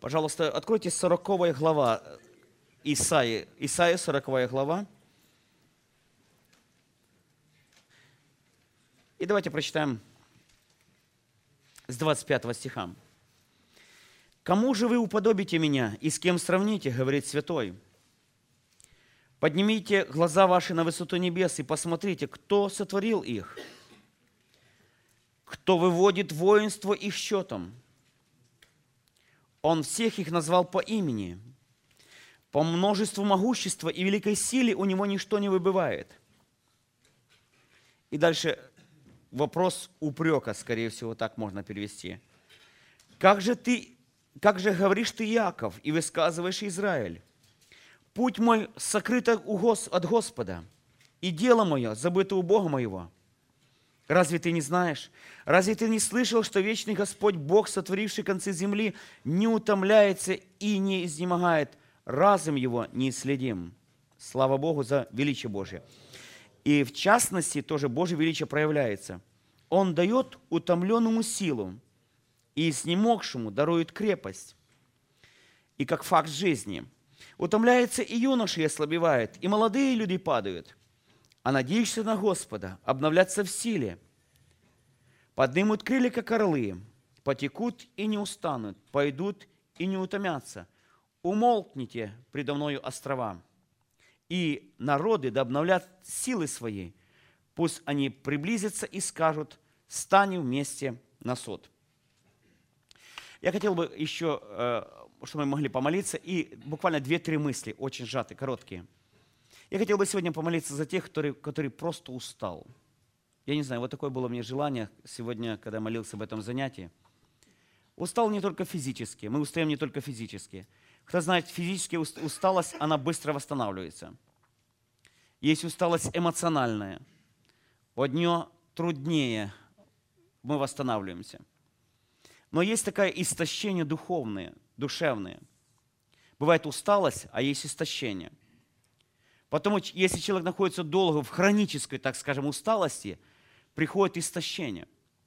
Пожалуйста, откройте 40 глава Исаии. Исаия, 40 глава. И давайте прочитаем с 25 стиха. «Кому же вы уподобите меня, и с кем сравните, говорит Святой? Поднимите глаза ваши на высоту небес и посмотрите, кто сотворил их, кто выводит воинство их счетом. Он всех их назвал по имени. По множеству могущества и великой силе у него ничто не выбывает». И дальше вопрос упрека, скорее всего, так можно перевести. Как же говоришь ты, Иаков, и высказываешь, Израиль? Путь мой сокрыт от Господа, и дело мое забыто у Бога моего. Разве ты не знаешь? Разве ты не слышал, что вечный Господь, Бог, сотворивший концы земли, не утомляется и не изнемогает? Разум его неисследим. Слава Богу за величие Божие. И в частности, тоже Божье величие проявляется. Он дает утомленному силу, и изнемогшему дарует крепость. И как факт жизни. Утомляется и юноша, и ослабевает, и молодые люди падают. А надеешься на Господа, обновляться в силе. Поднимут крылья, как орлы, потекут и не устанут, пойдут и не утомятся. Умолкните предо мною острова, и народы да обновлят силы свои. Пусть они приблизятся и скажут: станем вместе на суд. Я хотел бы еще, чтобы мы могли помолиться, и буквально 2-3 мысли, очень сжатые, короткие. Я хотел бы сегодня помолиться за тех, которые просто устал. Я не знаю, вот такое было мне желание сегодня, когда молился об этом занятии. Устал не только физически, мы устаем не только физически. Кто знает, физическая усталость, она быстро восстанавливается. Есть усталость эмоциональная. От нее труднее мы восстанавливаемся. Но есть такое истощение духовное, душевное. Бывает усталость, а есть истощение. Потому что если человек находится долго в хронической, так скажем, усталости, приходит истощение.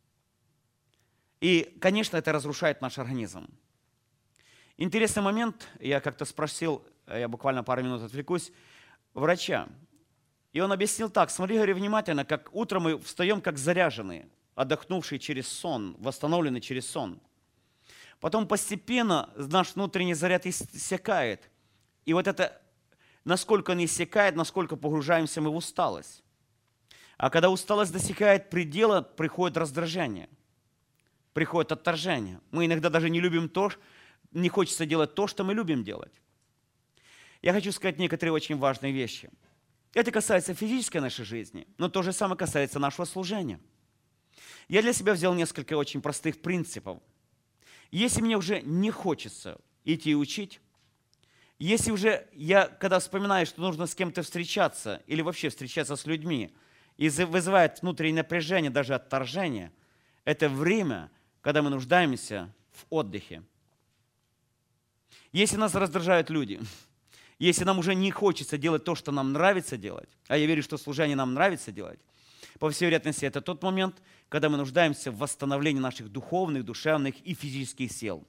И, конечно, это разрушает наш организм. Интересный момент, я как-то спросил, я буквально пару минут отвлекусь, врача. И он объяснил так: смотри, говорю, внимательно, как утром мы встаем как заряженные, отдохнувшие через сон, восстановленные через сон. Потом постепенно наш внутренний заряд иссякает. И вот это, насколько он иссякает, насколько погружаемся мы в усталость. А когда усталость достигает предела, приходит раздражение, приходит отторжение. Мы иногда даже не любим не хочется делать то, что мы любим делать. Я хочу сказать некоторые очень важные вещи. Это касается физической нашей жизни, но то же самое касается нашего служения. Я для себя взял несколько очень простых принципов. Если мне уже не хочется идти учить, если уже когда вспоминаю, что нужно с кем-то встречаться или вообще встречаться с людьми, и вызывает внутреннее напряжение, даже отторжение, это время, когда мы нуждаемся в отдыхе. Если нас раздражают люди, если нам уже не хочется делать то, что нам нравится делать, а я верю, что служение нам нравится делать, по всей вероятности, это тот момент, когда мы нуждаемся в восстановлении наших духовных, душевных и физических сил.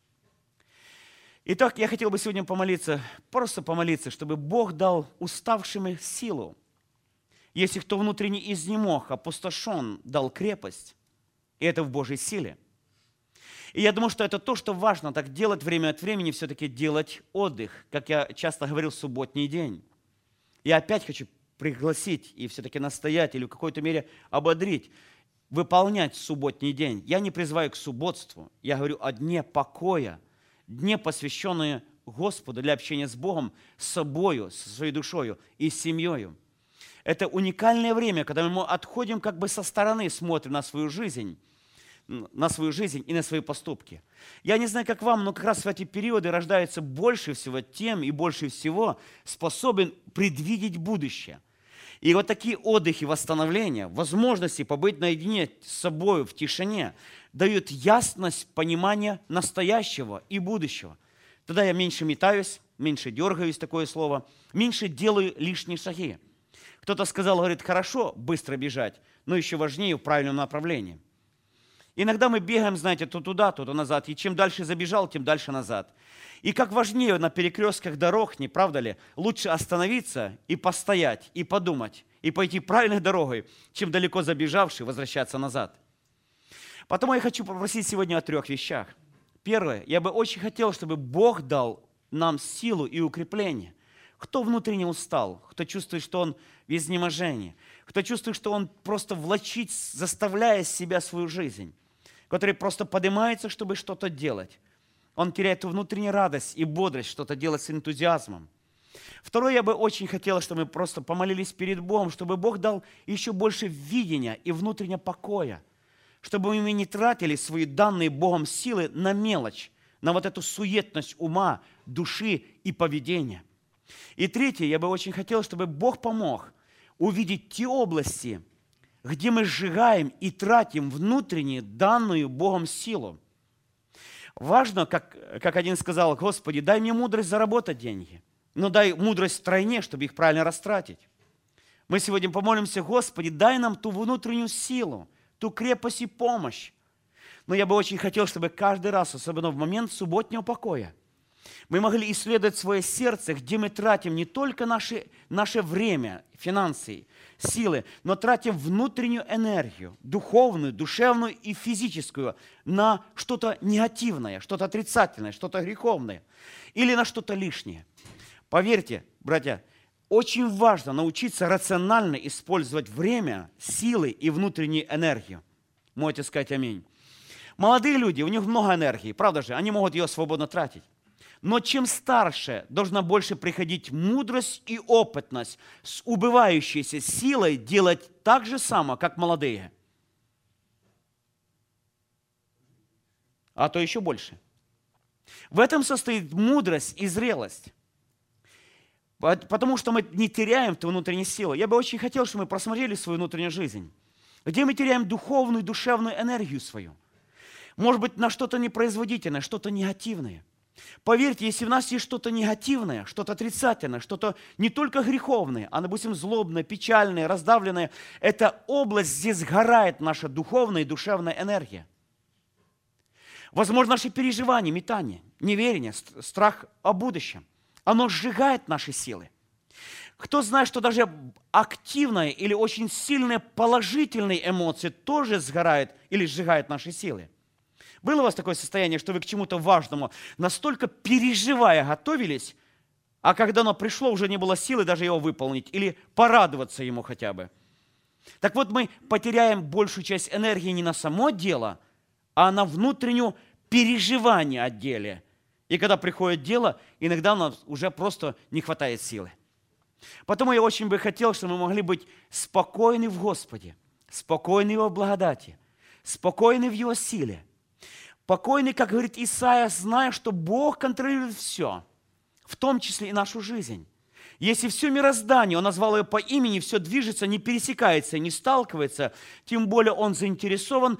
Итак, я хотел бы сегодня помолиться, просто помолиться, чтобы Бог дал уставшим силу. Если кто внутренне изнемог, опустошен, дал крепость, и это в Божьей силе. И я думаю, что это то, что важно так делать время от времени, все-таки делать отдых, как я часто говорил, в субботний день. Я опять хочу пригласить и все-таки настоять или в какой-то мере ободрить, выполнять субботний день. Я не призываю к субботству, я говорю о дне покоя, дне, посвященные Господу для общения с Богом, с собою, со своей душою и с семьей. Это уникальное время, когда мы отходим как бы со стороны, смотрим на свою жизнь и на свои поступки. Я не знаю, как вам, но как раз в эти периоды рождается больше всего тем и больше всего способен предвидеть будущее. И вот такие отдыхи, восстановления, возможности побыть наедине с собой в тишине дают ясность понимания настоящего и будущего. Тогда я меньше метаюсь, меньше дергаюсь, такое слово, меньше делаю лишние шаги. Кто-то сказал, говорит, хорошо быстро бежать, но еще важнее в правильном направлении. Иногда мы бегаем, знаете, то туда, то назад. И чем дальше забежал, тем дальше назад. И как важнее на перекрестках дорог, не правда ли, лучше остановиться и постоять, и подумать, и пойти правильной дорогой, чем далеко забежавший возвращаться назад. Потому я хочу попросить сегодня о 3 вещах. Первое, я бы очень хотел, чтобы Бог дал нам силу и укрепление. Кто внутренне устал, кто чувствует, что он в изнеможении, кто чувствует, что он просто влачит, заставляя себя свою жизнь, который просто поднимается, чтобы что-то делать. Он теряет внутреннюю радость и бодрость, что-то делать с энтузиазмом. Второе, я бы очень хотел, чтобы мы просто помолились перед Богом, чтобы Бог дал еще больше видения и внутреннего покоя, чтобы мы не тратили свои данные Богом силы на мелочь, на вот эту суетность ума, души и поведения. И третье, я бы очень хотел, чтобы Бог помог увидеть те области, где мы сжигаем и тратим внутреннюю данную Богом силу. Важно, как один сказал: Господи, дай мне мудрость заработать деньги, но дай мудрость втройне, чтобы их правильно растратить. Мы сегодня помолимся: Господи, дай нам ту внутреннюю силу, ту крепость и помощь. Но я бы очень хотел, чтобы каждый раз, особенно в момент субботнего покоя, мы могли исследовать свое сердце, где мы тратим не только наше время, финансы, силы, но тратим внутреннюю энергию, духовную, душевную и физическую, на что-то негативное, что-то отрицательное, что-то греховное или на что-то лишнее. Поверьте, братья, очень важно научиться рационально использовать время, силы и внутреннюю энергию. Можете сказать аминь. Молодые люди, у них много энергии, правда же? Они могут ее свободно тратить. Но чем старше, должна больше приходить мудрость и опытность с убывающейся силой делать так же само, как молодые. А то еще больше. В этом состоит мудрость и зрелость. Потому что мы не теряем ту внутреннюю силу. Я бы очень хотел, чтобы мы просмотрели свою внутреннюю жизнь. Где мы теряем духовную, душевную энергию свою. Может быть, на что-то непроизводительное, что-то негативное. Поверьте, если в нас есть что-то негативное, что-то отрицательное, что-то не только греховное, а, допустим, злобное, печальное, раздавленное, эта область, здесь сгорает наша духовная и душевная энергия. Возможно, наши переживания, метания, неверие, страх о будущем, оно сжигает наши силы. Кто знает, что даже активные или очень сильные положительные эмоции тоже сгорают или сжигают наши силы? Было у вас такое состояние, что вы к чему-то важному настолько переживая готовились, а когда оно пришло, уже не было силы даже его выполнить или порадоваться ему хотя бы? Так вот, мы потеряем большую часть энергии не на само дело, а на внутреннее переживание о деле. И когда приходит дело, иногда нам уже просто не хватает силы. Потому я очень бы хотел, чтобы мы могли быть спокойны в Господе, спокойны в Его благодати, спокойны в Его силе. Спокойны, как говорит Исаия, зная, что Бог контролирует все, в том числе и нашу жизнь. Если все мироздание, Он назвал ее по имени, все движется, не пересекается, не сталкивается, тем более Он заинтересован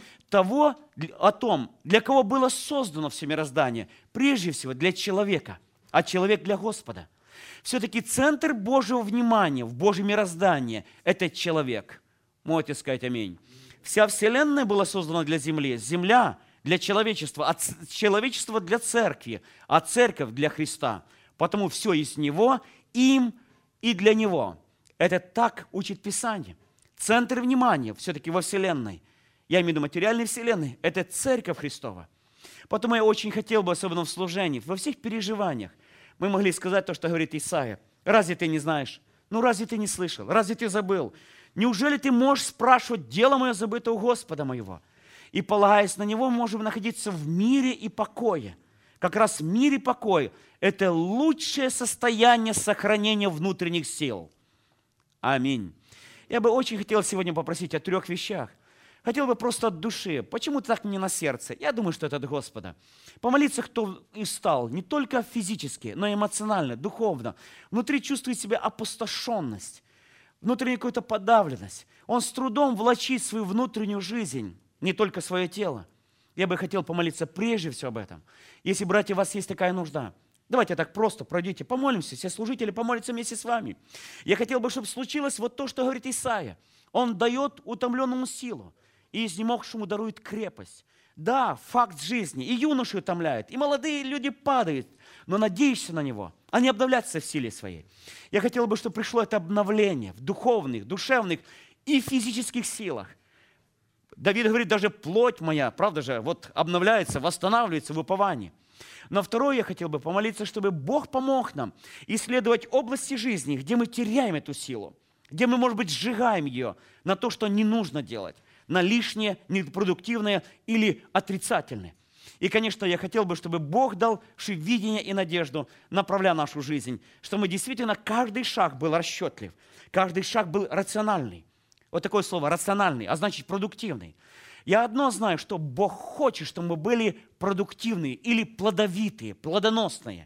о том, для кого было создано все мироздание. Прежде всего для человека, а человек для Господа. Все-таки центр Божьего внимания в Божьем мироздании – это человек. Можете сказать аминь. Вся вселенная была создана для земли, земля – для человечества, а человечество для церкви, а церковь для Христа. Потому все из Него, им и для Него. Это так учит Писание. Центр внимания все-таки во вселенной, я имею в виду материальной вселенной, это церковь Христова. Потому я очень хотел бы, особенно в служении, во всех переживаниях, мы могли сказать то, что говорит Исаия. Разве ты не знаешь? Ну, разве ты не слышал? Разве ты забыл? Неужели ты можешь спрашивать, дело мое забыто у Господа моего? И, полагаясь на Него, можем находиться в мире и покое. Как раз мир и покой – это лучшее состояние сохранения внутренних сил. Аминь. Я бы очень хотел сегодня попросить о 3 вещах. Хотел бы просто от души. Почему так мне на сердце? Я думаю, что это от Господа. Помолиться, кто устал, не только физически, но и эмоционально, духовно. Внутри чувствует себя опустошенность, внутреннюю какую-то подавленность. Он с трудом влачит свою внутреннюю жизнь. Не только свое тело. Я бы хотел помолиться прежде всего об этом. Если, братья, у вас есть такая нужда, давайте так просто пройдите, помолимся, все служители помолятся вместе с вами. Я хотел бы, чтобы случилось вот то, что говорит Исаия. Он дает утомленному силу и изнемогшему дарует крепость. Да, факт жизни. И юноши утомляет, и молодые люди падают, но надеешься на Него. Они обновляются в силе своей. Я хотел бы, чтобы пришло это обновление в духовных, душевных и физических силах. Давид говорит, даже плоть моя, правда же, вот обновляется, восстанавливается в уповании. Но второе, я хотел бы помолиться, чтобы Бог помог нам исследовать области жизни, где мы теряем эту силу, где мы, может быть, сжигаем ее на то, что не нужно делать, на лишнее, непродуктивное или отрицательное. И, конечно, я хотел бы, чтобы Бог дал видение и надежду, направляя нашу жизнь, что мы действительно, каждый шаг был расчетлив, каждый шаг был рациональный. Вот такое слово «рациональный», а значит продуктивный. Я одно знаю, что Бог хочет, чтобы мы были продуктивные или плодовитые, плодоносные.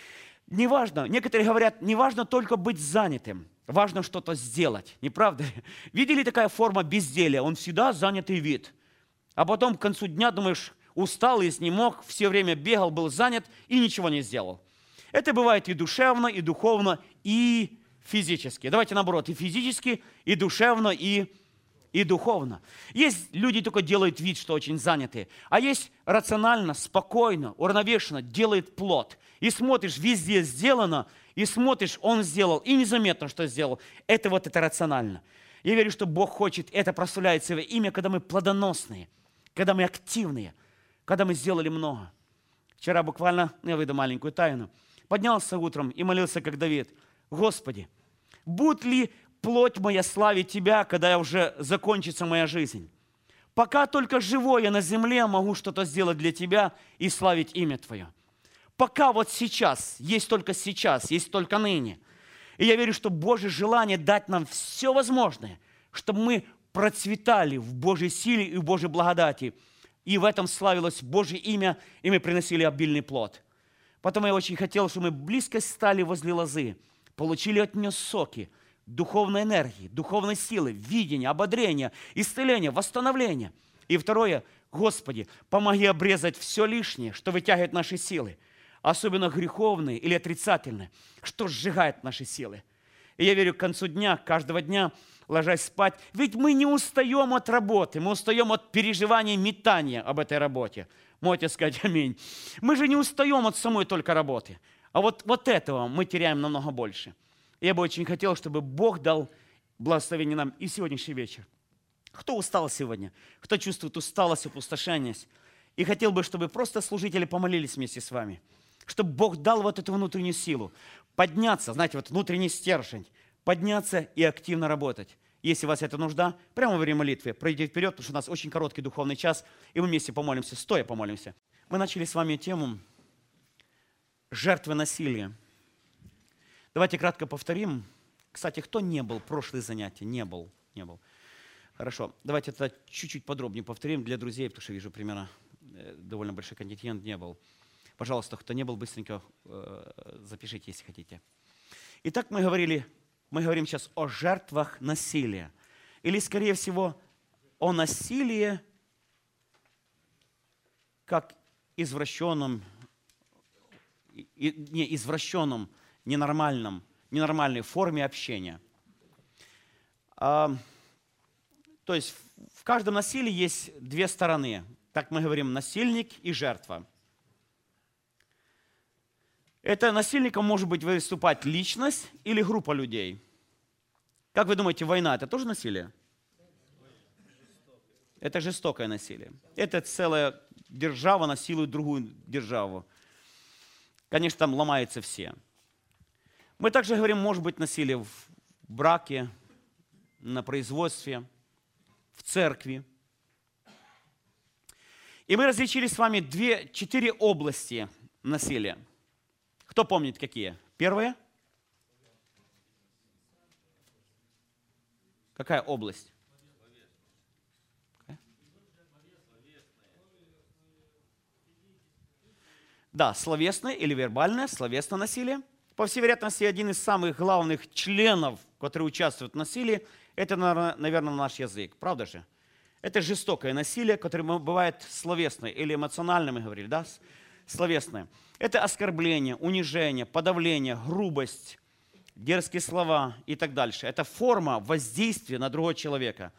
Неважно, некоторые говорят, неважно только быть занятым, важно что-то сделать, не правда ли? Видели такая форма безделия? Он всегда занятый вид. А потом к концу дня думаешь, устал, и не мог, все время бегал, был занят и ничего не сделал. Это бывает и душевно, и духовно, и физически. Давайте наоборот, и физически, и душевно, и духовно. Есть люди, только делают вид, что очень заняты, а есть рационально, спокойно, уравновешенно делает плод. И смотришь, везде сделано, и смотришь, он сделал, и незаметно, что сделал. Это рационально. Я верю, что Бог хочет, это прославляет свое имя, когда мы плодоносные, когда мы активные, когда мы сделали много. Вчера буквально, я выйду маленькую тайну, поднялся утром и молился, как Давид: Господи, будь ли плоть моя славить Тебя, когда уже закончится моя жизнь. Пока только живой я на земле могу что-то сделать для Тебя и славить имя Твое. Пока вот сейчас, есть только ныне. И я верю, что Божье желание дать нам все возможное, чтобы мы процветали в Божьей силе и в Божьей благодати. И в этом славилось Божье имя, и мы приносили обильный плод. Потом я очень хотел, чтобы мы близко стали возле лозы, получили от нее соки, духовной энергии, духовной силы, видения, ободрения, исцеления, восстановления. И второе, Господи, помоги обрезать все лишнее, что вытягивает наши силы, особенно греховные или отрицательные, что сжигает наши силы. И я верю, к концу дня, каждого дня, ложась спать, ведь мы не устаем от работы, мы устаем от переживания, метания об этой работе. Можете сказать аминь. Мы же не устаем от самой только работы, а вот этого мы теряем намного больше. Я бы очень хотел, чтобы Бог дал благословение нам и сегодняшний вечер. Кто устал сегодня? Кто чувствует усталость, опустошение? И хотел бы, чтобы просто служители помолились вместе с вами, чтобы Бог дал вот эту внутреннюю силу, подняться, знаете, вот внутренний стержень, подняться и активно работать. Если у вас это нужда, прямо во время молитвы пройдите вперед, потому что у нас очень короткий духовный час, и мы вместе помолимся, стоя помолимся. Мы начали с вами тему жертвы насилия. Давайте кратко повторим. Кстати, кто не был, прошлые занятия? Не был. Хорошо. Давайте тогда чуть-чуть подробнее повторим для друзей, потому что вижу примерно довольно большой контингент не был. Пожалуйста, кто не был, быстренько запишите, если хотите. Итак, мы говорим сейчас о жертвах насилия. Или, скорее всего, о насилии как извращенном, ненормальной форме общения. То есть в каждом насилии есть две стороны. Так мы говорим, насильник и жертва. Это насильником может быть выступать личность или группа людей. Как вы думаете, война – это тоже насилие? Это жестокое насилие. Это целая держава насилует другую державу. Конечно, там ломаются все. Мы также говорим, может быть насилие в браке, на производстве, в церкви. И мы различили с вами 4 области насилия. Кто помнит, какие? Первая? Какая область? Да, словесное или вербальное, словесное насилие. По всей вероятности, один из самых главных членов, которые участвуют в насилии, это, наверное, наш язык. Правда же? Это жестокое насилие, которое бывает словесное или эмоциональное, мы говорили, да? Словесное. Это оскорбление, унижение, подавление, грубость, дерзкие слова и так дальше. Это форма воздействия на другого человека.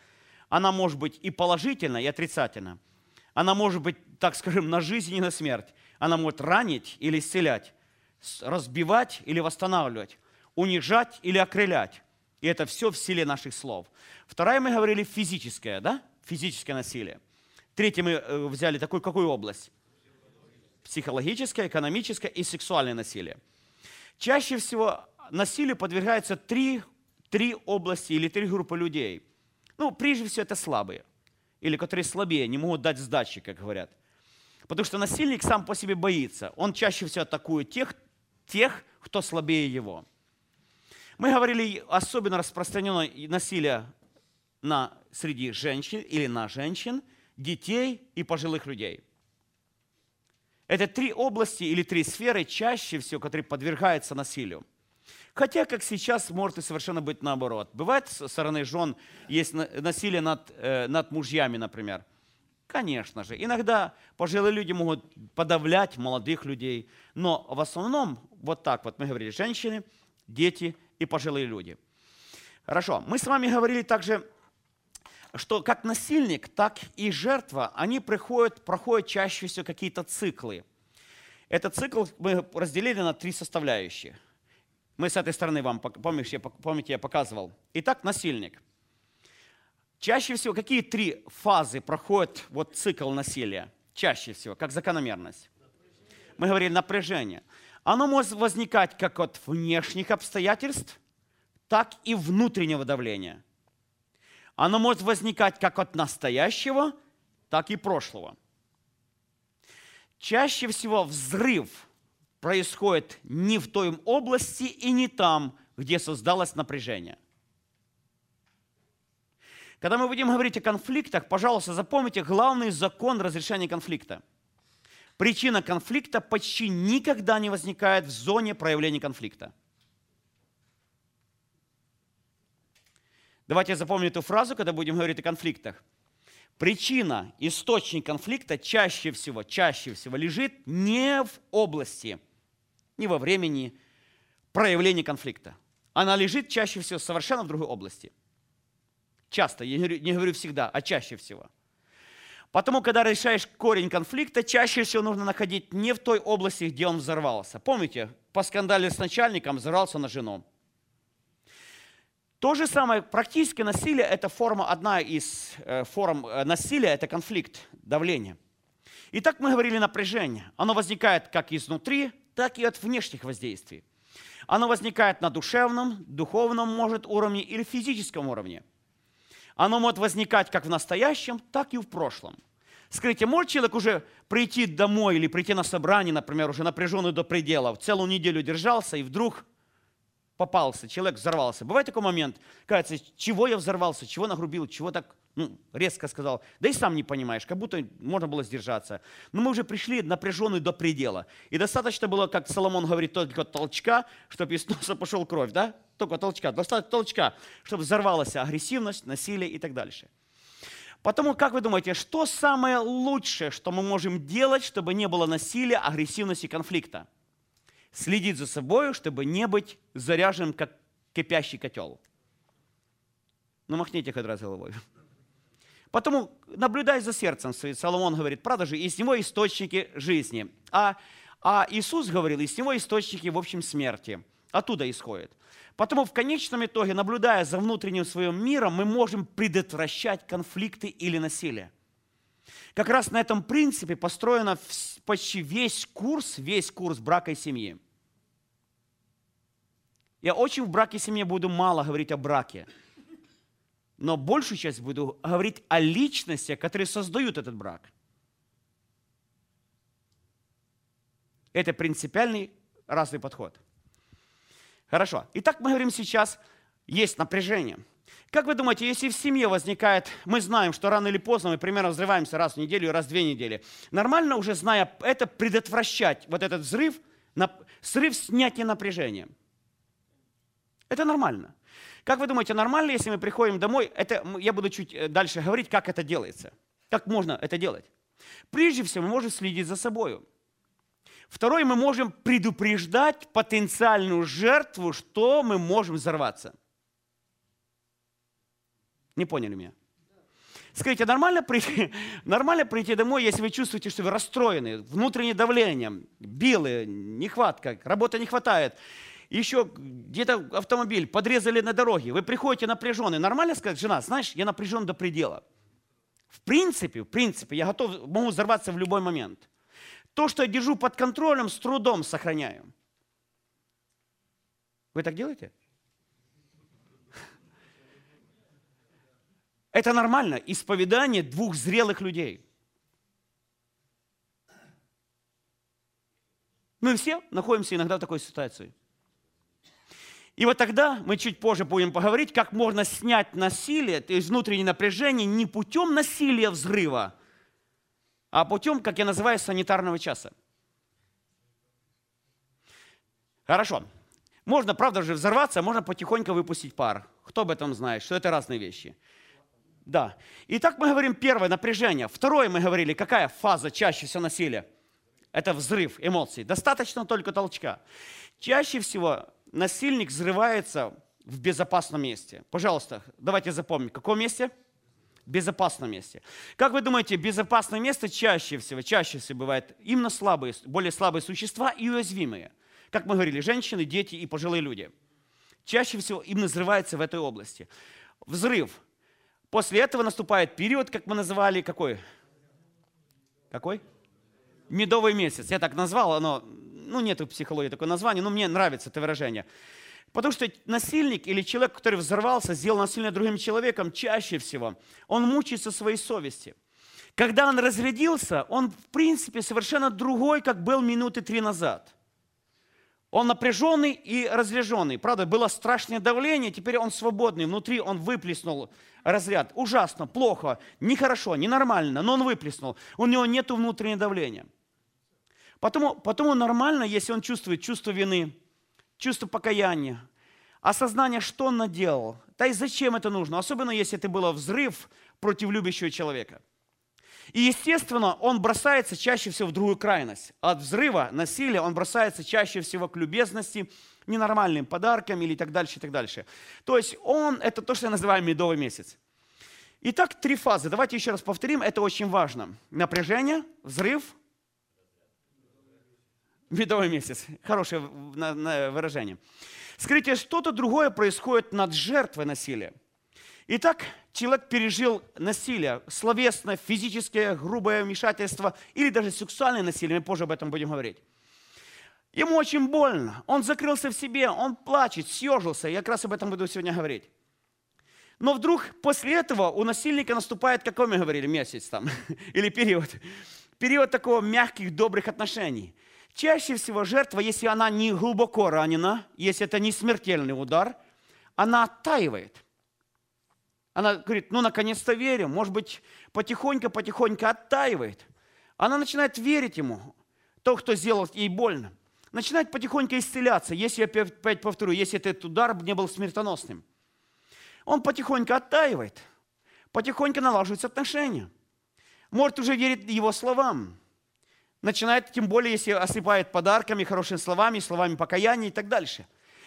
Она может быть и положительна, и отрицательна. Она может быть, так скажем, на жизнь и на смерть. Она может ранить или исцелять, разбивать или восстанавливать, унижать или окрылять. И это все в силе наших слов. Вторая, мы говорили, физическое, да? Физическое насилие. Третье мы взяли какую область? Психологическое, экономическое и сексуальное насилие. Чаще всего насилию подвергаются три области или три группы людей. Ну, прежде всего, это слабые. Или которые слабее, не могут дать сдачи, как говорят. Потому что насильник сам по себе боится. Он чаще всего атакует тех, кто слабее его. Мы говорили, особенно распространено насилие среди женщин или на женщин, детей и пожилых людей. Это три области или три сферы, чаще всего, которые подвергаются насилию. Хотя, как сейчас, может и совершенно быть наоборот. Бывает со стороны жен есть насилие над мужьями, например. Конечно же. Иногда пожилые люди могут подавлять молодых людей. Но в основном, вот так вот мы говорили, женщины, дети и пожилые люди. Хорошо. Мы с вами говорили также, что как насильник, так и жертва, они проходят чаще всего какие-то циклы. Этот цикл мы разделили на три составляющие. Мы с этой стороны вам, помните, я показывал. Итак, насильник. Чаще всего какие три фазы проходит цикл насилия? Чаще всего, как закономерность. Мы говорили напряжение. Оно может возникать как от внешних обстоятельств, так и внутреннего давления. Оно может возникать как от настоящего, так и прошлого. Чаще всего взрыв происходит не в той области и не там, где создалось напряжение. Когда мы будем говорить о конфликтах, пожалуйста, запомните главный закон разрешения конфликта. Причина конфликта почти никогда не возникает в зоне проявления конфликта. Давайте запомним эту фразу, когда будем говорить о конфликтах. Причина, источник конфликта чаще всего лежит не в области, не во времени проявления конфликта. Она лежит чаще всего совершенно в другой области. Часто, я не говорю всегда, а чаще всего. Потому, когда решаешь корень конфликта, чаще всего нужно находить не в той области, где он взорвался. Помните, по скандале с начальником взорвался на жену. То же самое, практическое насилие – это одна из форм насилия – это конфликт, давление. Итак, мы говорили напряжение. Оно возникает как изнутри, так и от внешних воздействий. Оно возникает на душевном, духовном, может, уровне или физическом уровне. Оно может возникать как в настоящем, так и в прошлом. Скажите, может человек уже прийти домой или прийти на собрание, например, уже напряженный до предела, целую неделю держался и вдруг попался, человек взорвался. Бывает такой момент, кажется, чего я взорвался, чего нагрубил, чего так резко сказал. Да и сам не понимаешь, как будто можно было сдержаться. Но мы уже пришли напряженные до предела. И достаточно было, как Соломон говорит, только толчка, чтобы из носа пошел кровь, да? Только толчка. Достаточно толчка, чтобы взорвалась агрессивность, насилие и так дальше. Потому, как вы думаете, что самое лучшее, что мы можем делать, чтобы не было насилия, агрессивности, конфликта? Следить за собой, чтобы не быть заряженным, как кипящий котел. Ну, махните хоть раз головой. Потому наблюдай за сердцем своим. Соломон говорит, правда же, из него источники жизни. А Иисус говорил, из него источники, в общем, смерти. Оттуда исходит. Потому в конечном итоге, наблюдая за внутренним своим миром, мы можем предотвращать конфликты или насилие. Как раз на этом принципе построен почти весь курс брака и семьи. Я очень в браке и семье буду мало говорить о браке, но большую часть буду говорить о личностях, которые создают этот брак. Это принципиальный разный подход. Хорошо. Итак, мы говорим сейчас, есть напряжение. Как вы думаете, если в семье возникает, мы знаем, что рано или поздно мы примерно взрываемся раз в неделю, раз в 2 недели. Нормально уже, зная это, предотвращать вот этот срыв снятия напряжения. Это нормально. Как вы думаете, нормально, если мы приходим домой, я буду чуть дальше говорить, как это делается. Как можно это делать? Прежде всего, мы можем следить за собой. Второе, мы можем предупреждать потенциальную жертву, что мы можем взорваться. Не поняли меня? Скажите, нормально прийти домой, если вы чувствуете, что вы расстроены, внутреннее давление, билы, нехватка, работы не хватает, еще где-то автомобиль подрезали на дороге, вы приходите напряженный. Нормально сказать, жена, знаешь, я напряжен до предела. В принципе, я могу взорваться в любой момент. То, что я держу под контролем, с трудом сохраняю. Вы так делаете? Это нормально. Исповедание двух зрелых людей. Мы все находимся иногда в такой ситуации. И вот тогда мы чуть позже будем поговорить, как можно снять насилие, то есть внутреннее напряжение не путем насилия взрыва, а путем, как я называю, санитарного часа. Хорошо. Можно, правда же, взорваться, можно потихоньку выпустить пар. Кто об этом знает, что это разные вещи. Да. Итак, мы говорим первое, напряжение. Второе, мы говорили, какая фаза чаще всего насилия? Это взрыв эмоций. Достаточно только толчка. Чаще всего насильник взрывается в безопасном месте. Пожалуйста, давайте запомним. В каком месте? В безопасном месте. Как вы думаете, безопасное место чаще всего бывает именно слабые, более слабые существа и уязвимые. Как мы говорили, женщины, дети и пожилые люди. Чаще всего именно взрывается в этой области. Взрыв. После этого наступает период, как мы называли, какой? Какой? Медовый месяц. Я так назвал, оно, нет в психологии такого названия, но мне нравится это выражение. Потому что насильник или человек, который взорвался, сделал насилие другим человеком, чаще всего он мучается своей совести. Когда он разрядился, он, в принципе, совершенно другой, как был минуты 3 назад. Он напряженный и разряженный. Правда, было страшное давление, теперь он свободный. Внутри он выплеснул разряд. Ужасно, плохо, нехорошо, ненормально, но он выплеснул. У него нет внутреннего давления. Потому нормально, если он чувствует чувство вины, чувство покаяния, осознание, что он наделал. Да и зачем это нужно? Особенно, если это был взрыв против любящего человека. И, естественно, он бросается чаще всего в другую крайность. От взрыва, насилия он бросается чаще всего к любезности, ненормальным подаркам или так дальше, и так дальше. То есть это то, что я называю медовый месяц. Итак, 3 фазы. Давайте еще раз повторим, это очень важно. Напряжение, взрыв, медовый месяц. Хорошее выражение. Скажите, что-то другое происходит над жертвой насилия. Итак, человек пережил насилие, словесное, физическое, грубое вмешательство или даже сексуальное насилие, мы позже об этом будем говорить. Ему очень больно, он закрылся в себе, он плачет, съежился, я как раз об этом буду сегодня говорить. Но вдруг после этого у насильника наступает, какой мы говорили, месяц там, или период такого мягких, добрых отношений. Чаще всего жертва, если она не глубоко ранена, если это не смертельный удар, она оттаивает. Она говорит, наконец-то верю, может быть, потихоньку оттаивает. Она начинает верить ему, тот, кто сделал ей больно. Начинает потихоньку исцеляться, если, опять повторю, если этот удар не был смертоносным. Он потихоньку оттаивает, потихоньку налаживаются отношения. Может уже верить его словам. Начинает, тем более, если осыпает подарками, хорошими словами покаяния и так дальше.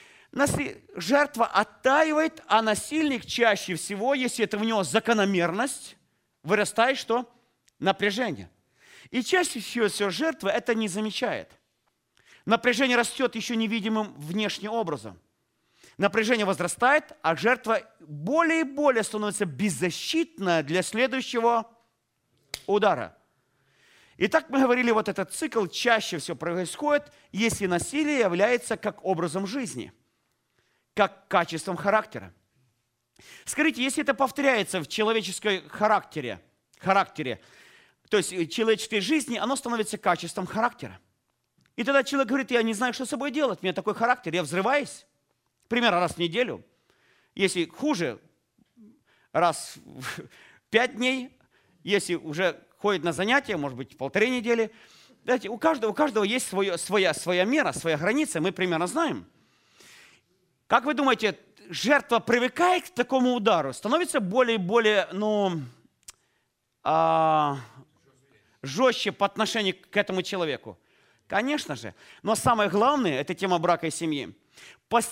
Жертва оттаивает, а насильник чаще всего, если это в него закономерность, вырастает что? Напряжение. И чаще всего жертва это не замечает. Напряжение растет еще невидимым внешним образом. Напряжение возрастает, а жертва более и более становится беззащитна для следующего удара. Итак, мы говорили, вот этот цикл чаще всего происходит, если насилие является как образом жизни, как качеством характера. Скажите, если это повторяется в человеческом характере, то есть человеческой жизни, оно становится качеством характера. И тогда человек говорит, я не знаю, что с собой делать, у меня такой характер, я взрываюсь, примерно раз в неделю. Если хуже, раз в 5 дней, если уже ходит на занятия, может быть, 1,5 недели. Знаете, у каждого есть своя мера, своя граница, мы примерно знаем. Как вы думаете, жертва привыкает к такому удару, становится более и более, жестче по отношению к этому человеку? Конечно же. Но самое главное, это тема брака и семьи.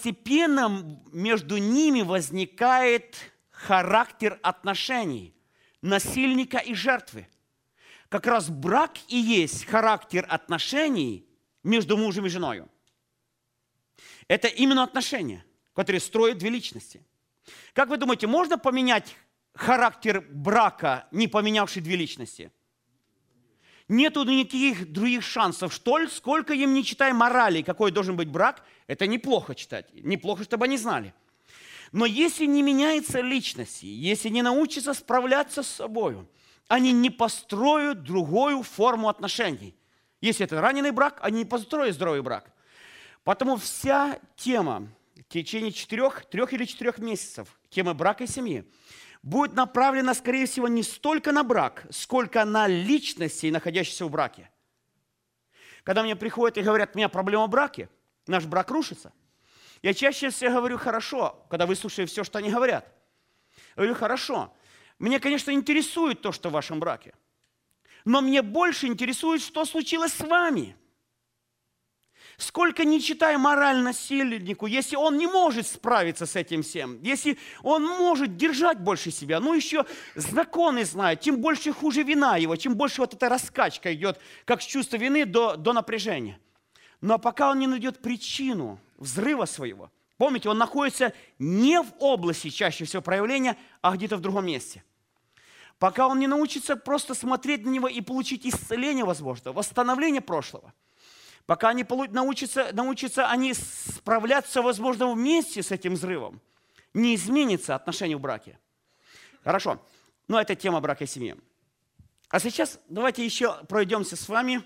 Постепенно между ними возникает характер отношений. насильника и жертвы. Как раз брак и есть характер отношений между мужем и женой. Это именно отношения, которые строят две личности. Как вы думаете, можно поменять характер брака, не поменявший две личности? Нету никаких других шансов. Сколько им не читай морали, какой должен быть брак, это неплохо читать. Неплохо, чтобы они знали. Но если не меняется личность, если не научатся справляться с собой, они не построят другую форму отношений. Если это раненый брак, они не построят здоровый брак. Потому вся тема в течение 3 или 4 месяцев, тема брака и семьи, будет направлена, скорее всего, не столько на брак, сколько на личности, находящиеся в браке. Когда мне приходят и говорят, у меня проблема в браке, наш брак рушится, я чаще всего говорю, хорошо, когда выслушаю все, что они говорят. Я говорю, хорошо, меня, конечно, интересует то, что в вашем браке, но мне больше интересует, что случилось с вами. Сколько не читай мораль насильнику, если он не может справиться с этим всем, если он может держать больше себя, ну еще законы знает, тем больше хуже вина его, чем больше вот эта раскачка идет, как с чувства вины до напряжения. Но пока он не найдет причину взрыва своего, помните, он находится не в области чаще всего проявления, а где-то в другом месте. Пока он не научится просто смотреть на него и получить исцеление, возможно, восстановление прошлого. Пока они научатся они справляться, возможно, вместе с этим взрывом, не изменится отношение в браке. Хорошо, но это тема брака и семьи. А сейчас давайте еще пройдемся с вами.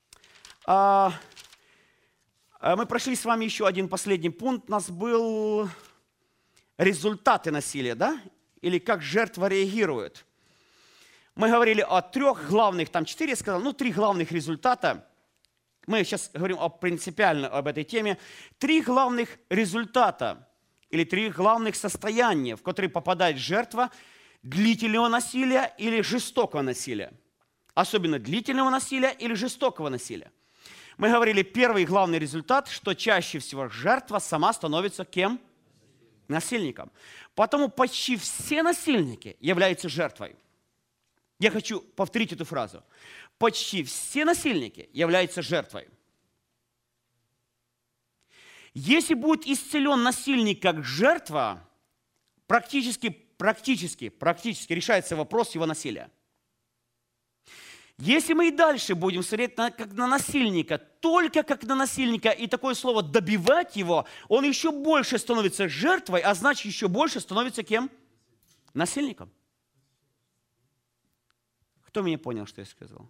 Мы прошли с вами еще один последний пункт. У нас был результаты насилия, да? Или как жертва реагирует. Мы говорили о 3 главных, там 4 я сказал, 3 главных результата. Мы сейчас говорим принципиально об этой теме. 3 главных результата или 3 главных состояния, в которые попадает жертва длительного насилия или жестокого насилия. Особенно длительного насилия или жестокого насилия. Мы говорили, первый главный результат, что чаще всего жертва сама становится кем? Насильником. Потому почти все насильники являются жертвой. Я хочу повторить эту фразу. Почти все насильники являются жертвой. Если будет исцелен насильник как жертва, практически решается вопрос его насилия. Если мы и дальше будем смотреть как на насильника, только как на насильника, и такое слово «добивать его», он еще больше становится жертвой, а значит, еще больше становится кем? Насильником. Кто меня понял, что я сказал?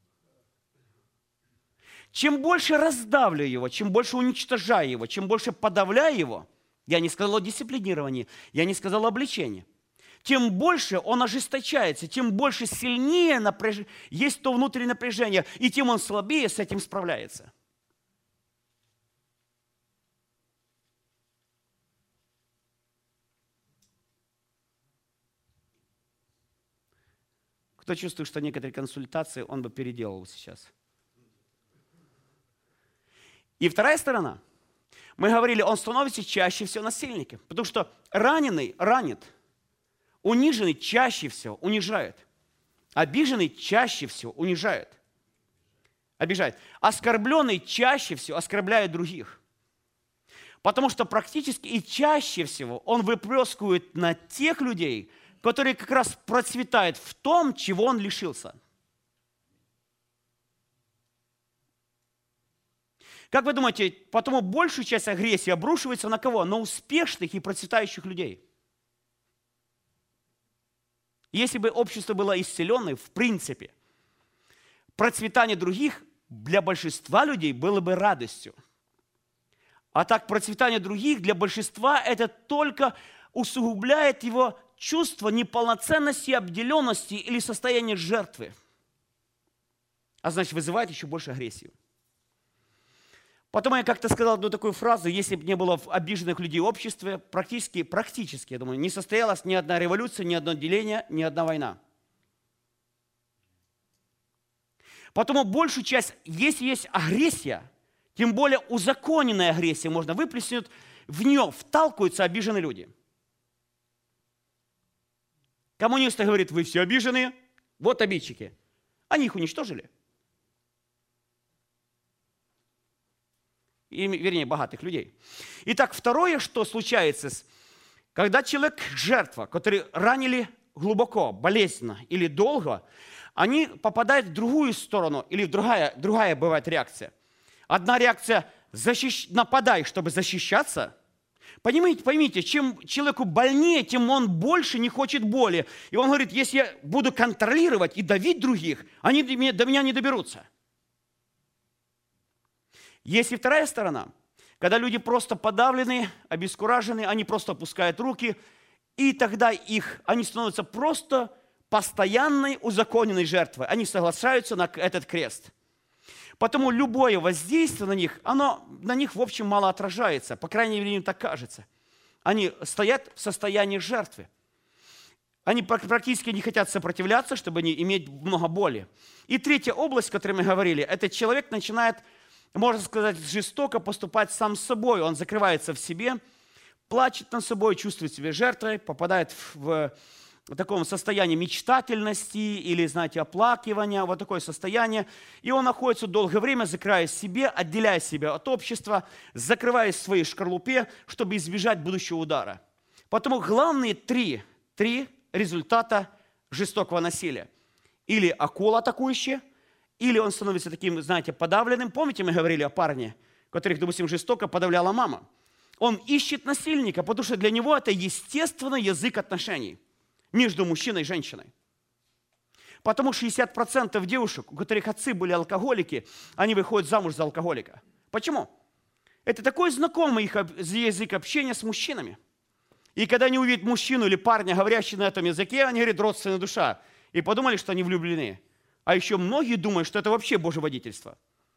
Чем больше раздавлю его, чем больше уничтожаю его, чем больше подавляю его, я не сказал о дисциплинировании, я не сказал о обличении, тем больше он ожесточается, тем больше сильнее есть то внутреннее напряжение, и тем он слабее с этим справляется. Кто чувствует, что некоторые консультации он бы переделал сейчас? И вторая сторона. Мы говорили, он становится чаще всего насильником, потому что раненый ранит, униженный чаще всего унижает, обиженный чаще всего унижает, обижает, оскорбленный чаще всего оскорбляет других. Потому что практически и чаще всего он выплескивает на тех людей, которые как раз процветают в том, чего он лишился. Как вы думаете, потому большую часть агрессии обрушивается на кого? На успешных и процветающих людей. Если бы общество было исцеленное, в принципе, процветание других для большинства людей было бы радостью. А так процветание других для большинства это только усугубляет его чувство неполноценности, обделенности или состояния жертвы. А значит, вызывает еще больше агрессию. Потом я как-то сказал одну такую фразу, если бы не было обиженных людей в обществе, практически, я думаю, не состоялась ни одна революция, ни одно деление, ни одна война. Потому большую часть, если есть агрессия, тем более узаконенная агрессия можно выплеснуть, в нее вталкиваются обиженные люди. Коммунисты говорят, вы все обиженные, вот обидчики. Они их уничтожили. Вернее, богатых людей. Итак, второе, что случается, когда человек жертва, который ранили глубоко, болезненно или долго, они попадают в другую сторону, или другая бывает реакция. Одна реакция – нападай, чтобы защищаться. Поймите, чем человеку больнее, тем он больше не хочет боли. И он говорит, если я буду контролировать и давить других, они до меня не доберутся. Есть и вторая сторона, когда люди просто подавлены, обескуражены, они просто опускают руки, и тогда они становятся просто постоянной узаконенной жертвой. Они соглашаются на этот крест. Потому любое воздействие на них, оно на них, в общем, мало отражается. По крайней мере, им так кажется. Они стоят в состоянии жертвы. Они практически не хотят сопротивляться, чтобы не иметь много боли. И третья область, о которой мы говорили, это человек начинает, можно сказать, жестоко поступать сам с собой. Он закрывается в себе, плачет над собой, чувствует себя жертвой, попадает в таком состоянии мечтательности или, знаете, оплакивания, вот такое состояние. И он находится долгое время, закрываясь в себе, отделяя себя от общества, закрываясь в своей шкарлупе, чтобы избежать будущего удара. Потому главные три результата жестокого насилия. Или акула атакующая, или он становится таким, знаете, подавленным. Помните, мы говорили о парне, которых, допустим, жестоко подавляла мама? Он ищет насильника, потому что для него это естественный язык отношений между мужчиной и женщиной. Потому 60% девушек, у которых отцы были алкоголики, они выходят замуж за алкоголика. Почему? Это такой знакомый их язык общения с мужчинами. И когда они увидят мужчину или парня, говорящего на этом языке, они говорят, родственная душа. И подумали, что они влюблены. А еще многие думают, что это вообще Божье водительство.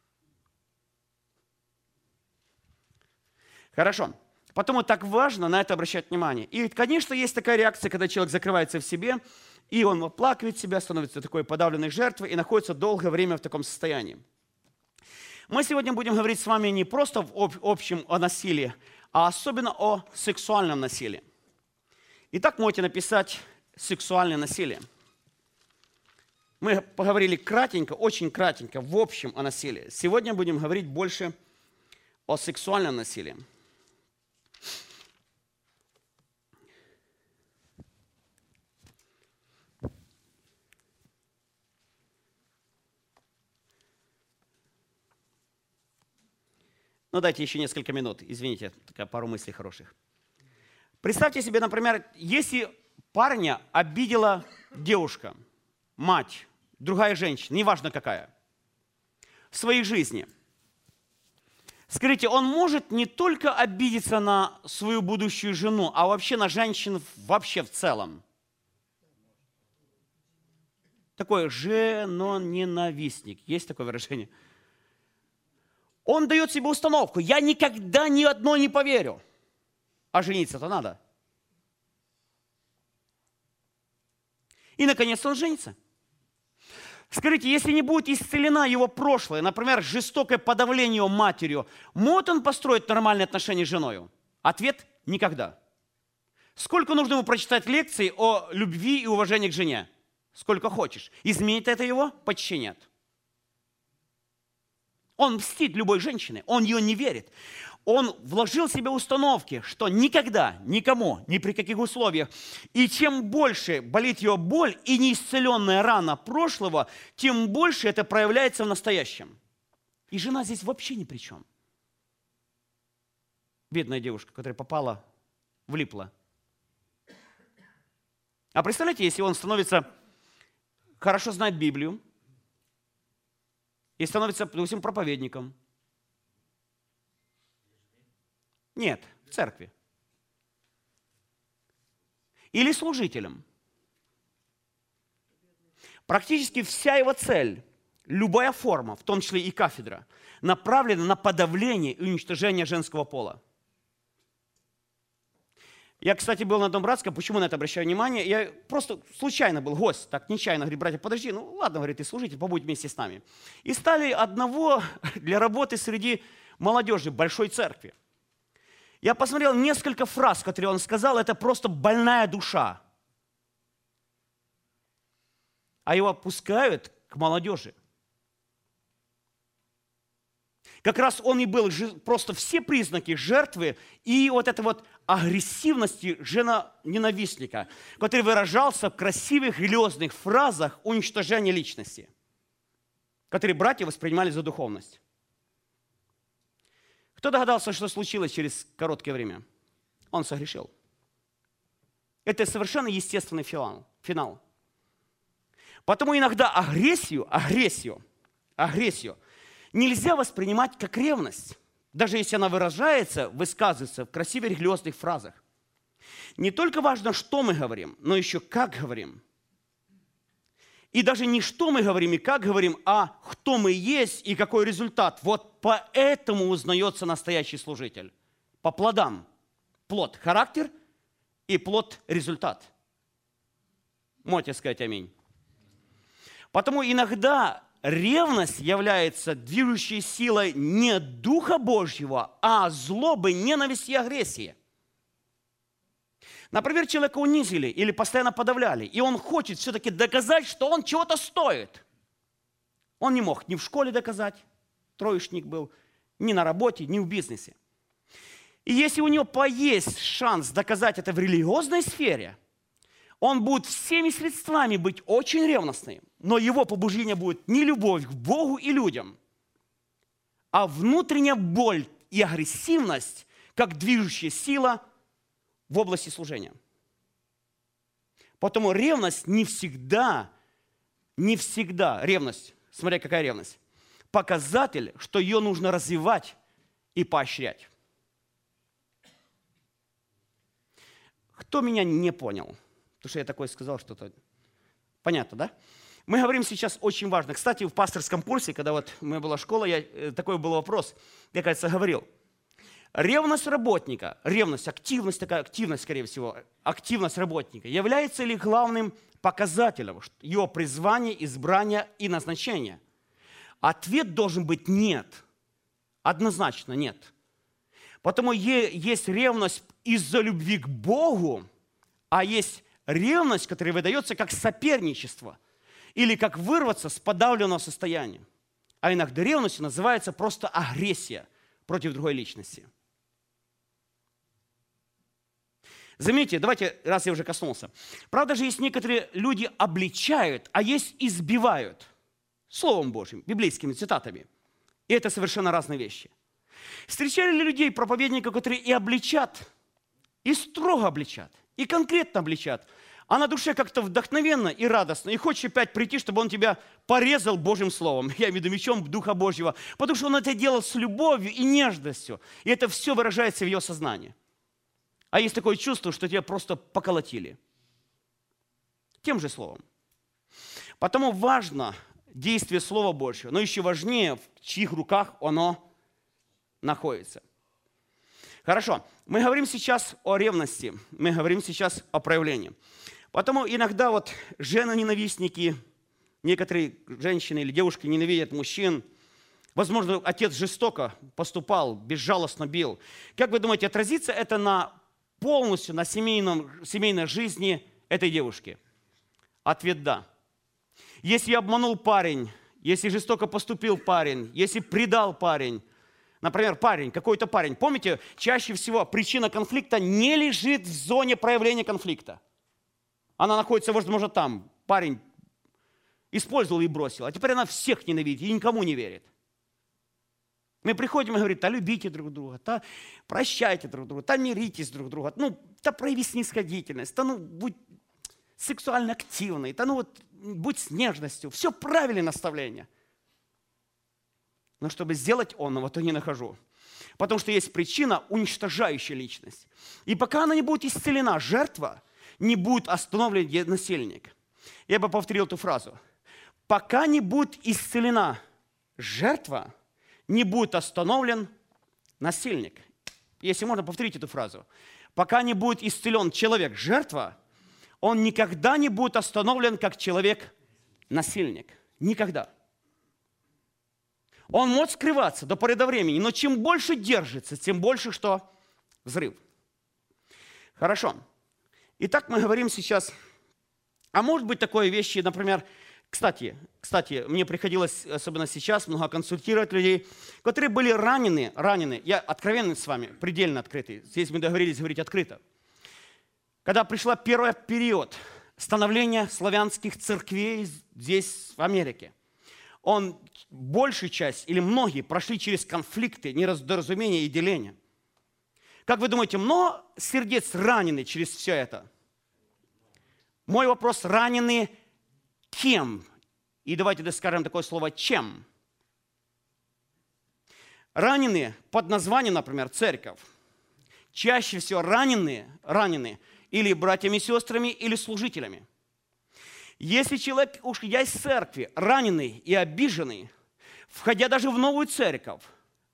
Хорошо. Потому так важно на это обращать внимание. И, конечно, есть такая реакция, когда человек закрывается в себе, и он оплакивает себя, становится такой подавленной жертвой и находится долгое время в таком состоянии. Мы сегодня будем говорить с вами не просто в общем о насилии, а особенно о сексуальном насилии. Итак, можете написать «сексуальное насилие». Мы поговорили кратенько, очень кратенько, в общем о насилии. Сегодня будем говорить больше о сексуальном насилии. Ну, дайте еще несколько минут. Извините, такая пару мыслей хороших. Представьте себе, например, если парня обидела девушка, мать, другая женщина, неважно какая, в своей жизни. Скажите, он может не только обидеться на свою будущую жену, а вообще на женщин вообще в целом. Такой женоненавистник. Есть такое выражение? Он дает себе установку, я никогда ни одной не поверю. А жениться-то надо. И, наконец, он женится. Скажите, если не будет исцелена его прошлое, например, жестокое подавление его матерью, может он построить нормальные отношения с женой? Ответ – никогда. Сколько нужно ему прочитать лекций о любви и уважении к жене? Сколько хочешь. Изменит это его? Почти нет. Он мстит любой женщине, он ее не верит. Он вложил в себя установки, что никогда, никому, ни при каких условиях. И чем больше болит его боль и неисцеленная рана прошлого, тем больше это проявляется в настоящем. И жена здесь вообще ни при чем. Бедная девушка, которая влипла. А представляете, если он хорошо знает Библию, и становится, допустим, проповедником. Нет, в церкви. Или служителем. Практически вся его цель, любая форма, в том числе и кафедра, направлена на подавление и уничтожение женского пола. Я, кстати, был на Домбратском, почему на это обращаю внимание? Я просто случайно был гость, так нечаянно, говорит, братья, подожди, ну ладно, говорит, ты служитель, побудь вместе с нами. И стали одного для работы среди молодежи большой церкви. Я посмотрел несколько фраз, которые он сказал, это просто больная душа. а его пускают к молодежи. Как раз он и был просто все признаки жертвы и вот этой вот агрессивности жена-ненавистника, который выражался в красивых религиозных фразах уничтожения личности, которые братья воспринимали за духовность. Кто догадался, что случилось через короткое время? Он согрешил. Это совершенно естественный финал. Потому иногда агрессию нельзя воспринимать как ревность, даже если она выражается, высказывается в красивых религиозных фразах. Не только важно, что мы говорим, но еще как говорим. И даже не что мы говорим и как говорим, а кто мы есть и какой результат. Вот поэтому узнается настоящий служитель. По плодам. Плод – характер и плод – результат. Можете сказать аминь. Потому иногда ревность является движущей силой не Духа Божьего, а злобы, ненависти и агрессии. Например, человека унизили или постоянно подавляли, и он хочет все-таки доказать, что он чего-то стоит. Он не мог ни в школе доказать, троечник был, ни на работе, ни в бизнесе. И если у него есть шанс доказать это в религиозной сфере, он будет всеми средствами быть очень ревностным, но его побуждение будет не любовь к Богу и людям, а внутренняя боль и агрессивность, как движущая сила в области служения. Потому ревность не всегда, ревность, смотря какая ревность, показатель, что ее нужно развивать и поощрять. Кто меня не понял? Потому что я такое сказал что-то. Понятно, да? Мы говорим сейчас очень важно. Кстати, в пасторском курсе, когда вот у меня была школа, такой был вопрос, я, кажется, говорил. Ревность работника, активность, скорее всего, активность работника является ли главным показателем его призвания, избрания и назначения? Ответ должен быть нет. Однозначно нет. Потому есть ревность из-за любви к Богу, а есть ревность, которая выдается как соперничество или как вырваться с подавленного состояния. А иногда ревность называется просто агрессия против другой личности. Заметьте, давайте, раз я уже коснулся. Правда же, есть некоторые люди обличают, а есть избивают Словом Божьим, библейскими цитатами. И это совершенно разные вещи. Встречали ли людей, проповедников, которые и обличат, и строго обличат, и конкретно обличат, а на душе как-то вдохновенно и радостно, и хочешь опять прийти, чтобы он тебя порезал Божьим Словом, я имею в виду мечом Духа Божьего, потому что он это делал с любовью и нежностью, и это все выражается в его сознании. А есть такое чувство, что тебя просто поколотили. Тем же словом. Потому важно действие Слова Божьего, но еще важнее, в чьих руках оно находится. Хорошо, мы говорим сейчас о ревности, мы говорим сейчас о проявлении. Потому иногда вот жены-ненавистники, некоторые женщины или девушки ненавидят мужчин. Возможно, отец жестоко поступал, безжалостно бил. Как вы думаете, отразится это полностью на семейной жизни этой девушки? Ответ – да. Если обманул парень, если жестоко поступил парень, если предал парень, например, какой-то парень, помните, чаще всего причина конфликта не лежит в зоне проявления конфликта. Она находится, возможно, там. Парень использовал и бросил, а теперь она всех ненавидит и никому не верит. Мы приходим и говорим, любите друг друга, прощайте друг друга, миритесь друг друга, прояви снисходительность, будь сексуально активной, будь с нежностью. Все правильные наставления. Но чтобы сделать онного, то не нахожу. Потому что есть причина, уничтожающая личность. И пока она не будет исцелена, жертва, не будет остановлен насильник. Я бы повторил эту фразу. Пока не будет исцелена жертва, не будет остановлен насильник. Если можно, повторить эту фразу. Пока не будет исцелен человек, жертва, он никогда не будет остановлен как человек-насильник. Никогда. Он может скрываться до поры до времени, но чем больше держится, тем больше что? Взрыв. Хорошо. Итак, мы говорим сейчас, а может быть такое вещи, например, Кстати, мне приходилось, особенно сейчас, много консультировать людей, которые были ранены. Я откровенный с вами, предельно открытый. Здесь мы договорились говорить открыто. Когда пришла первый период становления славянских церквей здесь, в Америке, большая часть или многие прошли через конфликты, неразумения и деления. Как вы думаете, много сердец ранены через все это? Мой вопрос: ранены кем? И давайте скажем такое слово «чем». Ранены под названием, например, церковь. Чаще всего ранены или братьями и сестрами, или служителями. Если человек, я из церкви, раненый и обиженный, входя даже в новую церковь,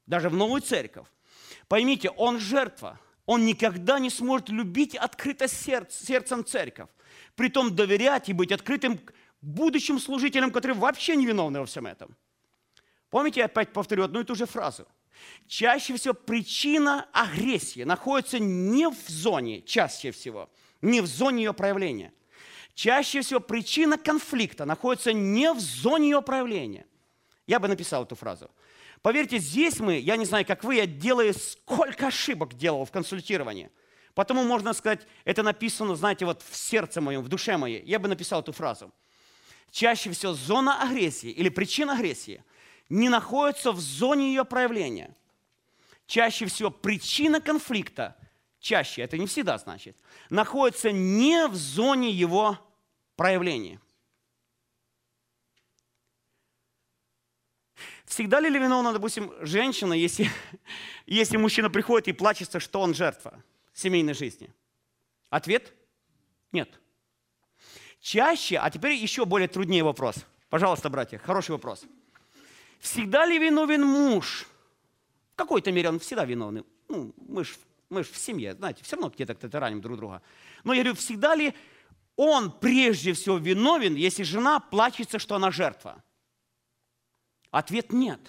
поймите, он жертва. Он никогда не сможет любить открыто сердцем церковь. Притом доверять и быть открытым будущим служителям, которые вообще не виновны во всем этом. Помните, я опять повторю одну и ту же фразу. Чаще всего причина агрессии находится не в зоне, не в зоне ее проявления. Чаще всего причина конфликта находится не в зоне ее проявления. Я бы написал эту фразу. Поверьте, здесь я не знаю, как вы, я делаю, сколько ошибок делал в консультировании. Потому можно сказать, это написано, знаете, вот в сердце моем, в душе моей. Я бы написал эту фразу. Чаще всего зона агрессии или причина агрессии не находится в зоне ее проявления. Чаще всего причина конфликта, это не всегда значит, находится не в зоне его проявления. Всегда ли виновна, допустим, женщина, если мужчина приходит и плачется, что он жертва семейной жизни? Ответ – нет. Чаще, а теперь еще более труднее вопрос. Пожалуйста, братья, хороший вопрос. Всегда ли виновен муж? В какой-то мере он всегда виновен. Мы ж в семье, знаете, все равно где-то раним друг друга. Но я говорю, всегда ли он прежде всего виновен, если жена плачется, что она жертва? Ответ – нет.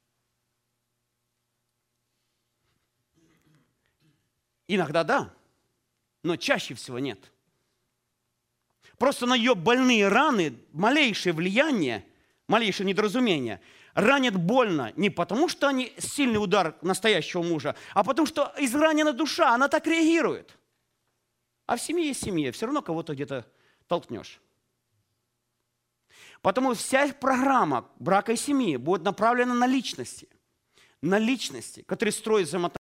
Иногда да, но чаще всего нет. Просто на ее больные раны малейшее влияние, малейшее недоразумение ранит больно не потому, что они сильный удар настоящего мужа, а потому что изранена душа, она так реагирует. А в семье есть семья, все равно кого-то где-то толкнешь. Потому вся программа брака и семьи будет направлена на личности, которые строят взаимоотношения.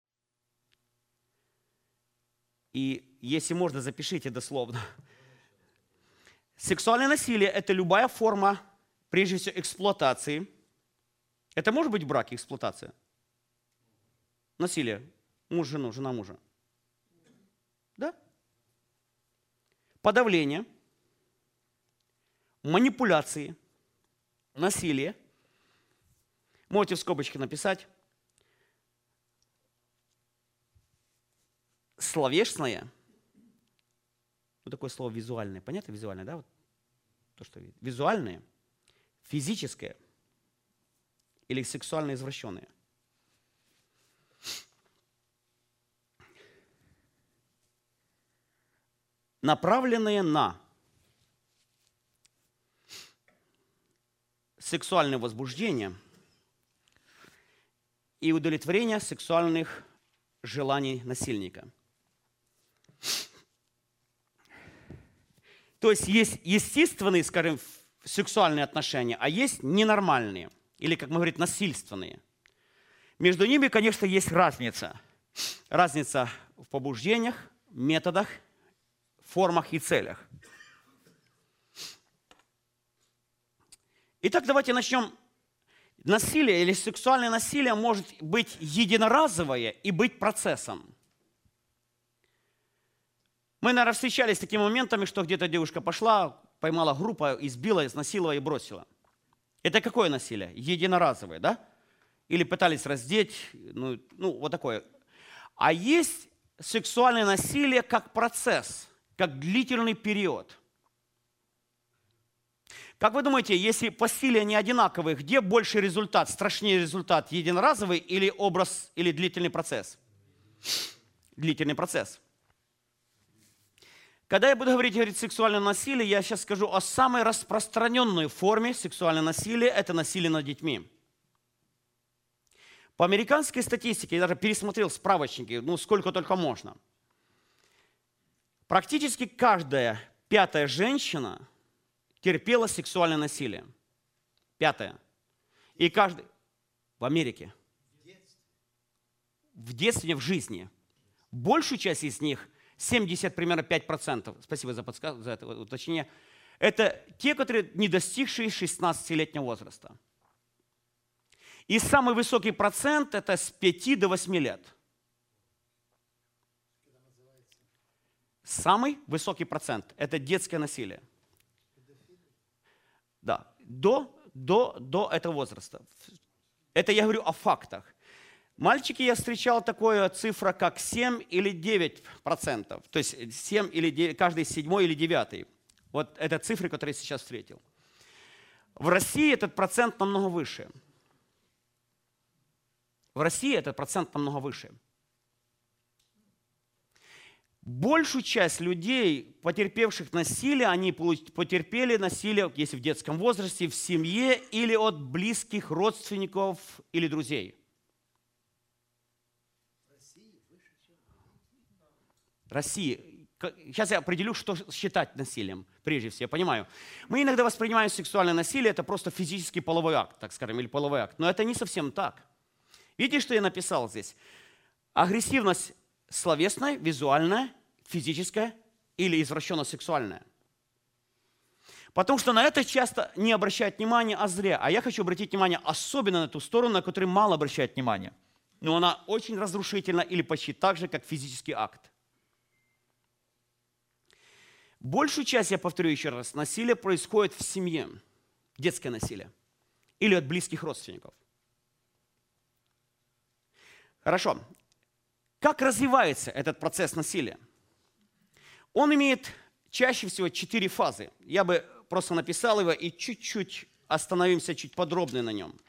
И если можно, запишите дословно. Сексуальное насилие – это любая форма, прежде всего, эксплуатации. Это может быть в браке эксплуатация? Насилие. Муж жену, жена мужа. Да? Подавление, манипуляции, насилие. Можете в скобочке написать. Словесное. Вот такое слово визуальное. Понятно визуальное, да? Вот то, что визуальное, физическое или сексуально извращенное. Направленные на сексуальное возбуждение и удовлетворение сексуальных желаний насильника. То есть естественные, скажем, сексуальные отношения, а есть ненормальные, или, как мы говорим, насильственные. Между ними, конечно, есть разница. Разница в побуждениях, методах, формах и целях. Итак, давайте начнем. Насилие или сексуальное насилие может быть единоразовое и быть процессом. Мы, наверное, встречались с такими моментами, что где-то девушка пошла, поймала группу, избила, изнасиловала и бросила. Это какое насилие? Единоразовое, да? Или пытались раздеть, вот такое. А есть сексуальное насилие как процесс, как длительный период. Как вы думаете, если по силе они одинаковые, где больше результат, страшнее результат, единоразовый или образ, или длительный процесс? Длительный процесс. Когда я буду говорить о сексуальном насилии, я сейчас скажу о самой распространенной форме сексуального насилия – это насилие над детьми. По американской статистике, я даже пересмотрел справочники, сколько только можно. Практически каждая 5-я женщина терпела сексуальное насилие. 5-я. И каждый... В Америке. В детстве, в жизни. Большую часть из них, 70, примерно 5%, спасибо за подсказку, за это уточнение, это те, которые не достигшие 16-летнего возраста. И самый высокий процент – это с 5 до 8 лет. Самый высокий процент – это детское насилие. Да, до этого возраста. Это я говорю о фактах. Мальчики, я встречал такую цифра, как 7 или 9%. То есть 7 или 9, каждый 7 или 9. Вот это цифры, которые я сейчас встретил. В России этот процент намного выше. В России этот процент намного выше. Большую часть людей, потерпевших насилие, они потерпели насилие, если в детском возрасте, в семье или от близких родственников или друзей. России. Сейчас я определю, что считать насилием, прежде всего, я понимаю. Мы иногда воспринимаем сексуальное насилие, это просто физический половой акт, так скажем, или половой акт. Но это не совсем так. Видите, что я написал здесь? Агрессивность словесная, визуальная, физическая или извращенно-сексуальная. Потому что на это часто не обращают внимания, а зря. А я хочу обратить внимание особенно на ту сторону, на которую мало обращают внимания. Но она очень разрушительна или почти так же, как физический акт. Большую часть, я повторю еще раз, насилие происходит в семье, детское насилие, или от близких родственников. Хорошо. Как развивается этот процесс насилия? Он имеет чаще всего 4 фазы. Я бы просто написал его и чуть-чуть остановимся чуть подробнее на нем.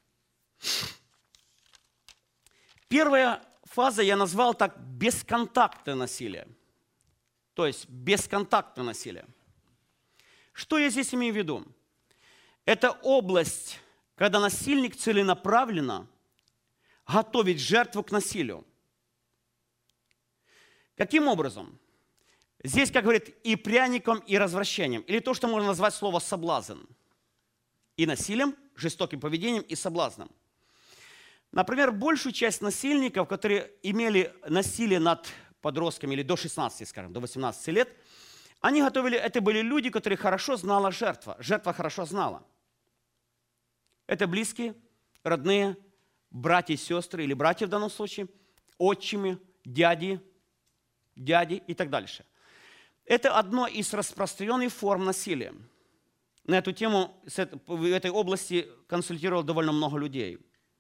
Первая фаза я назвал так бесконтактное насилие. То есть бесконтактное насилие. Что я здесь имею в виду? Это область, когда насильник целенаправленно готовит жертву к насилию. Каким образом? Здесь, как говорит, и пряником, и развращением. Или то, что можно назвать слово «соблазн». И насилием, жестоким поведением, и соблазном. Например, большую часть насильников, которые имели насилие над подростками или до 16, скажем, до 18 лет, они готовили, это были люди, которые хорошо знала жертва. Жертва хорошо знала. Это близкие, родные, братья и сестры, или братья в данном случае, отчимы, дяди и так дальше. Это одно из распространенных форм насилия. На эту тему в этой области консультировал довольно много людей.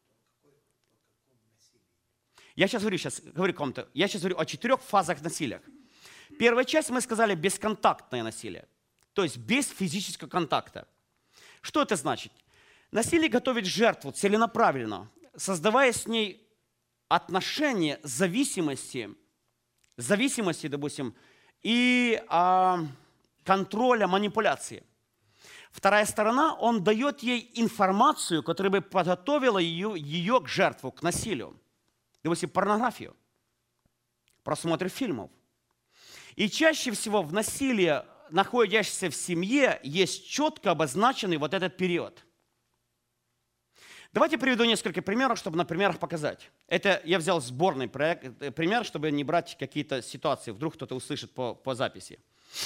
Я сейчас говорю о 4 фазах насилия. Первая часть, мы сказали, бесконтактное насилие. То есть без физического контакта. Что это значит? Насильник готовит жертву целенаправленно, создавая с ней отношения зависимости, допустим, и контроля, манипуляции. Вторая сторона, он дает ей информацию, которая бы подготовила ее к жертву, к насилию. Допустим, порнографию, просмотр фильмов. И чаще всего в насилии, находящемся в семье, есть четко обозначенный вот этот период. Давайте приведу несколько примеров, чтобы на примерах показать. Это я взял сборный пример, чтобы не брать какие-то ситуации, вдруг кто-то услышит по записи.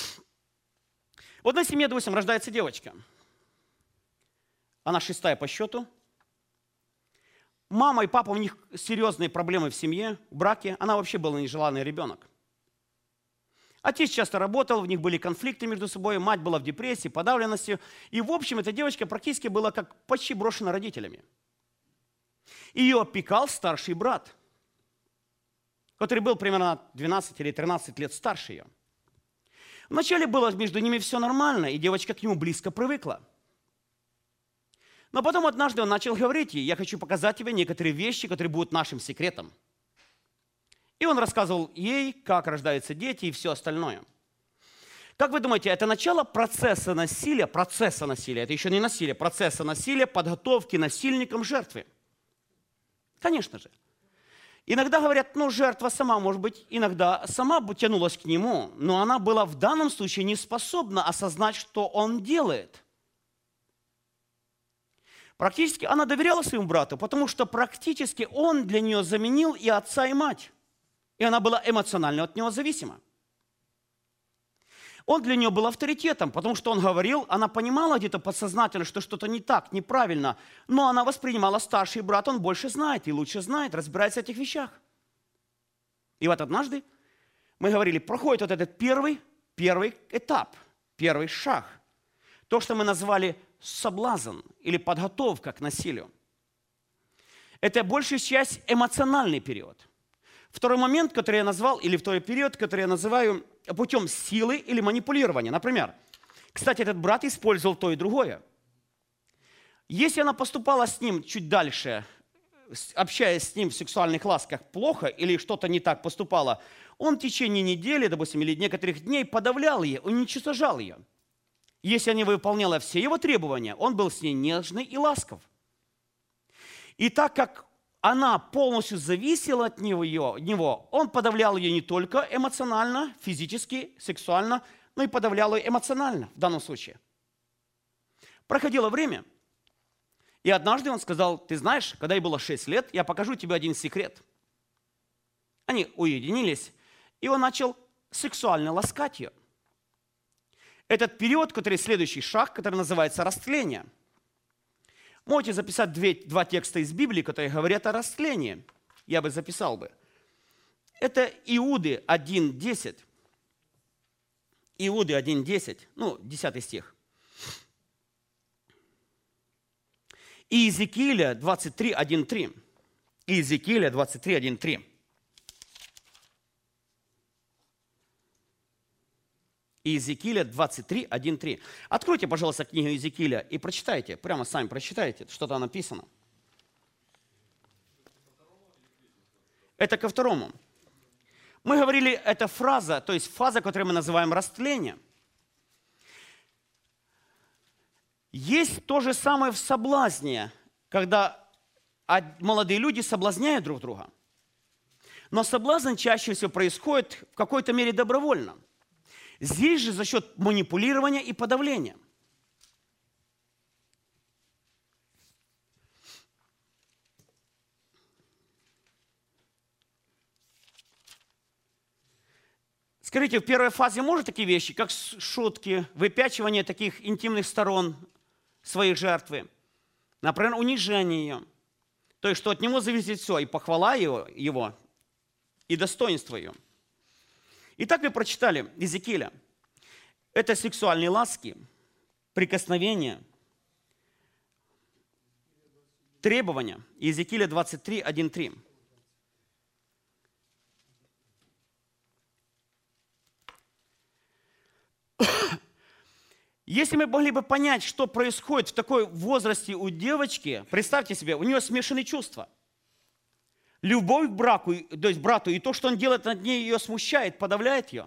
В одной семье, допустим, рождается девочка. Она 6-я по счету. Мама и папа, у них серьезные проблемы в семье, в браке. Она вообще была нежеланный ребенок. Отец часто работал, в них были конфликты между собой, мать была в депрессии, подавленности. И, в общем, эта девочка практически была как почти брошена родителями. Ее опекал старший брат, который был примерно 12 или 13 лет старше ее. Вначале было между ними все нормально, и девочка к нему близко привыкла. Но потом однажды он начал говорить ей: я хочу показать тебе некоторые вещи, которые будут нашим секретом. И он рассказывал ей, как рождаются дети и все остальное. Как вы думаете, это начало процесса насилия, это еще не насилие, процесса насилия, подготовки насильникам жертвы? Конечно же. Иногда говорят, ну, жертва сама, может быть, иногда сама бы тянулась к нему, но она была в данном случае не способна осознать, что он делает. Практически она доверяла своему брату, потому что практически он для нее заменил и отца, и мать. И она была эмоционально от него зависима. Он для нее был авторитетом, потому что он говорил, она понимала где-то подсознательно, что что-то не так, неправильно, но она воспринимала старший брат, он больше знает и лучше знает, разбирается в этих вещах. И вот однажды мы говорили, проходит вот этот первый этап, первый шаг. То, что мы назвали соблазн или подготовка к насилию. Это большая часть эмоциональный период. Второй момент, который я назвал, или второй период, который я называю путем силы или манипулирования. Например, кстати, этот брат использовал то и другое. Если она поступала с ним чуть дальше, общаясь с ним в сексуальных ласках плохо или что-то не так поступало, он в течение недели, допустим, или некоторых дней подавлял ее, уничтожал ее. Если она выполняла все его требования, он был с ней нежный и ласков. И так как она полностью зависела от него, он подавлял ее не только эмоционально, физически, сексуально, но и подавлял ее эмоционально в данном случае. Проходило время, и однажды он сказал, ты знаешь, когда ей было 6 лет, я покажу тебе один секрет. Они уединились, и он начал сексуально ласкать ее. Этот период, который следующий шаг, который называется растление. Можете записать два текста из Библии, которые говорят о растлении. Я бы записал бы. Это Иуды 1:10. Иуды 1:10, 10 стих. И Иезекииля 23:1-3. Иезекииля 23:1-3. Иезекииля 23:1-3. Откройте, пожалуйста, книгу Иезекииля и прочитайте, прямо сами прочитайте, что там написано. Это ко второму. Мы говорили, это фраза, то есть фаза, которую мы называем растление. Есть то же самое в соблазне, когда молодые люди соблазняют друг друга. Но соблазн чаще всего происходит в какой-то мере добровольно. Здесь же за счет манипулирования и подавления. Скажите, в первой фазе может такие вещи, как шутки, выпячивание таких интимных сторон своей жертвы, например, унижение ее, то есть, что от него зависит все, и похвала его, и достоинство ее. Итак, мы прочитали Иезекииля. Это сексуальные ласки, прикосновения, требования. Иезекииля 23:1-3. Если мы могли бы понять, что происходит в такой возрасте у девочки, представьте себе, у нее смешанные чувства. Любовь к брату, то есть брату, и то, что он делает над ней, ее смущает, подавляет ее.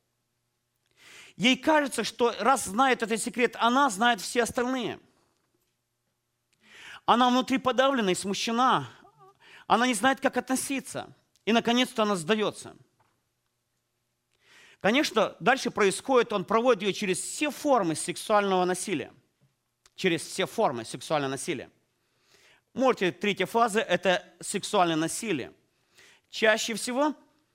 Ей кажется, что раз знает этот секрет, она знает все остальные. Она внутри подавлена и смущена. Она не знает, как относиться. И, наконец-то, она сдается. Конечно, дальше происходит, он проводит ее через все формы сексуального насилия. Через все формы сексуального насилия. Можете, третья фаза – это сексуальное насилие. Чаще всего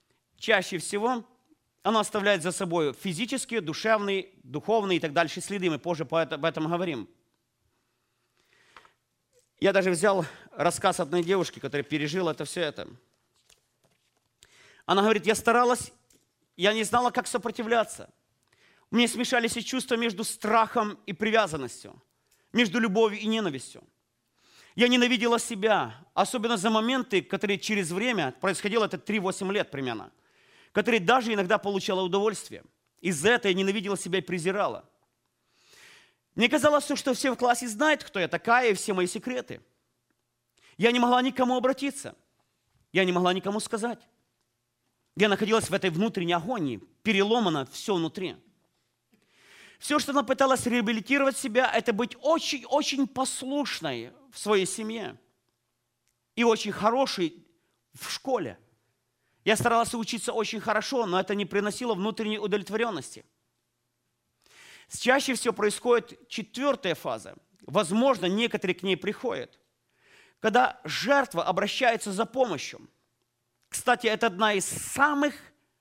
оно оставляет за собой физические, душевные, духовные и так дальше следы. Мы позже об этом говорим. Я даже взял рассказ одной девушки, которая пережила все это. Она говорит, я старалась, я не знала, как сопротивляться. У меня смешались и чувства между страхом и привязанностью, между любовью и ненавистью. Я ненавидела себя, особенно за моменты, которые через время, происходило это 3-8 лет примерно, которые даже иногда получала удовольствие. Из-за этого я ненавидела себя и презирала. Мне казалось, что все в классе знают, кто я такая, и все мои секреты. Я не могла никому обратиться. Я не могла никому сказать. Я находилась в этой внутренней агонии, переломано все внутри. Все, что она пыталась реабилитировать себя, это быть очень-очень послушной в своей семье и очень хорошей в школе. Я старалась учиться очень хорошо, но это не приносило внутренней удовлетворенности. Чаще всего происходит 4-я фаза. Возможно, некоторые к ней приходят, когда жертва обращается за помощью. Кстати, это одна из самых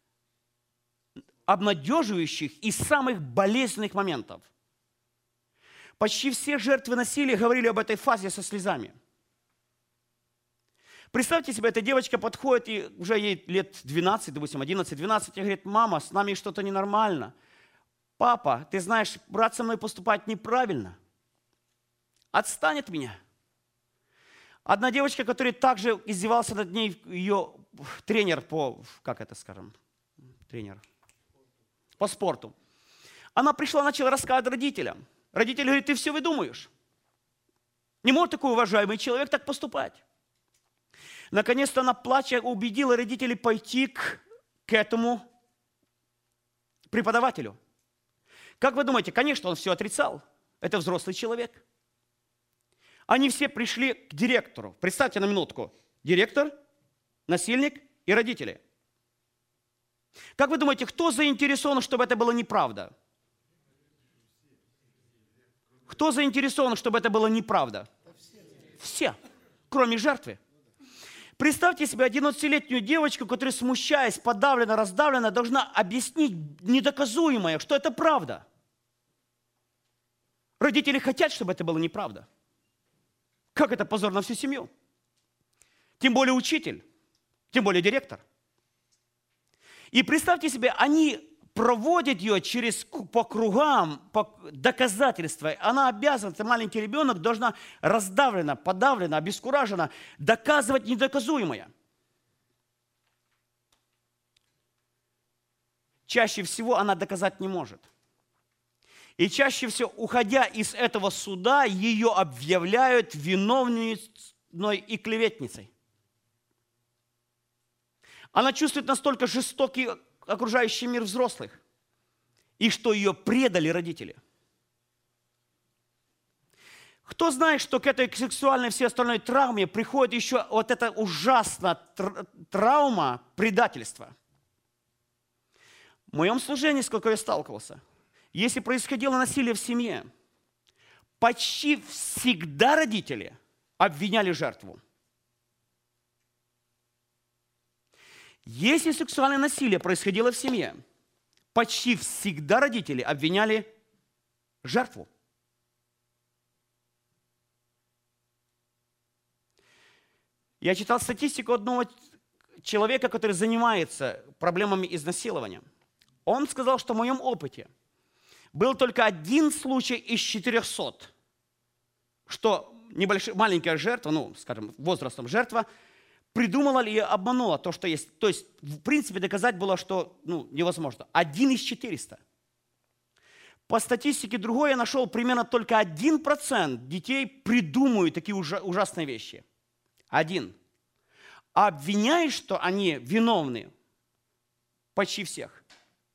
обнадеживающих и самых болезненных моментов. Почти все жертвы насилия говорили об этой фазе со слезами. Представьте себе, эта девочка подходит, и уже ей лет 12, допустим, 11-12, и говорит: мама, с нами что-то ненормально. Папа, ты знаешь, брат со мной поступает неправильно. Отстань от меня. Одна девочка, которая также издевался над ней, ее тренер по, тренер по спорту. Она пришла, начала рассказывать родителям. Родители говорят: ты все выдумываешь. Не может такой уважаемый человек так поступать. Наконец-то она, плача, убедила родителей пойти к этому преподавателю. Как вы думаете, конечно, он все отрицал. Это взрослый человек. Они все пришли к директору. Представьте на минутку. Директор, насильник и родители. Как вы думаете, кто заинтересован, чтобы это была неправда? Кто заинтересован, чтобы это была неправда? Все, кроме жертвы. Представьте себе 11-летнюю девочку, которая, смущаясь, подавлена, раздавлена, должна объяснить недоказуемое, что это правда. Родители хотят, чтобы это было неправда. Как это позор на всю семью? Тем более учитель, тем более директор. И представьте себе, они проводят ее по кругам, по доказательства. Она обязана, это маленький ребенок, должна раздавлена, подавлена, обескуражена, доказывать недоказуемое. Чаще всего она доказать не может. И чаще всего, уходя из этого суда, ее объявляют виновной и клеветницей. Она чувствует настолько жестокий окружающий мир взрослых, и что ее предали родители. Кто знает, что к этой сексуальной и всей остальной травме приходит еще вот эта ужасная травма предательства? В моем служении, сколько я сталкивался, если происходило насилие в семье, почти всегда родители обвиняли жертву. Если сексуальное насилие происходило в семье, почти всегда родители обвиняли жертву. Я читал статистику одного человека, который занимается проблемами изнасилования. Он сказал, что в моем опыте был только один случай из 400, что маленькая жертва, скажем, возрастом жертва, придумала или обманула то, что есть. То есть, в принципе, доказать было, что невозможно. 1 из 400. По статистике другой я нашел, примерно только 1% детей придумывают такие ужасные вещи. 1. А обвиняешь, что они виновны, почти всех.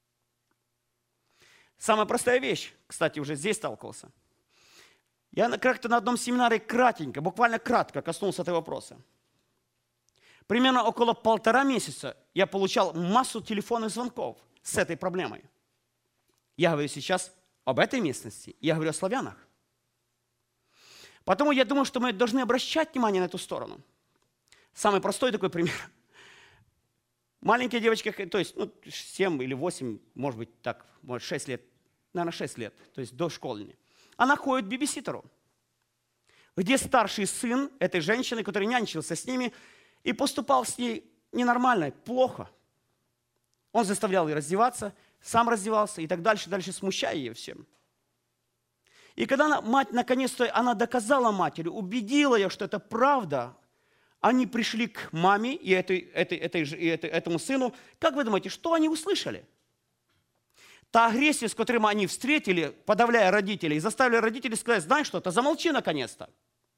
Самая простая вещь, кстати, уже здесь сталкивался. Я как-то на одном семинаре кратенько, буквально кратко коснулся этого вопроса. Примерно около 1,5 месяца я получал массу телефонных звонков с этой проблемой. Я говорю сейчас об этой местности, я говорю о славянах. Потому я думаю, что мы должны обращать внимание на эту сторону. Самый простой такой пример. Маленькая девочка, то есть 7 или 8, может быть так, может 6 лет, наверное 6 лет, то есть дошкольник. Она ходит к бибиситеру, где старший сын этой женщины, который нянчился с ними, и поступал с ней ненормально, плохо. Он заставлял ее раздеваться, сам раздевался и так дальше, смущая ее всем. И когда мать, наконец-то, она доказала матери, убедила ее, что это правда, они пришли к маме и этому сыну. Как вы думаете, что они услышали? Та агрессия, с которой они встретили, подавляя родителей, заставили родителей сказать: знаешь что-то, замолчи наконец-то.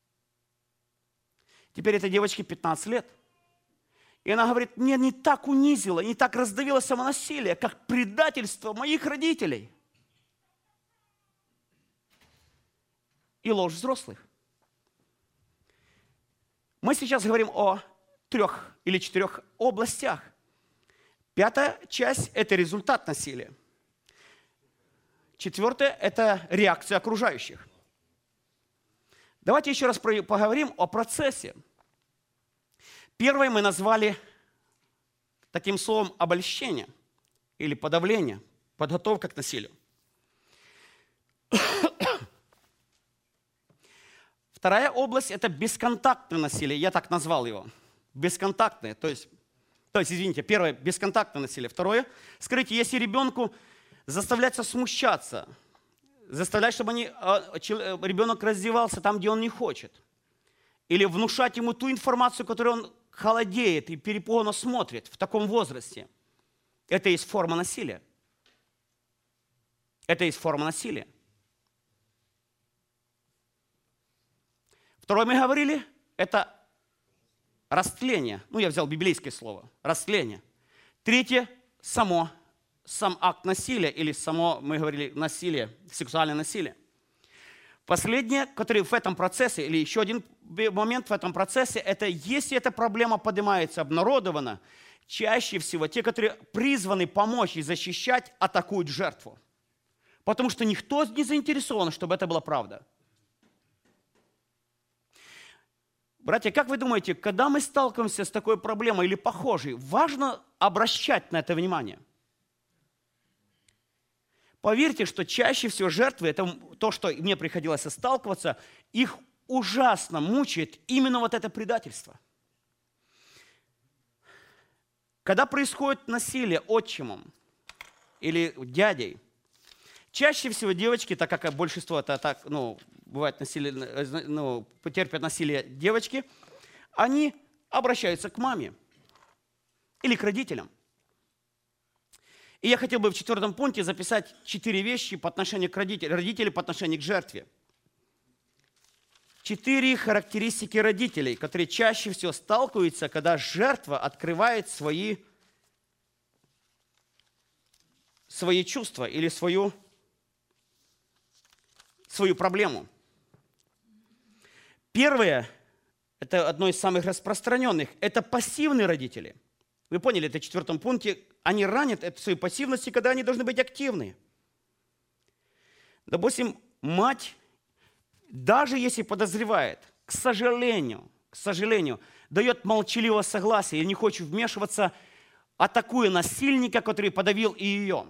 Теперь этой девочке 15 лет. И она говорит: мне не так унизило, не так раздавило самонасилие, как предательство моих родителей. и ложь взрослых. Мы сейчас говорим о 3 или 4 областях. 5-я часть – это результат насилия. 4-я – это реакция окружающих. Давайте еще раз поговорим о процессе. Первое мы назвали таким словом обольщение или подавление, подготовка к насилию. 2-я область – это бесконтактное насилие, я так назвал его. Бесконтактное, то есть, извините, первое – бесконтактное насилие. 2-е – скажите, если ребенку заставляться смущаться, заставлять, чтобы ребенок раздевался там, где он не хочет, или внушать ему ту информацию, которую он холодеет и перепуганно смотрит в таком возрасте, это и есть форма насилия. Это и есть форма насилия. 2-е мы говорили, это растление. Ну, я взял библейское слово. Растление. 3-е – сам акт насилия, или само, мы говорили, насилие, сексуальное насилие. Последнее, который в этом процессе, или еще один момент в этом процессе, это если эта проблема поднимается, обнародована, чаще всего те, которые призваны помочь и защищать, атакуют жертву. Потому что никто не заинтересован, чтобы это была правда. Братья, как вы думаете, когда мы сталкиваемся с такой проблемой или похожей, важно обращать на это внимание? Поверьте, что чаще всего жертвы, это то, что мне приходилось сталкиваться, их ужасно мучает именно вот это предательство. Когда происходит насилие отчимом или дядей, чаще всего девочки, так как большинство это так, бывает насилие, потерпят насилие девочки, они обращаются к маме или к родителям. И я хотел бы в 4 пункте записать 4 вещи по отношению к родителям по отношению к жертве. 4 характеристики родителей, которые чаще всего сталкиваются, когда жертва открывает свои чувства или свою проблему. Первое, это одно из самых распространенных, это пассивные родители. Вы поняли, это в 4 пункте. Они ранят эту свою пассивность, когда они должны быть активны. Допустим, мать, даже если подозревает, к сожалению, дает молчаливое согласие и не хочет вмешиваться, атакуя насильника, который подавил и ее.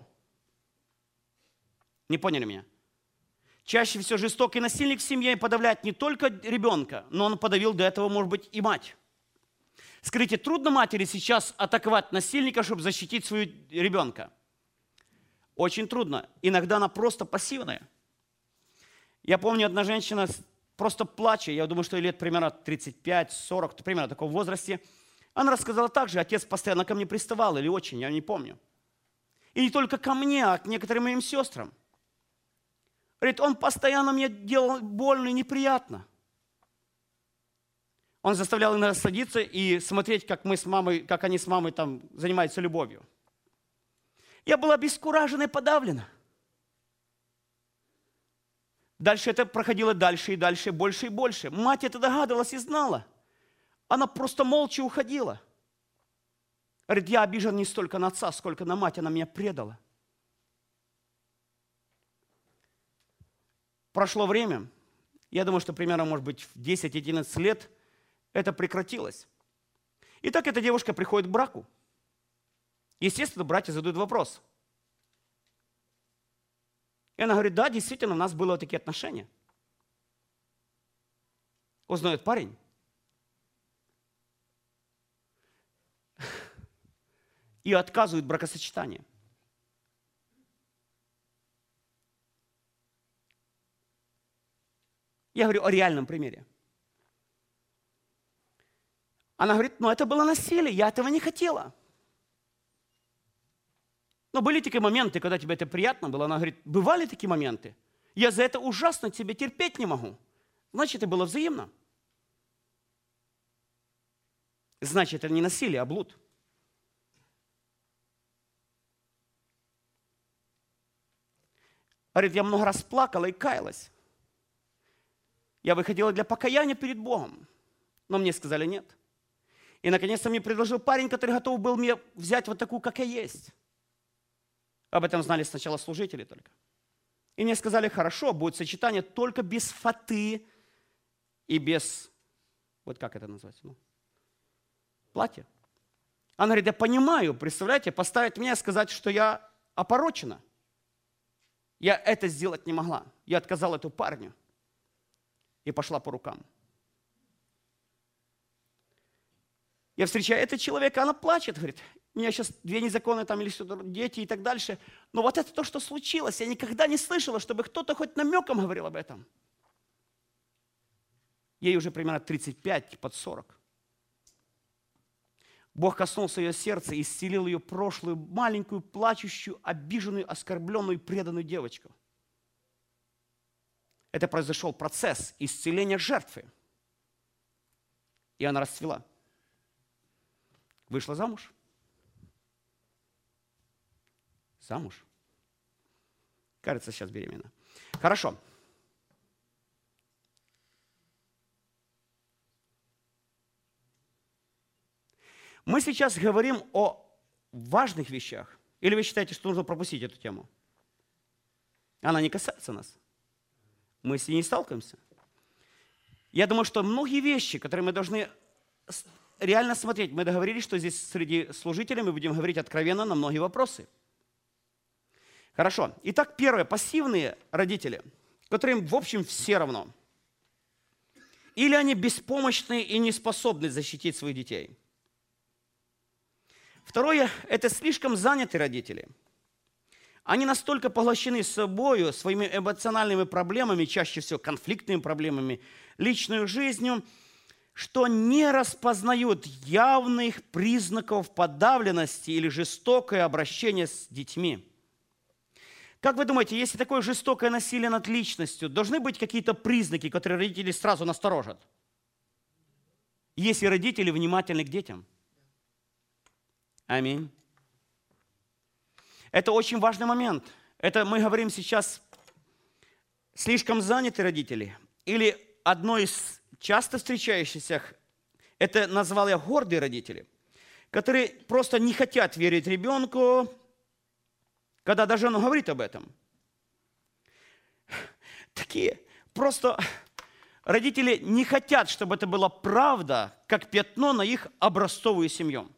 Не поняли меня? Чаще всего жестокий насильник в семье подавляет не только ребенка, но он подавил до этого, может быть, и мать. Скажите, трудно матери сейчас атаковать насильника, чтобы защитить своего ребенка? Очень трудно. Иногда она просто пассивная. Я помню, одна женщина просто плача, я думаю, что ей лет примерно 35-40, примерно в таком возрасте, она рассказала так же, отец постоянно ко мне приставал, или очень, я не помню. И не только ко мне, а к некоторым моим сестрам. Говорит, он постоянно мне делал больно и неприятно. Он заставлял иногда садиться и смотреть, как они с мамой там занимаются любовью. Я была обескуражена и подавлена. Дальше это проходило дальше и дальше, больше и больше. Мать это догадывалась и знала. Она просто молча уходила. Говорит, я обижен не столько на отца, сколько на мать, она меня предала. Прошло время, я думаю, что примерно, может быть, в 10-11 лет это прекратилось. И так эта девушка приходит к браку. Естественно, братья задают вопрос. И она говорит, да, действительно, у нас были такие отношения. Узнает парень. И отказывает бракосочетание. Я говорю о реальном примере. Она говорит, это было насилие, я этого не хотела. Но были такие моменты, когда тебе это приятно было. Она говорит, бывали такие моменты. Я за это ужасно тебя терпеть не могу. Значит, это было взаимно. Значит, это не насилие, а блуд. Говорит, я много раз плакала и каялась. Я выходила для покаяния перед Богом, но мне сказали нет. И, наконец-то, мне предложил парень, который готов был мне взять вот такую, как я есть. Об этом знали сначала служители только. И мне сказали, хорошо, будет сочетание только без фаты и без, вот как это называется, платья. Она говорит, я понимаю, представляете, поставить меня и сказать, что я опорочена. Я это сделать не могла. Я отказала эту парню и пошла по рукам. Я встречаю этого человека, она плачет, говорит, у меня сейчас 2 незаконные там или что-то, дети и так дальше. Но вот это то, что случилось. Я никогда не слышала, чтобы кто-то хоть намеком говорил об этом. Ей уже примерно 35, под 40. Бог коснулся ее сердца и исцелил ее прошлую, маленькую, плачущую, обиженную, оскорбленную, преданную девочку. Это произошел процесс исцеления жертвы. И она расцвела. Вышла замуж. Замуж. Кажется, сейчас беременна. Хорошо. Мы сейчас говорим о важных вещах. Или вы считаете, что нужно пропустить эту тему? Она не касается нас. Мы с ней не сталкиваемся. Я думаю, что многие вещи, которые мы должны реально смотреть, мы договорились, что здесь среди служителей мы будем говорить откровенно на многие вопросы. Хорошо. Итак, первое. Пассивные родители, которым, в общем, все равно. Или они беспомощны и не способны защитить своих детей. Второе – это слишком занятые родители. Они настолько поглощены собою, своими эмоциональными проблемами, чаще всего конфликтными проблемами, личной жизнью, что не распознают явных признаков подавленности или жестокое обращение с детьми. Как вы думаете, если такое жестокое насилие над личностью, должны быть какие-то признаки, которые родители сразу насторожат? Если родители внимательны к детям. Аминь. Это очень важный момент. Это мы говорим сейчас слишком занятые родители. Или одно из часто встречающихся, это назвал я гордые родители, которые просто не хотят верить ребенку, когда даже он говорит об этом. Такие просто родители не хотят, чтобы это была правда, как пятно на их образцовую семью.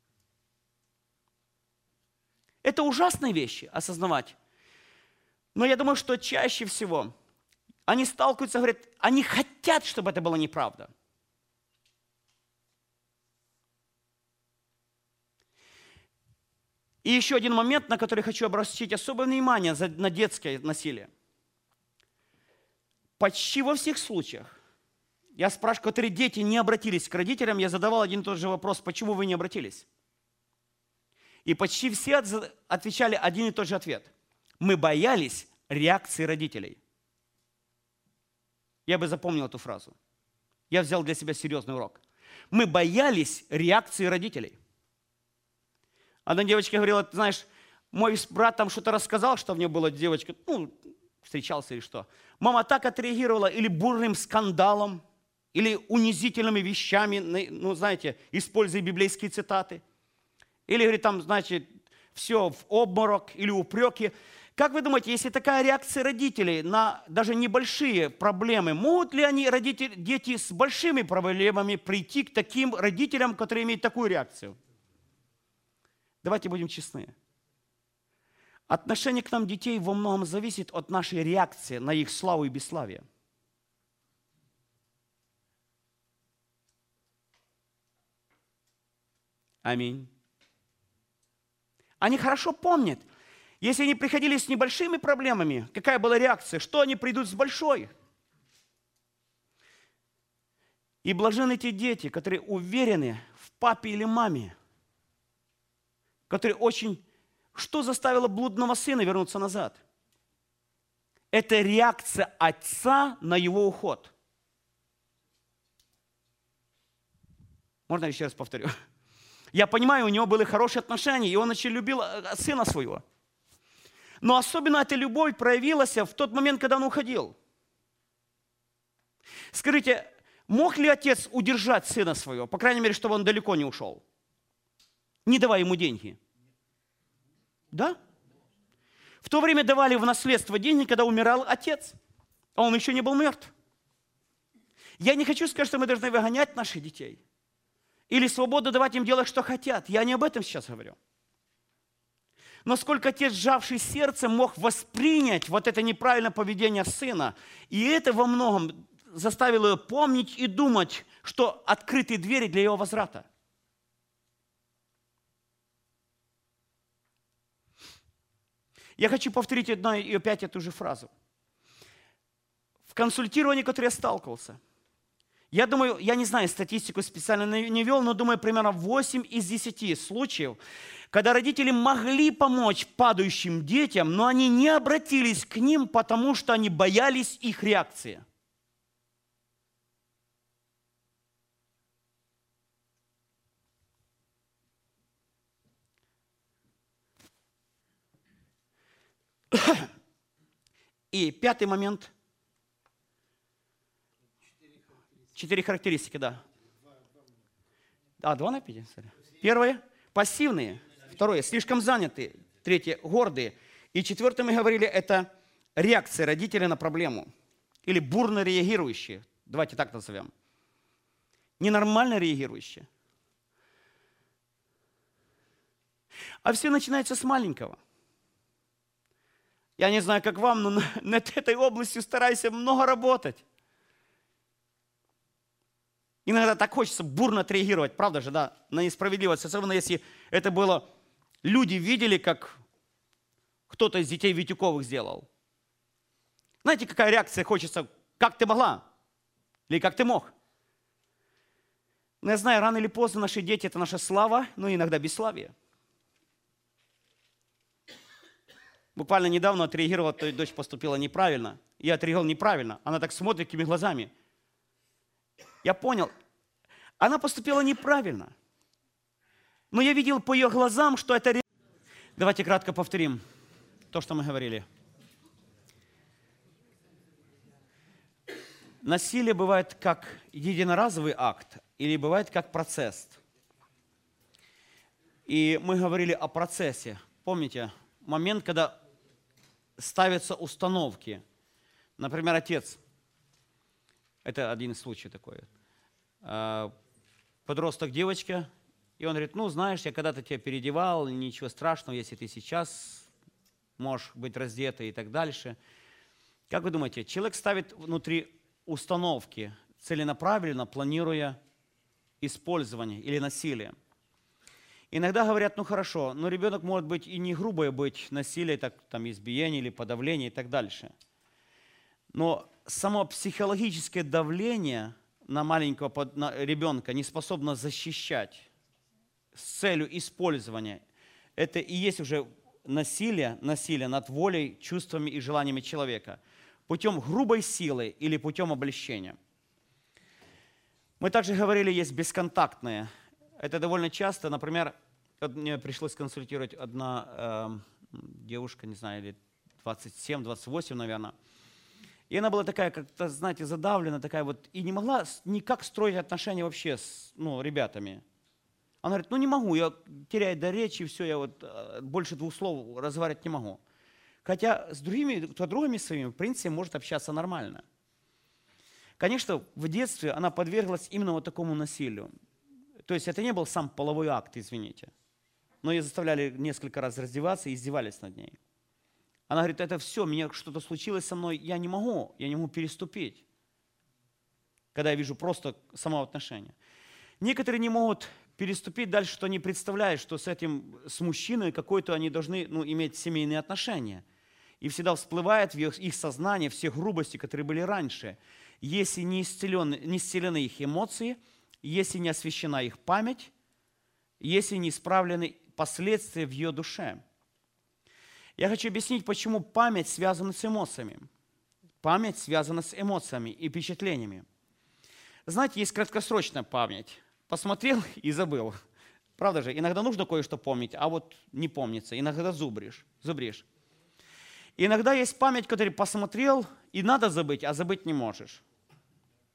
Это ужасные вещи осознавать. Но я думаю, что чаще всего они сталкиваются, говорят, они хотят, чтобы это была неправда. И еще один момент, на который хочу обратить особое внимание, на детское насилие. Почти во всех случаях, я спрашиваю, которые дети не обратились к родителям, я задавал один и тот же вопрос, почему вы не обратились? И почти все отвечали один и тот же ответ. Мы боялись реакции родителей. Я бы запомнил эту фразу. Я взял для себя серьезный урок. Мы боялись реакции родителей. Одна девочка говорила, знаешь, мой брат там что-то рассказал, что в нее была девочка, встречался или что. Мама так отреагировала или бурным скандалом, или унизительными вещами, знаете, используя библейские цитаты. Или, говорит, там, значит, все в обморок или упреки. Как вы думаете, если такая реакция родителей на даже небольшие проблемы, могут ли они, дети с большими проблемами, прийти к таким родителям, которые имеют такую реакцию? Давайте будем честны. Отношение к нам детей во многом зависит от нашей реакции на их славу и бесславие. Аминь. Они хорошо помнят, если они приходили с небольшими проблемами, какая была реакция, что они придут с большой. И блаженны те дети, которые уверены в папе или маме, которые очень... Что заставило блудного сына вернуться назад? Это реакция отца на его уход. Можно еще раз повторю? Я понимаю, у него были хорошие отношения, и он очень любил сына своего. Но особенно эта любовь проявилась в тот момент, когда он уходил. Скажите, мог ли отец удержать сына своего, по крайней мере, чтобы он далеко не ушел, не давая ему деньги? Да? В то время давали в наследство деньги, когда умирал отец, а он еще не был мертв. Я не хочу сказать, что мы должны выгонять наших детей или свободу давать им делать, что хотят. Я не об этом сейчас говорю. Но сколько отец, сжавший сердце, мог воспринять вот это неправильное поведение сына, и это во многом заставило его помнить и думать, что открыты двери для его возврата. Я хочу повторить одну и опять эту же фразу. В консультировании, которое я сталкивался, я думаю, я не знаю, статистику специально не вел, но думаю, примерно 8 из 10 случаев, когда родители могли помочь падающим детям, но они не обратились к ним, потому что они боялись их реакции. И пятый момент. 4 характеристики, да. 2 на 5? Первое – пассивные. Второе – слишком занятые. Третье – гордые. И четвертое, мы говорили, это реакция родителя на проблему. Или бурно реагирующие. Давайте так назовем. Ненормально реагирующие. А все начинается с маленького. Я не знаю, как вам, но над этой областью стараюсь много работать. Иногда так хочется бурно отреагировать, правда же, да, на несправедливость. Особенно если это было, люди видели, как кто-то из детей Витюковых сделал. Знаете, какая реакция хочется? Как ты могла? Или как ты мог? Но я знаю, рано или поздно наши дети – это наша слава, но иногда бесславие. Буквально недавно отреагировала, то дочь поступила неправильно. Я отреагировал неправильно. Она так смотрит такими глазами. Я понял, она поступила неправильно. Но я видел по ее глазам, что это... Давайте кратко повторим то, что мы говорили. Насилие бывает как единоразовый акт, или бывает как процесс. И мы говорили о процессе. Помните, момент, когда ставятся установки. Например, отец. Это один из случаев такой. Подросток девочка, и он говорит, ну, знаешь, я когда-то тебя переодевал, ничего страшного, если ты сейчас можешь быть раздета и так дальше. Как вы думаете, человек ставит внутри установки, целенаправленно планируя использование или насилие. Иногда говорят, ну хорошо, но ребенок может быть и не грубое быть, насилие, так, там, избиение или подавление и так дальше. Но само психологическое давление на маленького ребенка не способно защищать с целью использования. Это и есть уже насилие над волей, чувствами и желаниями человека путем грубой силы или путем облегчения. Мы также говорили, есть бесконтактные. Это довольно часто, например, мне пришлось консультировать одна девушка, не знаю, лет 27-28, наверное. И она была такая, как-то, знаете, задавлена, такая вот, и не могла никак строить отношения вообще с ребятами. Она говорит, ну не могу, я теряю до речи, все, я вот больше 2 слов разговаривать не могу. Хотя с другими подругами своими, в принципе, может общаться нормально. Конечно, в детстве она подверглась именно вот такому насилию. То есть это не был сам половой акт, извините. Но ее заставляли несколько раз раздеваться и издевались над ней. Она говорит, это все, меня что-то случилось со мной, я не могу переступить, когда я вижу просто само отношение. Некоторые не могут переступить дальше, что они представляют, что с мужчиной какой-то они должны иметь семейные отношения. И всегда всплывает в их сознание все грубости, которые были раньше. Если не исцелены их эмоции, если не освящена их память, если не исправлены последствия в ее душе. Я хочу объяснить, почему память связана с эмоциями. Память связана с эмоциями и впечатлениями. Знаете, есть краткосрочная память. Посмотрел и забыл. Правда же? Иногда нужно кое-что помнить, а вот не помнится. Иногда зубришь. Иногда есть память, которую посмотрел, и надо забыть, а забыть не можешь.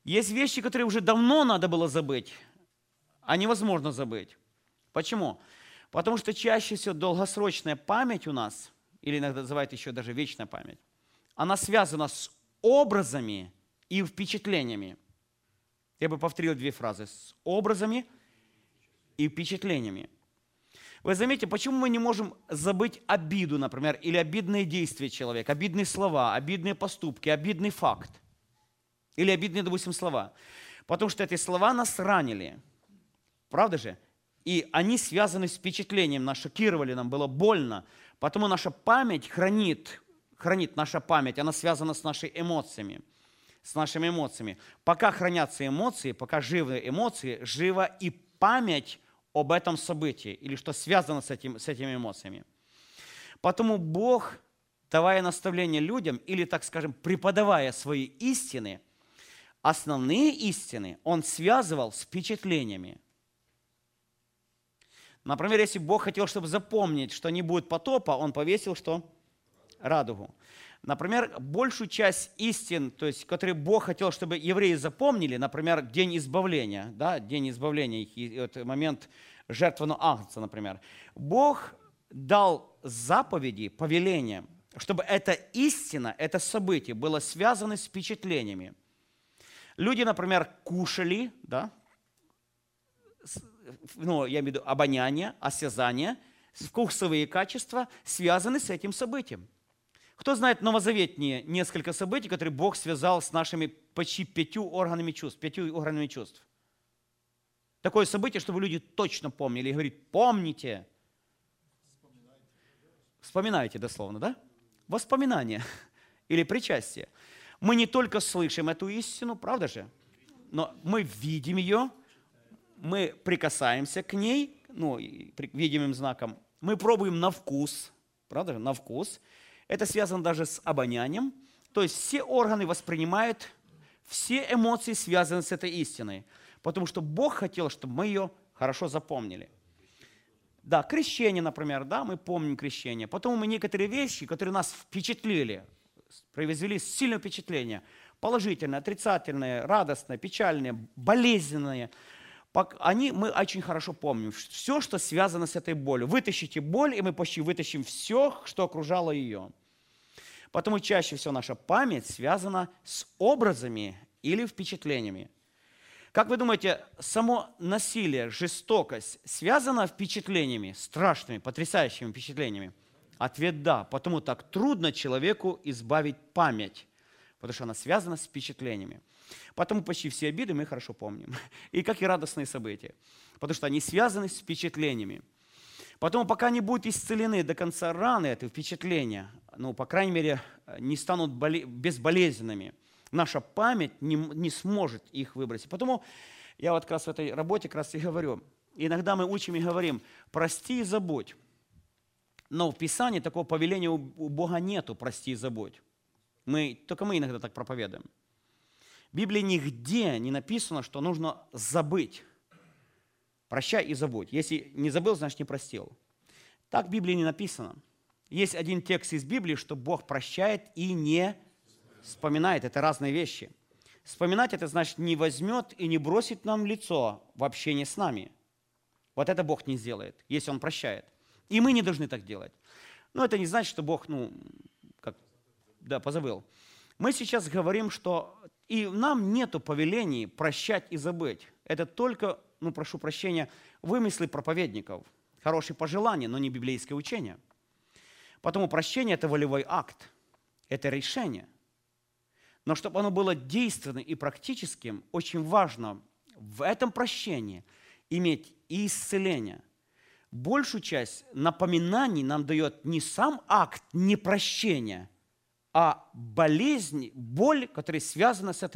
Есть вещи, которые уже давно надо было забыть, а невозможно забыть. Почему? Потому что чаще всего долгосрочная память у нас, или иногда называют еще даже вечная память, она связана с образами и впечатлениями. Я бы повторил две фразы. С образами и впечатлениями. Вы заметите, почему мы не можем забыть обиду, например, или обидные действия человека, обидные слова, обидные поступки, обидный факт. Или обидные, допустим, слова. Потому что эти слова нас ранили. Правда же? И они связаны с впечатлением, нас шокировали, нам было больно. Потому наша память хранит наша память, она связана с нашими эмоциями. С нашими эмоциями. Пока хранятся эмоции, пока живы эмоции, жива и память об этом событии, или что связано с этими эмоциями. Потому Бог, давая наставления людям, или, так скажем, преподавая свои истины, основные истины Он связывал с впечатлениями. Например, если Бог хотел, чтобы запомнить, что не будет потопа, Он повесил что? Радугу. Например, большую часть истин, то есть, которые Бог хотел, чтобы евреи запомнили, например, день избавления, да, день избавления, момент жертвенного агнца, например. Бог дал заповеди, повеления, чтобы эта истина, это событие было связано с впечатлениями. Люди, например, кушали, да, я имею в виду обоняние, осязание, вкусовые качества связаны с этим событием. Кто знает новозаветные несколько событий, которые Бог связал с нашими почти 5 органами чувств? Такое событие, чтобы люди точно помнили. И говорит, помните. Вспоминайте дословно, да? Воспоминание или причастие. Мы не только слышим эту истину, правда же? Но мы видим ее, мы прикасаемся к ней, видимым знаком. Мы пробуем на вкус, правда же? На вкус. Это связано даже с обонянием. То есть все органы воспринимают, все эмоции связаны с этой истиной. Потому что Бог хотел, чтобы мы ее хорошо запомнили. Да, крещение, например, да, мы помним крещение. Потом мы некоторые вещи, которые нас впечатлили, произвели сильное впечатление. Положительное, отрицательное, радостное, печальное, болезненное. Мы очень хорошо помним все, что связано с этой болью. Вытащите боль, и мы почти вытащим все, что окружало ее. Потому чаще всего наша память связана с образами или впечатлениями. Как вы думаете, само насилие, жестокость связана с впечатлениями, страшными, потрясающими впечатлениями? Ответ – да. Потому так трудно человеку избавить память, потому что она связана с впечатлениями. Потому почти все обиды мы хорошо помним. И как и радостные события. Потому что они связаны с впечатлениями. Потому пока не будут исцелены до конца раны, это впечатления, по крайней мере, не станут безболезненными, наша память не сможет их выбросить. Потому я вот как раз в этой работе как раз и говорю. Иногда мы учим и говорим, прости и забудь. Но в Писании такого повеления у Бога нету, прости и забудь. Только мы иногда так проповедуем. В Библии нигде не написано, что нужно забыть. Прощай и забудь. Если не забыл, значит не простил. Так в Библии не написано. Есть один текст из Библии, что Бог прощает и не вспоминает. Это разные вещи. Вспоминать – это значит не возьмет и не бросит нам лицо в общении с нами. Вот это Бог не сделает, если Он прощает. И мы не должны так делать. Но это не значит, что Бог, позабыл. Мы сейчас говорим, что и нам нету повелений прощать и забыть. Это только, прошу прощения, вымыслы проповедников. Хорошие пожелания, но не библейское учение. Потому прощение – это волевой акт, это решение. Но чтобы оно было действенным и практическим, очень важно в этом прощении иметь и исцеление. Большую часть напоминаний нам дает не сам акт непрощения, а болезнь, боль, которая связана с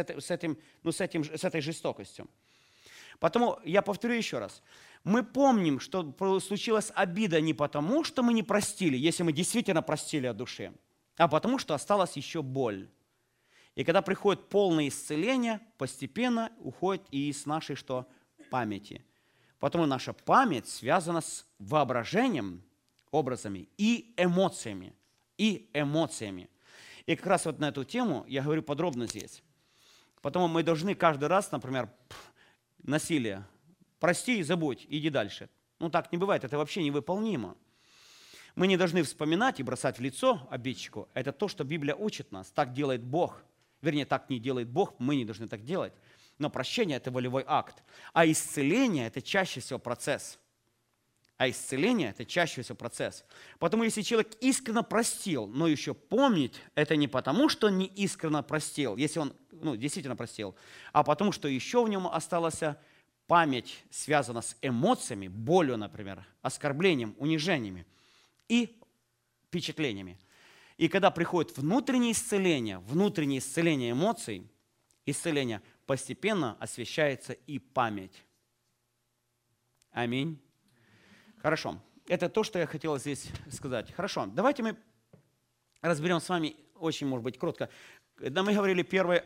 этой жестокостью. Потому я повторю еще раз. Мы помним, что случилась обида не потому, что мы не простили, если мы действительно простили от души, а потому, что осталась еще боль. И когда приходит полное исцеление, постепенно уходит и с нашей памяти. Потому наша память связана с воображением, образами и эмоциями. И как раз вот на эту тему я говорю подробно здесь. Потому мы должны каждый раз, например, насилие, прости и забудь, иди дальше. Ну так не бывает, это вообще невыполнимо. Мы не должны вспоминать и бросать в лицо обидчику. Это то, что Библия учит нас. Так делает Бог. Вернее, так не делает Бог, мы не должны так делать. Но прощение – это волевой акт. А исцеление – это чаще всего процесс. Потому если человек искренне простил, но еще помнить, это не потому, что не искренне простил, если он действительно простил, а потому что еще в нем осталась память, связана с эмоциями, болью, например, оскорблением, унижениями и впечатлениями. И когда приходит внутреннее исцеление эмоций, исцеление, постепенно освящается и память. Аминь. Хорошо. Это то, что я хотел здесь сказать. Хорошо. Давайте мы разберем с вами очень, может быть, коротко. Когда мы говорили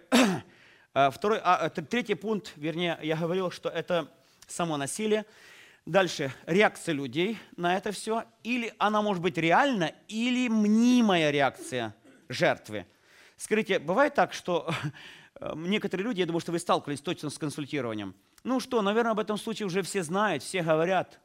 третий пункт, вернее, я говорил, что это само насилие. Дальше, реакция людей на это все. Или она может быть реальна, или мнимая реакция жертвы. Скажите, бывает так, что некоторые люди, я думаю, что вы сталкивались точно с консультированием. Ну что, наверное, об этом случае уже все знают, все говорят.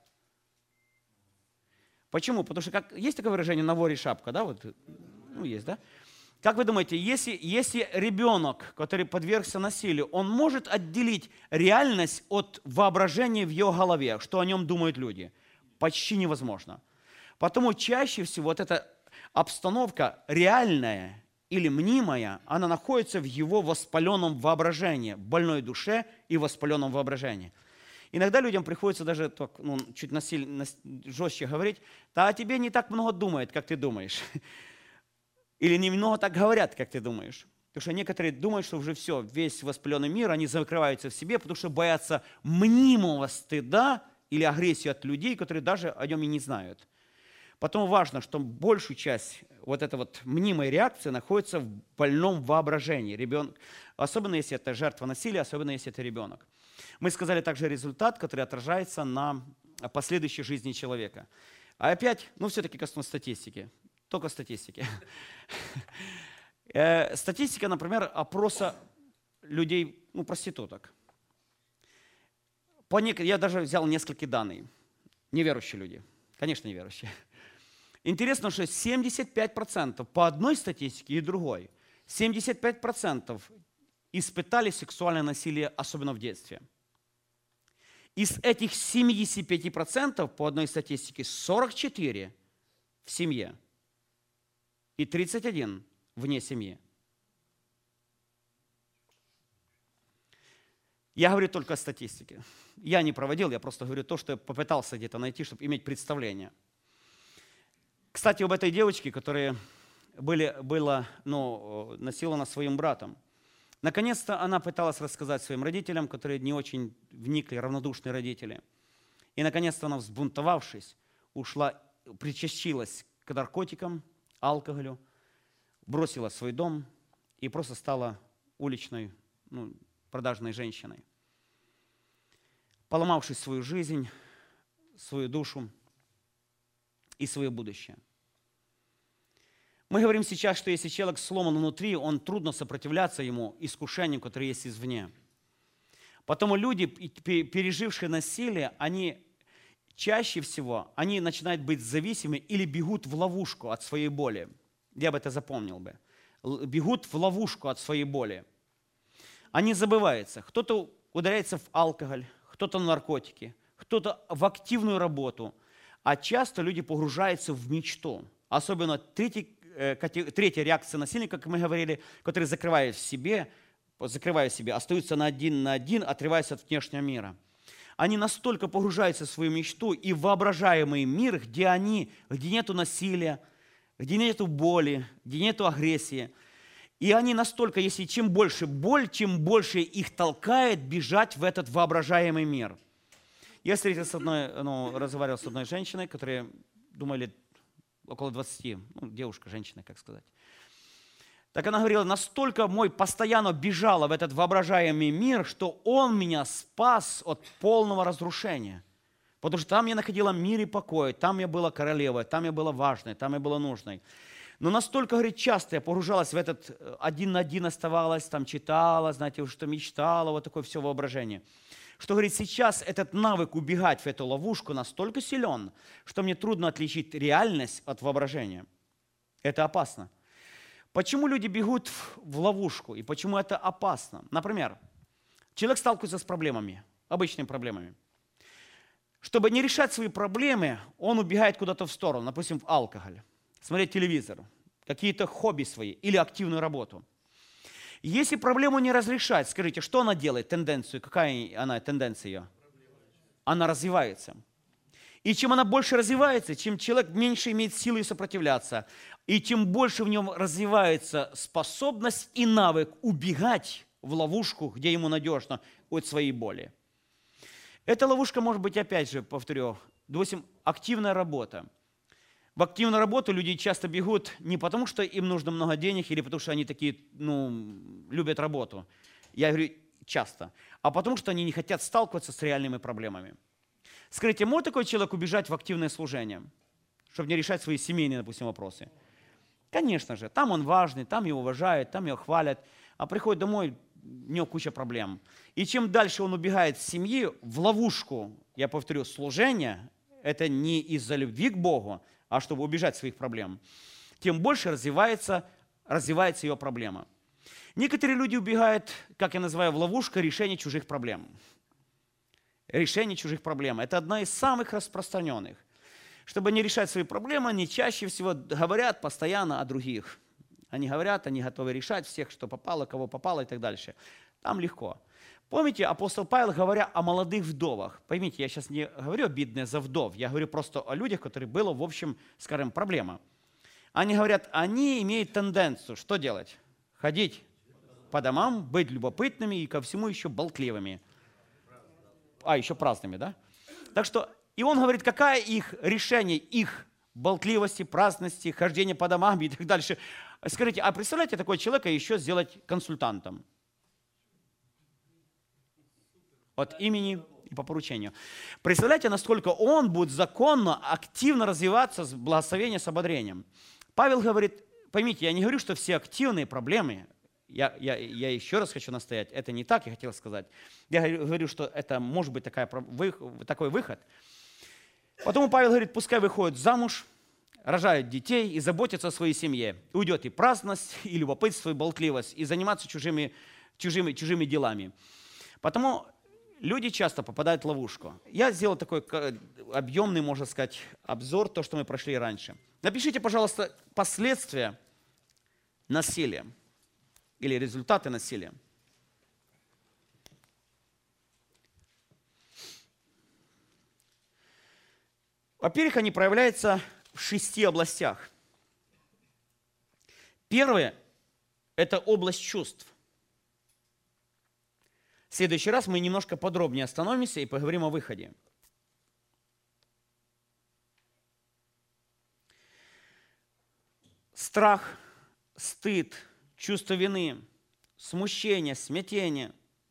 Почему? Потому что есть такое выражение «на воре шапка», да? Есть, да? Как вы думаете, если ребенок, который подвергся насилию, он может отделить реальность от воображения в его голове, что о нем думают люди? Почти невозможно. Потому чаще всего вот эта обстановка реальная или мнимая, она находится в его воспаленном воображении, больной душе и воспаленном воображении. Иногда людям приходится даже чуть жестче говорить: да, о тебе не так много думает, как ты думаешь. Или немного так говорят, как ты думаешь. Потому что некоторые думают, что уже все, весь воспаленный мир, они закрываются в себе, потому что боятся мнимого стыда или агрессии от людей, которые даже о нем и не знают. Потом важно, что большую часть вот этой вот мнимой реакции находится в больном воображении. Особенно если это жертва насилия, особенно если это ребенок. Мы сказали также результат, который отражается на последующей жизни человека. А опять, все-таки коснусь статистики. Только статистики. Статистика, например, опроса людей, проституток. Я даже взял несколько данных. Неверующие люди. Конечно, неверующие. Интересно, что 75% по одной статистике и другой, 75% испытали сексуальное насилие, особенно в детстве. Из этих 75% по одной статистике 44 в семье и 31 вне семьи. Я говорю только о статистике. Я не проводил, я просто говорю то, что я попытался где-то найти, чтобы иметь представление. Кстати, об этой девочке, которая была насилована своим братом. Наконец-то она пыталась рассказать своим родителям, которые не очень вникли, равнодушные родители. И наконец-то она, взбунтовавшись, причастилась к наркотикам, алкоголю, бросила свой дом и просто стала уличной, продажной женщиной. Поломавшись свою жизнь, свою душу и свое будущее. Мы говорим сейчас, что если человек сломан внутри, он трудно сопротивляться ему искушениям, которые есть извне. Потому люди, пережившие насилие, они чаще всего начинают быть зависимы или бегут в ловушку от своей боли. Я бы это запомнил бы. Бегут в ловушку от своей боли. Они забываются. Кто-то ударяется в алкоголь, кто-то в наркотики, кто-то в активную работу. А часто люди погружаются в мечту. Особенно третья реакция насильника, как мы говорили, которые закрывают себя, остаются на один, отрываясь от внешнего мира. Они настолько погружаются в свою мечту и в воображаемый мир, где нету насилия, где нету боли, где нету агрессии. И они настолько, если чем больше боль, чем больше их толкает бежать в этот воображаемый мир. Я встретился разговаривал с одной женщиной, которая, думали, около 20, девушка, женщина, как сказать. Так она говорила, настолько постоянно бежала в этот воображаемый мир, что он меня спас от полного разрушения. Потому что там я находила мир и покой, там я была королевой, там я была важной, там я была нужной. Но настолько, говорит, часто я погружалась в этот один на один оставалась, там читала, знаете, что мечтала, вот такое все воображение. Что, говорит, сейчас этот навык убегать в эту ловушку настолько силен, что мне трудно отличить реальность от воображения. Это опасно. Почему люди бегут в ловушку и почему это опасно? Например, человек сталкивается с проблемами, обычными проблемами. Чтобы не решать свои проблемы, он убегает куда-то в сторону, допустим, в алкоголь, смотреть телевизор, какие-то хобби свои или активную работу. Если проблему не разрешать, скажите, что она делает, тенденцию, какая она тенденция ее? Она развивается. И чем она больше развивается, чем человек меньше имеет силы сопротивляться, и чем больше в нем развивается способность и навык убегать в ловушку, где ему надежно от своей боли. Эта ловушка может быть, опять же, повторю, допустим, активная работа. В активную работу люди часто бегут не потому, что им нужно много денег, или потому, что они такие, любят работу. Я говорю часто. А потому, что они не хотят сталкиваться с реальными проблемами. Скажите, может такой человек убежать в активное служение, чтобы не решать свои семейные, допустим, вопросы? Конечно же. Там он важный, там его уважают, там его хвалят. А приходит домой, у него куча проблем. И чем дальше он убегает с семьи в ловушку, я повторю, служения, это не из-за любви к Богу, а чтобы убежать от своих проблем, тем больше развивается ее проблема. Некоторые люди убегают, как я называю, в ловушку решения чужих проблем. Решение чужих проблем – это одна из самых распространенных. Чтобы не решать свои проблемы, они чаще всего говорят постоянно о других. Они говорят, они готовы решать всех, что попало, кого попало и так дальше. Там легко. Помните, апостол Павел, говоря о молодых вдовах, поймите, я сейчас не говорю обидное за вдов, я говорю просто о людях, которые было, в общем, скажем, проблема. Они говорят, они имеют тенденцию, что делать? Ходить по домам, быть любопытными и ко всему еще болтливыми. Еще праздными, да? Так что, и он говорит, какое их решение, их болтливости, праздности, хождения по домам и так дальше. Скажите, а представляете такого человека еще сделать консультантом? От имени и по поручению. Представляете, насколько он будет законно, активно развиваться с благословением, с ободрением. Павел говорит, поймите, я не говорю, что все активные проблемы, я еще раз хочу настоять, это не так, я хотел сказать. Я говорю, что это может быть такой выход. Потом Павел говорит, пускай выходят замуж, рожают детей и заботятся о своей семье. Уйдет и праздность, и любопытство, и болтливость, и заниматься чужими делами. Потому люди часто попадают в ловушку. Я сделал такой объемный, можно сказать, обзор, то, что мы прошли раньше. Напишите, пожалуйста, последствия насилия или результаты насилия. Во-первых, они проявляются в 6 областях. Первое – это область чувств. В следующий раз мы немножко подробнее остановимся и поговорим о выходе. Страх, стыд, чувство вины, смущение, смятение.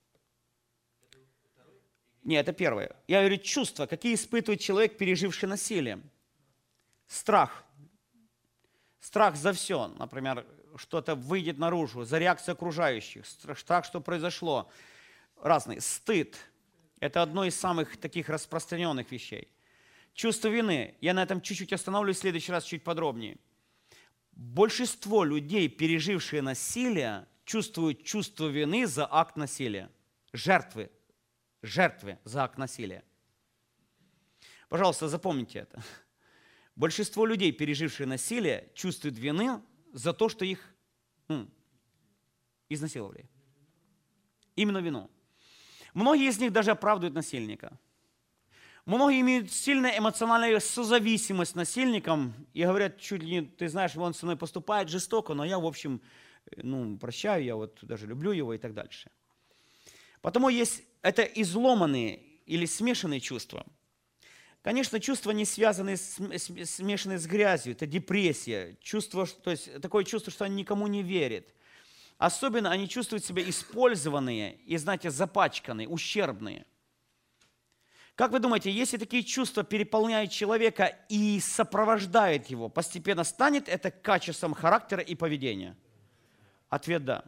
Нет, это первое. Я говорю чувства, какие испытывает человек, переживший насилие. Страх. Страх за все. Например, что-то выйдет наружу, за реакцию окружающих. Страх, что произошло. Разный. Стыд. Это одно из самых таких распространенных вещей. Чувство вины. Я на этом чуть-чуть остановлюсь, в следующий раз чуть подробнее. Большинство людей, пережившие насилие, чувствуют чувство вины за акт насилия. Жертвы за акт насилия. Пожалуйста, запомните это. Большинство людей, пережившие насилие, чувствуют вины за то, что их изнасиловали. Именно вину. Многие из них даже оправдывают насильника. Многие имеют сильную эмоциональную созависимость с насильником и говорят, чуть ли не, ты знаешь, он со мной поступает жестоко, но я, в общем, прощаю, я вот даже люблю его и так дальше. Потому есть это изломанные или смешанные чувства. Конечно, чувства не связаны, смешанные с грязью, это депрессия, чувство, то есть такое чувство, что они никому не верят. Особенно они чувствуют себя использованные и, знаете, запачканные, ущербные. Как вы думаете, если такие чувства переполняют человека и сопровождают его, постепенно станет это качеством характера и поведения? Ответ – да.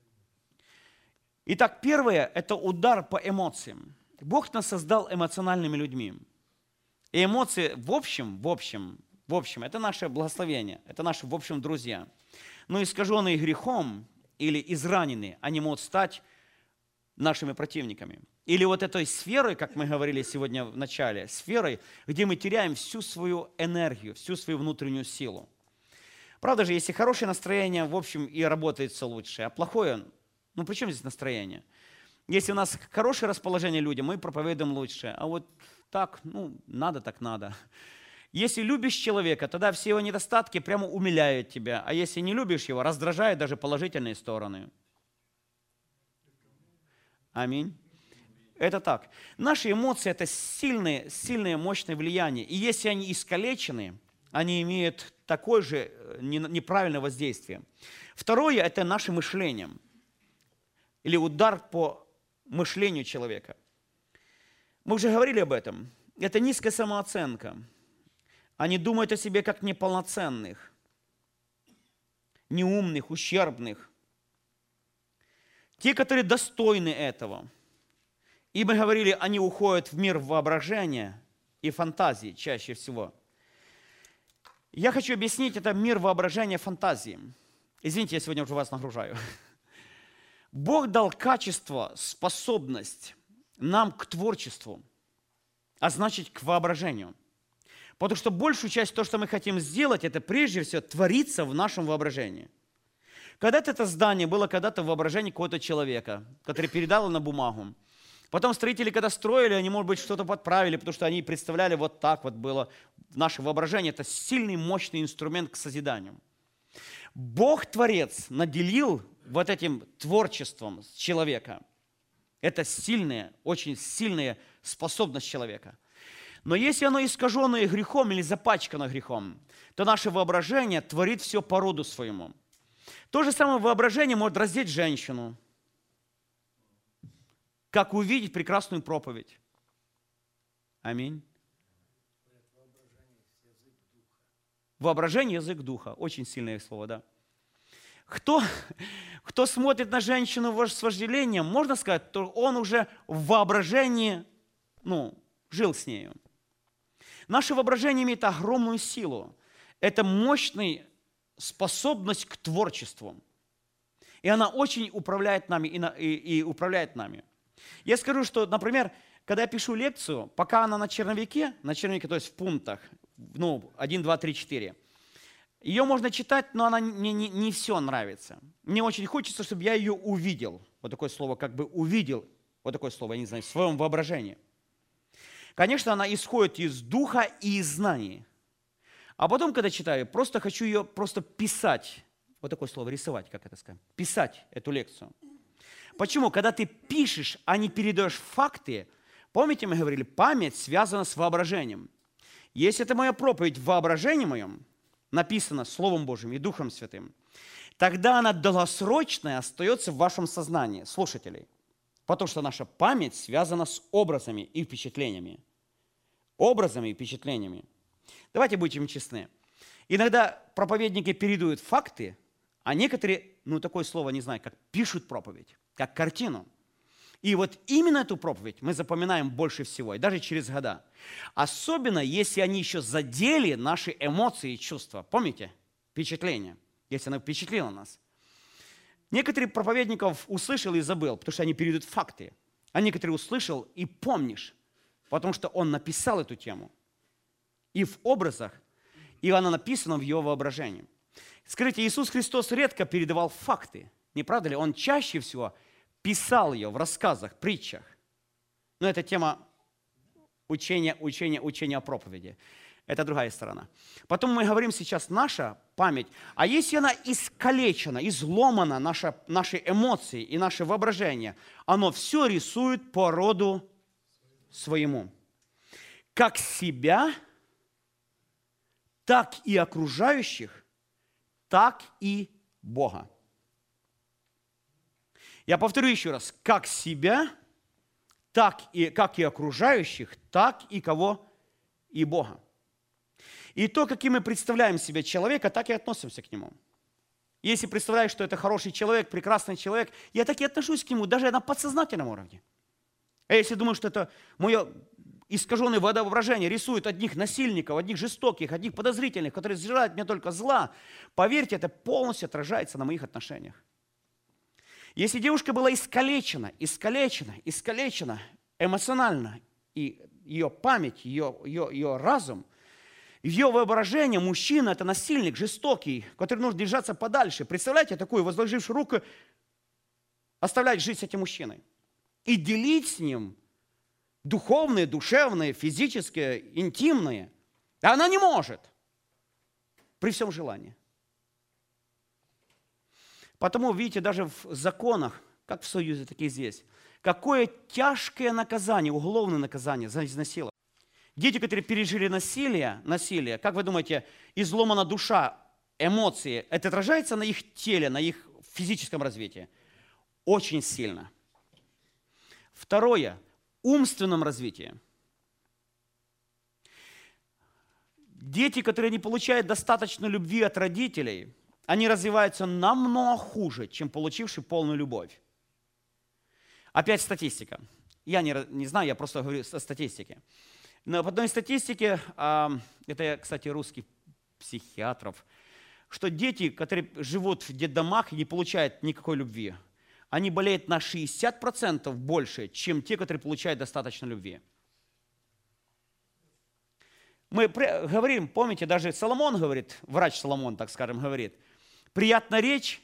Итак, первое – это удар по эмоциям. Бог нас создал эмоциональными людьми. И эмоции в общем, это наше благословение, это наши, в общем, друзья. Но искаженные грехом или израненные, они могут стать нашими противниками. Или вот этой сферой, как мы говорили сегодня в начале, сферой, где мы теряем всю свою энергию, всю свою внутреннюю силу. Правда же, если хорошее настроение, в общем, и работает все лучше, а плохое, ну при чем здесь настроение? Если у нас хорошее расположение людям, мы проповедуем лучше, а вот так, надо так надо. Если любишь человека, тогда все его недостатки прямо умиляют тебя, а если не любишь его, раздражают даже положительные стороны. Аминь. Это так. Наши эмоции – это сильное, мощное влияние. И если они искалечены, они имеют такое же неправильное воздействие. Второе – это наше мышление. Или удар по мышлению человека. Мы уже говорили об этом. Это низкая самооценка. Они думают о себе как неполноценных, неумных, ущербных. Те, которые достойны этого. И мы говорили, они уходят в мир воображения и фантазии чаще всего. Я хочу объяснить, это мир воображения, фантазии. Извините, я сегодня уже вас нагружаю. Бог дал качество, способность нам к творчеству, а значит к воображению. Потому что большую часть того, что мы хотим сделать, это прежде всего творится в нашем воображении. Когда-то это здание было когда-то в воображении какого-то человека, который передал его на бумагу. Потом строители, когда строили, они, может быть, что-то подправили, потому что они представляли, вот так вот было. Наше воображение – это сильный, мощный инструмент к созиданию. Бог, Творец, наделил вот этим творчеством человека. Это сильная, очень сильная способность человека. Но если оно искаженное грехом или запачкано грехом, то наше воображение творит все по роду своему. То же самое воображение может раздеть женщину, как увидеть прекрасную проповедь. Аминь. Воображение – язык духа. Очень сильное слово, да. Кто смотрит на женщину с вожделением, можно сказать, то он уже в воображении, жил с нею. Наше воображение имеет огромную силу. Это мощная способность к творчеству. И она очень управляет нами и управляет нами. Я скажу, что, например, когда я пишу лекцию, пока она на черновике, то есть в пунктах, 1, 2, 3, 4, ее можно читать, но она не все нравится. Мне очень хочется, чтобы я ее увидел. Вот такое слово, как бы увидел, вот такое слово, я не знаю, в своем воображении. Конечно, она исходит из духа и из знаний. А потом, когда читаю, просто хочу ее просто писать. Вот такое слово, рисовать, как это сказать. Писать эту лекцию. Почему? Когда ты пишешь, а не передаешь факты, помните, мы говорили, память связана с воображением. Если это моя проповедь в воображении моем, написана Словом Божьим и Духом Святым, тогда она долгосрочная остается в вашем сознании, слушателей. Потому что наша память связана с образами и впечатлениями. Образами и впечатлениями. Давайте будем честны. Иногда проповедники передают факты, а некоторые, такое слово не знаю, как пишут проповедь, как картину. И вот именно эту проповедь мы запоминаем больше всего, и даже через года. Особенно, если они еще задели наши эмоции и чувства. Помните? Впечатление. Если она впечатлила нас. Некоторые проповедников услышал и забыл, потому что они передают факты. А некоторые услышал и помнишь, потому что он написал эту тему. И в образах, и она написана в его воображении. Скажите, Иисус Христос редко передавал факты, не правда ли? Он чаще всего писал ее в рассказах, притчах. Но это тема учения о проповеди. Это другая сторона. Потом мы говорим сейчас наша память. А если она искалечена, изломана, наши эмоции и наше воображение, оно все рисует по роду своему. Как себя, так и окружающих, так и Бога. Я повторю еще раз. Как себя, как и окружающих, так и кого? И Бога. И то, каким мы представляем себе человека, так и относимся к нему. Если представляешь, что это хороший человек, прекрасный человек, я так и отношусь к нему, даже на подсознательном уровне. А если думаю, что это мое искаженное воображение рисует одних насильников, одних жестоких, одних подозрительных, которые желают мне только зла, поверьте, это полностью отражается на моих отношениях. Если девушка была искалечена эмоционально, и ее память, ее разум, ее воображение, мужчина – это насильник, жестокий, который нужно держаться подальше. Представляете, такую, возложившую руку, оставлять жить с этим мужчиной. И делить с ним духовные, душевные, физические, интимные. А она не может. При всем желании. Потому, видите, даже в законах, как в Союзе, так и здесь, какое тяжкое наказание, уголовное наказание за изнасилование. Дети, которые пережили насилие, как вы думаете, изломана душа, эмоции, это отражается на их теле, на их физическом развитии? Очень сильно. Второе, умственном развитии. Дети, которые не получают достаточно любви от родителей, они развиваются намного хуже, чем получившие полную любовь. Опять статистика. Я не знаю, я просто говорю о статистике. Но в одной статистике, это, кстати, русских психиатров, что дети, которые живут в детдомах и не получают никакой любви, они болеют на 60% больше, чем те, которые получают достаточно любви. Мы говорим, помните, даже Соломон говорит, врач Соломон, так скажем, говорит, приятна речь,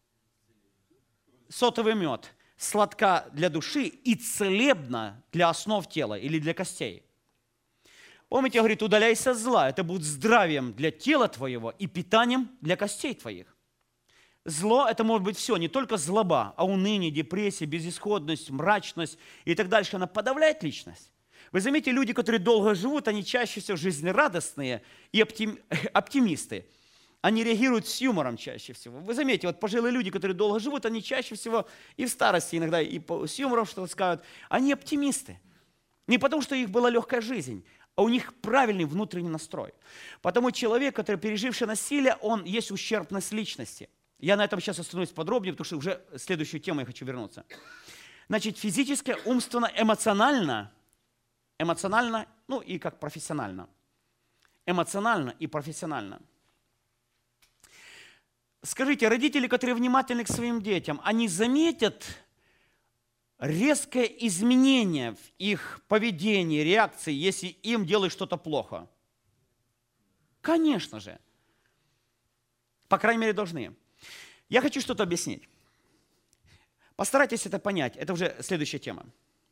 сотовый мед, сладка для души и целебна для основ тела или для костей. Помните, говорит, удаляйся от зла, это будет здравием для тела твоего и питанием для костей твоих. Зло – это может быть все, не только злоба, а уныние, депрессия, безысходность, мрачность и так дальше. Она подавляет личность. Вы заметите, люди, которые долго живут, они чаще всего жизнерадостные и оптимисты. Они реагируют с юмором чаще всего. Вы заметите, вот пожилые люди, которые долго живут, они чаще всего и в старости иногда и с юмором что-то скажут. Они оптимисты. Не потому, что у них была легкая жизнь, а у них правильный внутренний настрой. Потому человек, который переживший насилие, он есть ущербность личности. Я на этом сейчас остановлюсь подробнее, потому что уже в следующую тему я хочу вернуться. Значит, физически, умственно, эмоционально, ну и как профессионально. Эмоционально и профессионально. Скажите, родители, которые внимательны к своим детям, они заметят резкое изменение в их поведении, реакции, если им делают что-то плохо? Конечно же. По крайней мере, должны. Я хочу что-то объяснить. Постарайтесь это понять. Это уже следующая тема.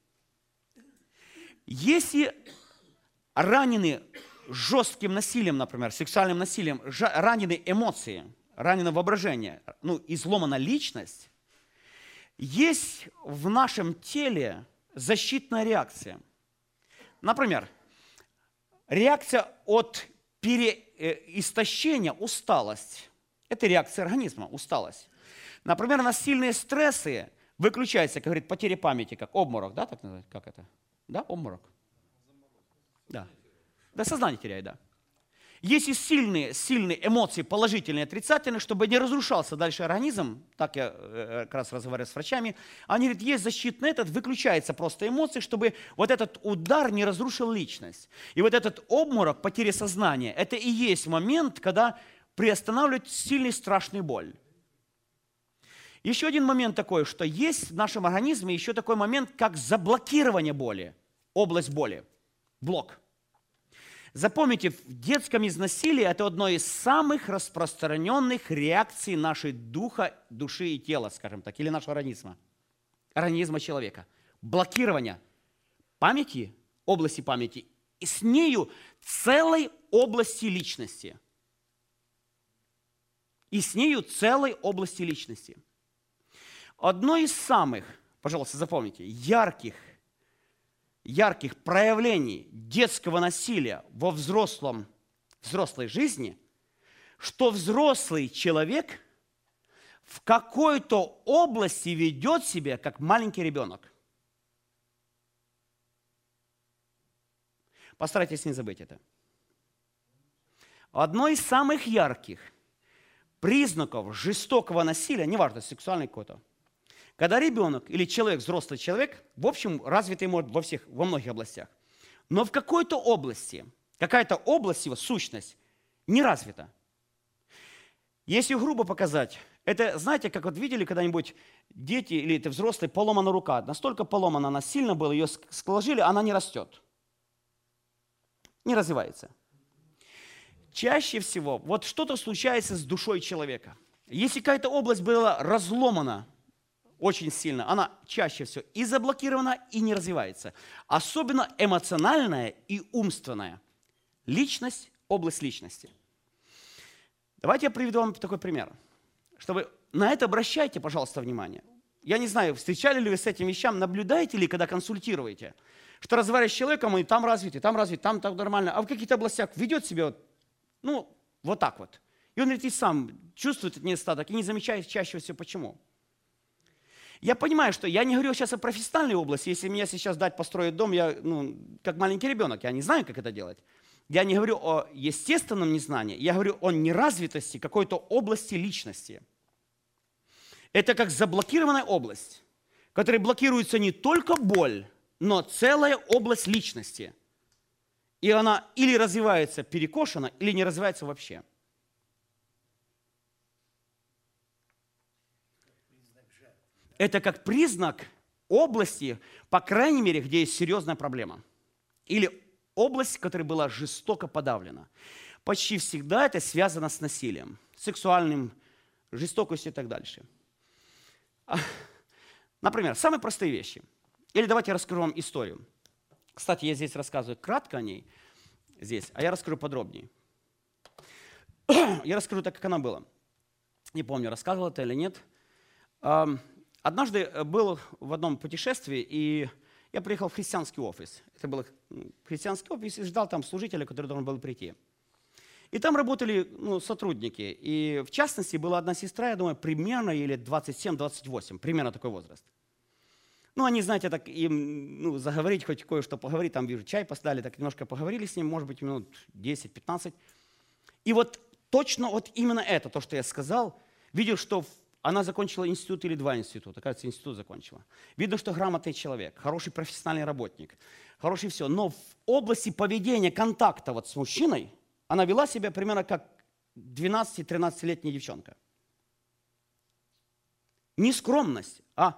Если ранены жестким насилием, например, сексуальным насилием, ранены эмоции, ранено воображение, изломана личность, есть в нашем теле защитная реакция. Например, реакция от переистощения, усталость. Это реакция организма, усталость. Например, на сильные стрессы выключается, как говорит, потеря памяти, как обморок, да, так называется, как это? Да, обморок? Да. Да, сознание теряет, да. Если сильные эмоции, положительные, отрицательные, чтобы не разрушался дальше организм, так я как раз разговариваю с врачами, они говорят, есть защитный этот, выключается просто эмоции, чтобы вот этот удар не разрушил личность. И вот этот обморок, потеря сознания, это и есть момент, когда приостанавливает сильный страшный боль. Еще один момент такой, что есть в нашем организме еще такой момент, как заблокирование боли, область боли, блок. Запомните, в детском изнасилии это одно из самых распространенных реакций нашей духа, души и тела, скажем так, или нашего организма человека. Блокирование памяти, области памяти, и с нею целой области личности. Одно из самых, пожалуйста, запомните, ярких проявлений детского насилия во взрослой жизни, что взрослый человек в какой-то области ведет себя как маленький ребенок. Постарайтесь не забыть это. Одно из самых ярких признаков жестокого насилия, неважно, сексуальный какой-то, когда ребенок или человек, взрослый человек, в общем, развитый может во многих областях, но в какой-то области, какая-то область его, сущность, не развита. Если грубо показать, это, знаете, как вот видели когда-нибудь дети или это взрослые, поломана рука. Настолько поломана она сильно была, ее сложили, она не растет. Не развивается. Чаще всего вот что-то случается с душой человека. Если какая-то область была разломана очень сильно, она чаще всего и заблокирована, и не развивается. Особенно эмоциональная и умственная. Личность, область личности. Давайте я приведу вам такой пример. Чтобы на это обращайте, пожалуйста, внимание. Я не знаю, встречали ли вы с этим вещам, наблюдаете ли, когда консультируете, что разговариваешь с человеком, и там развит, там так нормально, а в каких-то областях ведет себя вот так вот. И он говорит, и сам чувствует этот недостаток, и не замечает чаще всего почему. Я понимаю, что я не говорю сейчас о профессиональной области. Если мне сейчас дать построить дом, я как маленький ребенок, я не знаю, как это делать. Я не говорю о естественном незнании, я говорю о неразвитости какой-то области личности. Это как заблокированная область, в которой блокируется не только боль, но целая область личности. И она или развивается перекошена, или не развивается вообще. Это как признак области, по крайней мере, где есть серьезная проблема. Или область, которая была жестоко подавлена. Почти всегда это связано с насилием, сексуальным, жестокостью и так дальше. Например, самые простые вещи. Или давайте я расскажу вам историю. Кстати, я здесь рассказываю кратко о ней, а я расскажу подробнее. Я расскажу так, как она была. Не помню, рассказывал это или нет. Однажды был в одном путешествии, и я приехал в христианский офис. Это был христианский офис, и ждал там служителя, который должен был прийти. И там работали сотрудники. И в частности, была одна сестра, я думаю, примерно ей лет 27-28, примерно такой возраст. Они, знаете, так им заговорить, хоть кое-что поговорить, там, вижу, чай поставили, так немножко поговорили с ним, может быть, минут 10-15. И вот точно вот именно это, то, что я сказал, видел, что она закончила институт или 2 института, кажется, институт закончила. Видно, что грамотный человек, хороший профессиональный работник, хороший все. Но в области поведения, контакта вот с мужчиной, она вела себя примерно как 12-13-летняя девчонка. Не скромность, а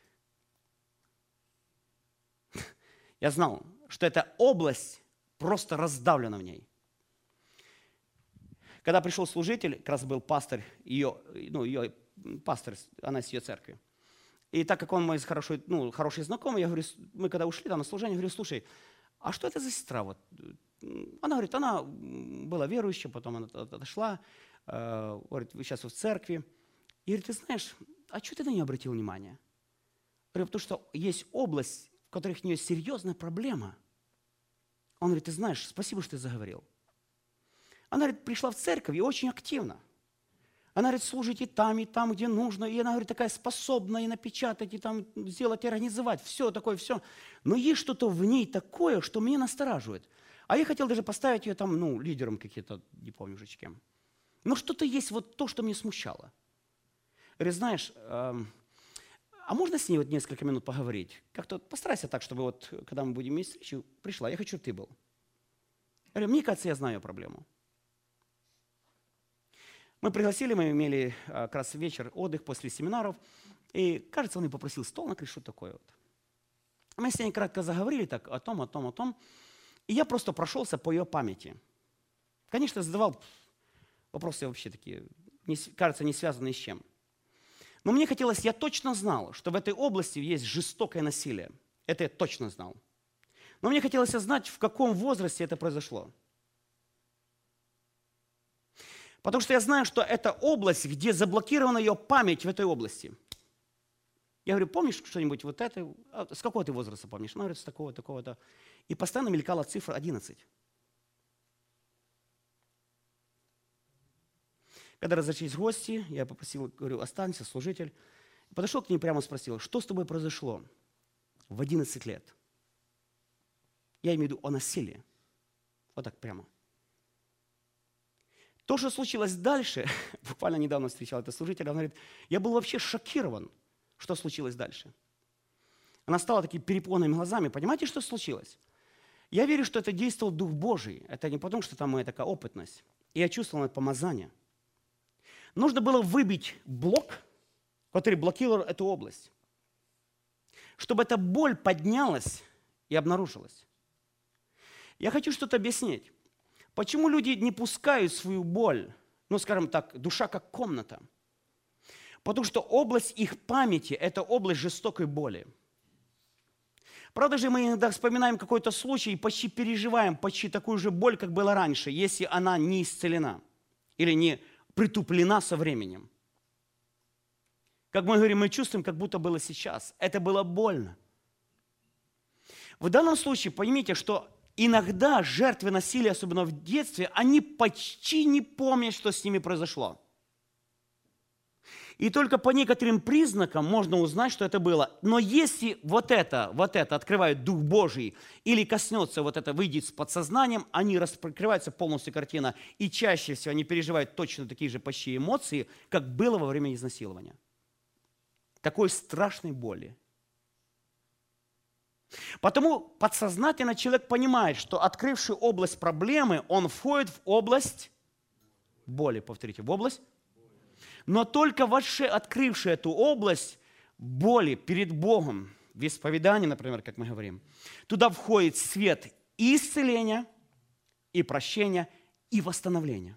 я знал, что эта область просто раздавлена в ней. Когда пришел служитель, как раз был пастор ее пастор, она из ее церкви. И так как он мой хороший знакомый, я говорю, мы когда ушли там на служение, я говорю, слушай, а что это за сестра? Вот? Она говорит, она была верующая, потом она отошла, говорит, вы сейчас в церкви. И говорит, ты знаешь, а что ты на нее обратил внимание? Я говорю, потому что есть область, в которой у нее серьезная проблема. Он говорит, ты знаешь, спасибо, что ты заговорил. Она, говорит, пришла в церковь и очень активно. Она, говорит, служит и там, где нужно. И она, говорит, такая способная и напечатать, и там сделать, и организовать. Все такое, все. Но есть что-то в ней такое, что меня настораживает. А я хотел даже поставить ее там, лидером каким-то, не помню уже кем. Но что-то есть вот то, что меня смущало. Говорит, знаешь, а можно с ней вот несколько минут поговорить? Как-то постарайся так, чтобы вот, когда мы будем иметь встречу, пришла. Я хочу, чтобы ты был. Я говорю, мне кажется, я знаю проблему. Мы пригласили, мы имели как раз вечер, отдых после семинаров. И, кажется, он и попросил стол накрыть, что такое вот. Мы с ней кратко заговорили так о том. И я просто прошелся по ее памяти. Конечно, задавал вопросы вообще такие, кажется, не связанные с чем. Но мне хотелось, я точно знал, что в этой области есть жестокое насилие. Это я точно знал. Но мне хотелось знать, в каком возрасте это произошло. Потому что я знаю, что это область, где заблокирована ее память в этой области. Я говорю, помнишь что-нибудь вот это? С какого ты возраста помнишь? Она говорит, с такого, такого-то. И постоянно мелькала цифра 11. Когда разошлись гости, я попросил, говорю, останься, служитель. Подошел к ней прямо и спросил, что с тобой произошло в 11 лет? Я имею в виду о насилии. Вот так прямо. То, что случилось дальше, буквально недавно встречал этого служителя, он говорит, я был вообще шокирован, что случилось дальше. Она стала такими перепуганными глазами. Понимаете, что случилось? Я верю, что это действовал Дух Божий. Это не потому, что там моя такая опытность. И я чувствовал это помазание. Нужно было выбить блок, который блокировал эту область, чтобы эта боль поднялась и обнаружилась. Я хочу что-то объяснить. Почему люди не пускают свою боль, ну, скажем так, душа как комната? Потому что область их памяти – это область жестокой боли. Правда же, мы иногда вспоминаем какой-то случай и почти переживаем почти такую же боль, как было раньше, если она не исцелена или не притуплена со временем. Как мы говорим, мы чувствуем, как будто было сейчас. Это было больно. В данном случае поймите, что иногда жертвы насилия, особенно в детстве, они почти не помнят, что с ними произошло. И только по некоторым признакам можно узнать, что это было. Но если вот это открывает Дух Божий или коснется вот это, выйдет с подсознанием, они раскрываются полностью картина, и чаще всего они переживают точно такие же почти эмоции, как было во время изнасилования. Такой страшной боли. Потому подсознательно человек понимает, что открывший область проблемы, он входит в область боли. Повторите, в область. Но только открывший эту область боли перед Богом, в исповедании, например, как мы говорим, туда входит свет и исцеления, и прощения, и восстановления.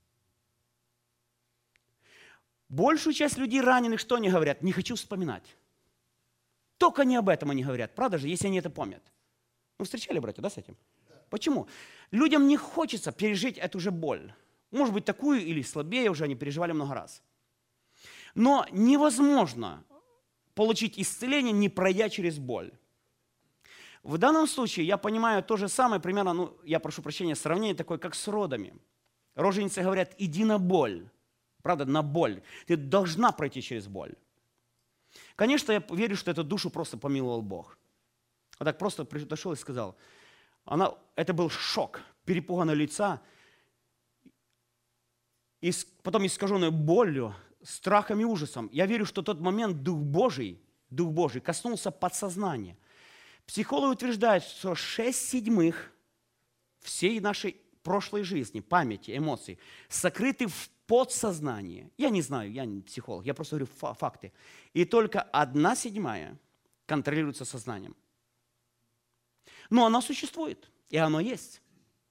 Большую часть людей раненых что они говорят? Не хочу вспоминать. Только не об этом они говорят. Правда же, если они это помнят? Ну, встречали, братья, да, с этим? Почему? Людям не хочется пережить эту же боль. Может быть, такую или слабее уже они переживали много раз. Но невозможно получить исцеление, не пройдя через боль. В данном случае я понимаю то же самое, примерно, я прошу прощения, сравнение такое, как с родами. Роженицы говорят, иди на боль. Правда, на боль. Ты должна пройти через боль. Конечно, я верю, что эту душу просто помиловал Бог. Вот так просто пришел и сказал. Это был шок, перепуганное лица, и потом искаженную болью, страхом и ужасом. Я верю, что в тот момент Дух Божий коснулся подсознания. Психологи утверждают, что 6/7 всей нашей прошлой жизни, памяти, эмоций сокрыты в подсознании. Я не знаю, я не психолог, я просто говорю факты. И только 1/7 контролируется сознанием. Но оно существует, и оно есть.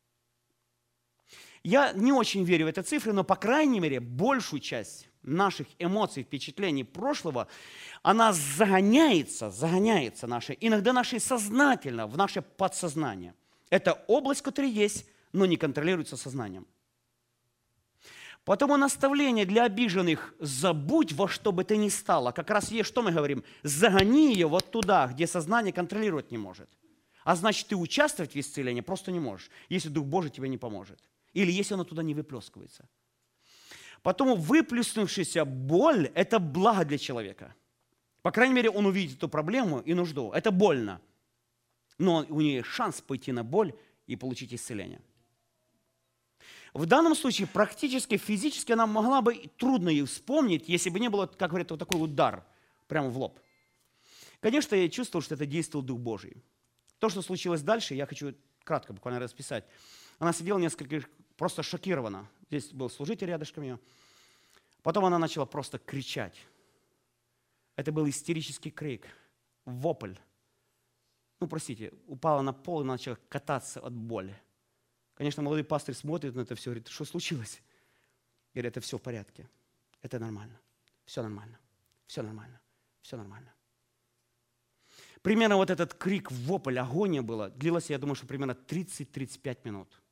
Я не очень верю в эти цифры, но, по крайней мере, большую часть наших эмоций, впечатлений прошлого, она загоняется иногда наше сознательно, в наше подсознание. Это область, которая есть, но не контролируется сознанием. Потому наставление для обиженных «забудь во что бы ты ни стало». Как раз есть, что мы говорим? Загони ее вот туда, где сознание контролировать не может. А значит, ты участвовать в исцелении просто не можешь, если Дух Божий тебе не поможет. Или если оно туда не выплескивается. Потому выплеснувшаяся боль – это благо для человека. По крайней мере, он увидит эту проблему и нужду. Это больно. Но у нее есть шанс пойти на боль и получить исцеление. В данном случае практически физически она могла бы, трудно ей вспомнить, если бы не было, как говорят, вот такой удар прямо в лоб. Конечно, я чувствовал, что это действовал Дух Божий. То, что случилось дальше, я хочу кратко буквально расписать. Она сидела несколько, просто шокирована. Здесь был служитель рядышком ее. Потом она начала просто кричать. Это был истерический крик, вопль. Простите, упала на пол и начала кататься от боли. Конечно, молодой пастырь смотрит на это все, говорит, что случилось? Говорит, это все в порядке, это нормально, все нормально, все нормально, все нормально. Примерно вот этот крик, вопль, агония была, длилась, я думаю, что примерно 30-35 минут.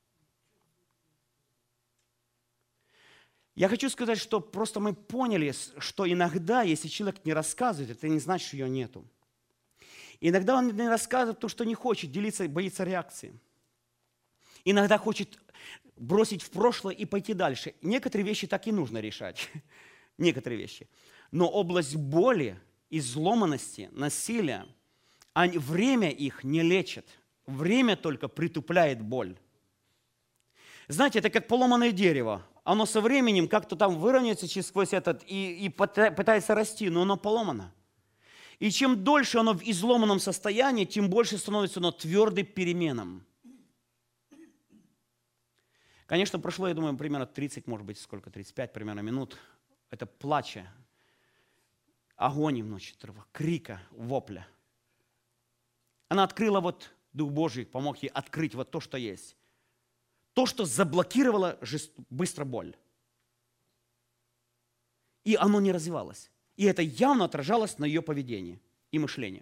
Я хочу сказать, что просто мы поняли, что иногда, если человек не рассказывает, это не значит, что ее нету. Иногда он не рассказывает то, что не хочет делиться, боится реакции. Иногда хочет бросить в прошлое и пойти дальше. Некоторые вещи так и нужно решать. Некоторые вещи. Но область боли, изломанности, насилия, время их не лечит. Время только притупляет боль. Знаете, это как поломанное дерево. Оно со временем как-то там выровняется сквозь этот и пытается расти, но оно поломано. И чем дольше оно в изломанном состоянии, тем больше становится оно твердым переменам. Конечно, прошло, я думаю, примерно 30, может быть, сколько, 35 примерно минут. Это плача, агонии внутреннего, крика, вопля. Она открыла вот Дух Божий, помог ей открыть вот то, что есть. То, что заблокировало быстро боль. И оно не развивалось. И это явно отражалось на ее поведении и мышлении.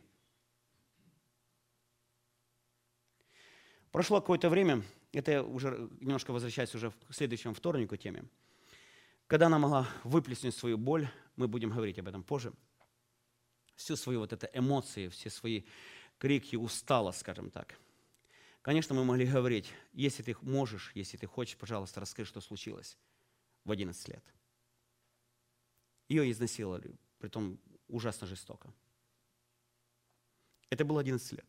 Прошло какое-то время, это я уже немножко возвращаюсь уже к следующему вторнику теме, когда она могла выплеснуть свою боль, мы будем говорить об этом позже, всю свою вот эту эмоции, все свои крики, усталость, скажем так. Конечно, мы могли говорить, если ты можешь, если ты хочешь, пожалуйста, расскажи, что случилось в 11 лет. Ее изнасиловали, притом ужасно жестоко. Это было 11 лет.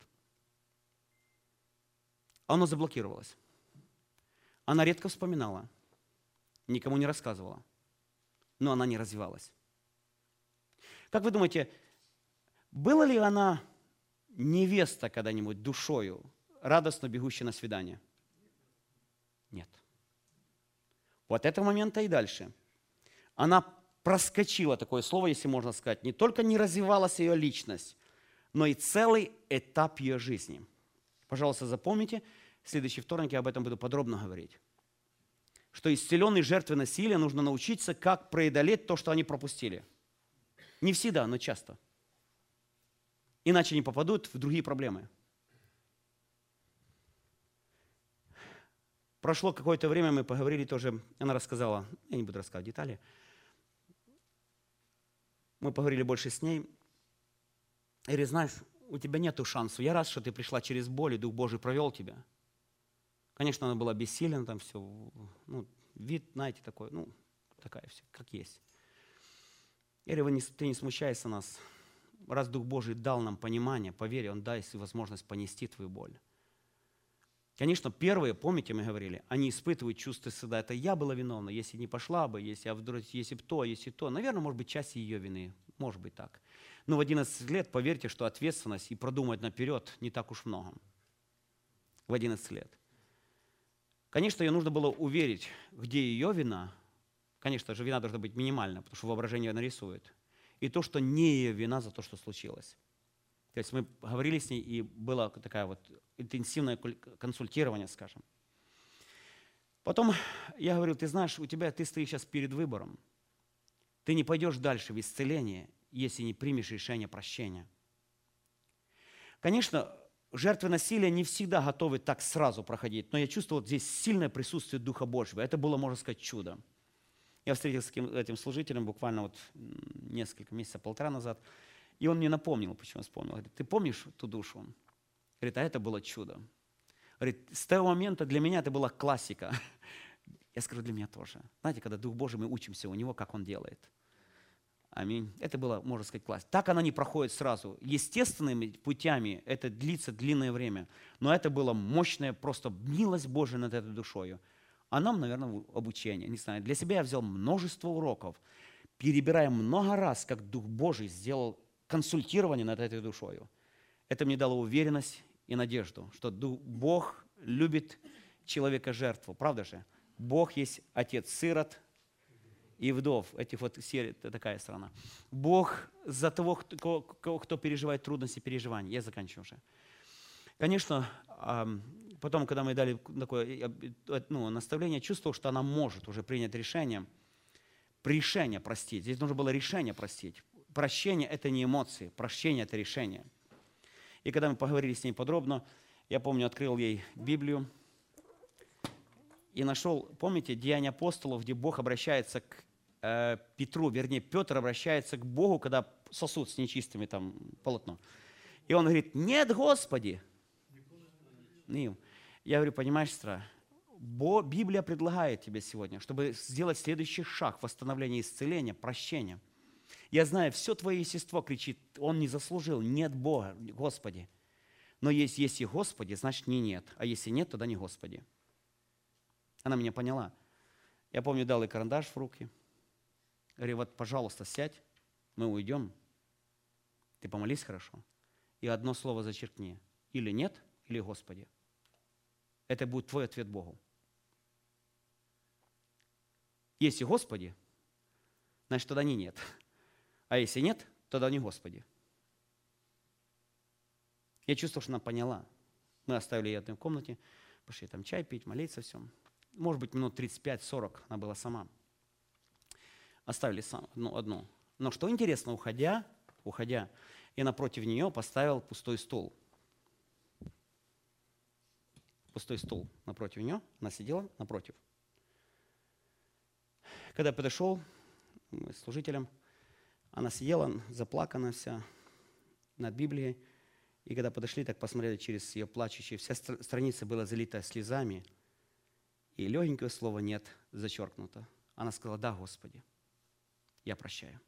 Оно заблокировалось. Она редко вспоминала, никому не рассказывала, но она не развивалась. Как вы думаете, была ли она невеста когда-нибудь душою, радостно бегущая на свидание? Нет. Вот этого момента и дальше. Она проскочила, такое слово, если можно сказать, не только не развивалась ее личность, но и целый этап ее жизни. Пожалуйста, запомните, в следующий вторник я об этом буду подробно говорить. Что исцеленные жертвы насилия нужно научиться, как преодолеть то, что они пропустили. Не всегда, но часто. Иначе они попадут в другие проблемы. Прошло какое-то время, мы поговорили тоже, она рассказала, я не буду рассказывать детали, мы поговорили больше с ней. Я говорю, знаешь, у тебя нету шансов. Я рад, что ты пришла через боль, и Дух Божий провел тебя. Конечно, она была бессильна, там все, вид, знаете, такой, такая все, как есть. Я говорю, ты не смущайся нас. Раз Дух Божий дал нам понимание, поверь, Он даст возможность понести твою боль. Конечно, первые, помните, мы говорили, они испытывают чувство стыда. Это я была виновна, если не пошла бы, если бы то, если то. Наверное, может быть, часть ее вины, может быть так. Но в 11 лет, поверьте, что ответственность и продумать наперед не так уж много. В 11 лет. Конечно, ее нужно было уверить, где ее вина. Конечно же, вина должна быть минимальна, потому что воображение нарисует. И то, что не ее вина за то, что случилось. То есть мы говорили с ней, и было такое вот интенсивное консультирование, скажем. Потом я говорил, ты знаешь, ты стоишь сейчас перед выбором. Ты не пойдешь дальше в исцеление, если не примешь решение прощения. Конечно, жертвы насилия не всегда готовы так сразу проходить, но я чувствовал здесь сильное присутствие Духа Божьего. Это было, можно сказать, чудо. Я встретился с этим служителем буквально вот несколько месяцев, полтора назад, и он мне напомнил, почему вспомнил. Говорит, ты помнишь ту душу? Говорит, а это было чудо. Говорит, с того момента для меня это была классика. Я скажу, для меня тоже. Знаете, когда Дух Божий, мы учимся у Него, как Он делает. Аминь. Это было, можно сказать, классно. Так она не проходит сразу. Естественными путями это длится длинное время. Но это было мощная просто милость Божия над этой душою. А нам, наверное, обучение. Не знаю, для себя я взял множество уроков, перебирая много раз, как Дух Божий сделал консультирование над этой душою. Это мне дало уверенность и надежду, что Бог любит человека жертву. Правда же? Бог есть отец сирот и вдов. Это такая страна. Бог за того, кто переживает трудности, переживания. Я заканчиваю уже. Конечно, потом, когда мы дали такое наставление, чувствовал, что она может уже принять решение простить. Здесь нужно было решение простить. Прощение – это не эмоции, прощение – это решение. И когда мы поговорили с ней подробно, я помню, открыл ей Библию и нашел, помните, Деяния апостолов, где Бог обращается к Петру, вернее, Петр обращается к Богу, когда сосуд с нечистыми там полотно. И он говорит, нет, Господи. Я говорю, понимаешь, сестра, Библия предлагает тебе сегодня, чтобы сделать следующий шаг восстановления исцеления, прощения. Я знаю, все твое естество кричит, он не заслужил, нет Бога, Господи. Но если Господи, значит не нет, а если нет, тогда не Господи. Она меня поняла. Я помню, дал ей карандаш в руки. Говорю, вот, пожалуйста, сядь, мы уйдем. Ты помолись хорошо. И одно слово зачеркни. Или нет, или Господи. Это будет твой ответ Богу. Если Господи, значит, тогда не нет. А если нет, тогда не Господи. Я чувствовал, что она поняла. Мы оставили ее в комнате, пошли там чай пить, молиться, все. Может быть, минут 35-40 она была сама. Оставили одну. Но что интересно, уходя, я напротив нее поставил пустой стул. Пустой стул напротив нее, она сидела напротив. Когда я подошел с служителем, она сидела, заплаканная вся, над Библией. И когда подошли, так посмотрели через ее плачущие, вся страница была залита слезами, и легенькое слово «нет» зачеркнуто. Она сказала: «Да, Господи, я прощаю».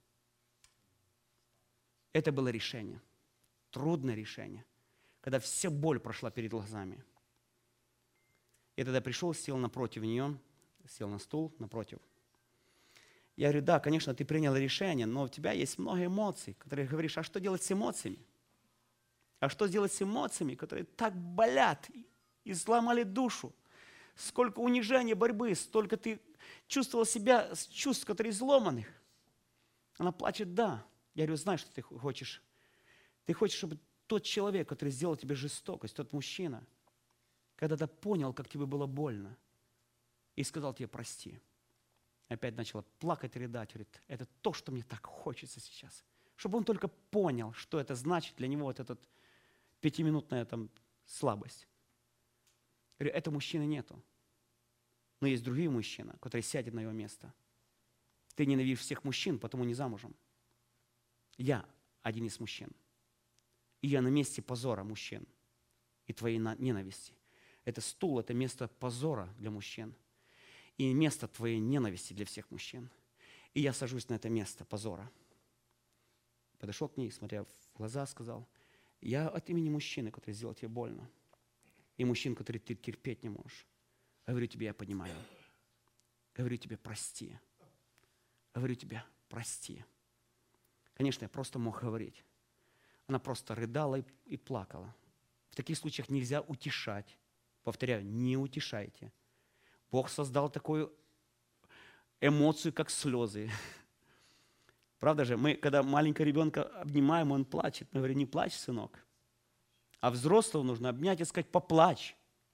Это было решение, трудное решение, когда вся боль прошла перед глазами. Я тогда пришел, сел напротив нее, сел на стул напротив. Я говорю: да, конечно, ты принял решение, но у тебя есть много эмоций, которые говоришь: а что делать с эмоциями? А что сделать с эмоциями, которые так болят и сломали душу? Сколько унижения, борьбы, столько ты чувствовал себя с чувств, которые изломанных. Она плачет: да. Я говорю: знаешь, что ты хочешь? Ты хочешь, чтобы тот человек, который сделал тебе жестокость, тот мужчина, когда-то понял, как тебе было больно, и сказал тебе: прости. Опять начала плакать, рыдать, говорит: это то, что мне так хочется сейчас. Чтобы он только понял, что это значит для него, вот эта пятиминутная там слабость. Я говорю: этого мужчины нету. Но есть другие мужчины, которые сядут на его место. Ты ненавидишь всех мужчин, потому не замужем. Я один из мужчин. И я на месте позора мужчин и твоей ненависти. Это стул, это место позора для мужчин. И место твоей ненависти для всех мужчин. И я сажусь на это место позора. Подошел к ней, смотря в глаза, сказал: я от имени мужчины, который сделал тебе больно, и мужчин, который ты терпеть не можешь, говорю тебе: я понимаю. Говорю тебе: прости. Говорю тебе: прости. Конечно, я просто мог говорить. Она просто рыдала и плакала. В таких случаях нельзя утешать. Повторяю, не утешайте. Бог создал такую эмоцию, как слезы. Правда же, мы, когда маленького ребенка обнимаем, он плачет. Мы говорим: не плачь, сынок. А взрослого нужно обнять и сказать: поплачь.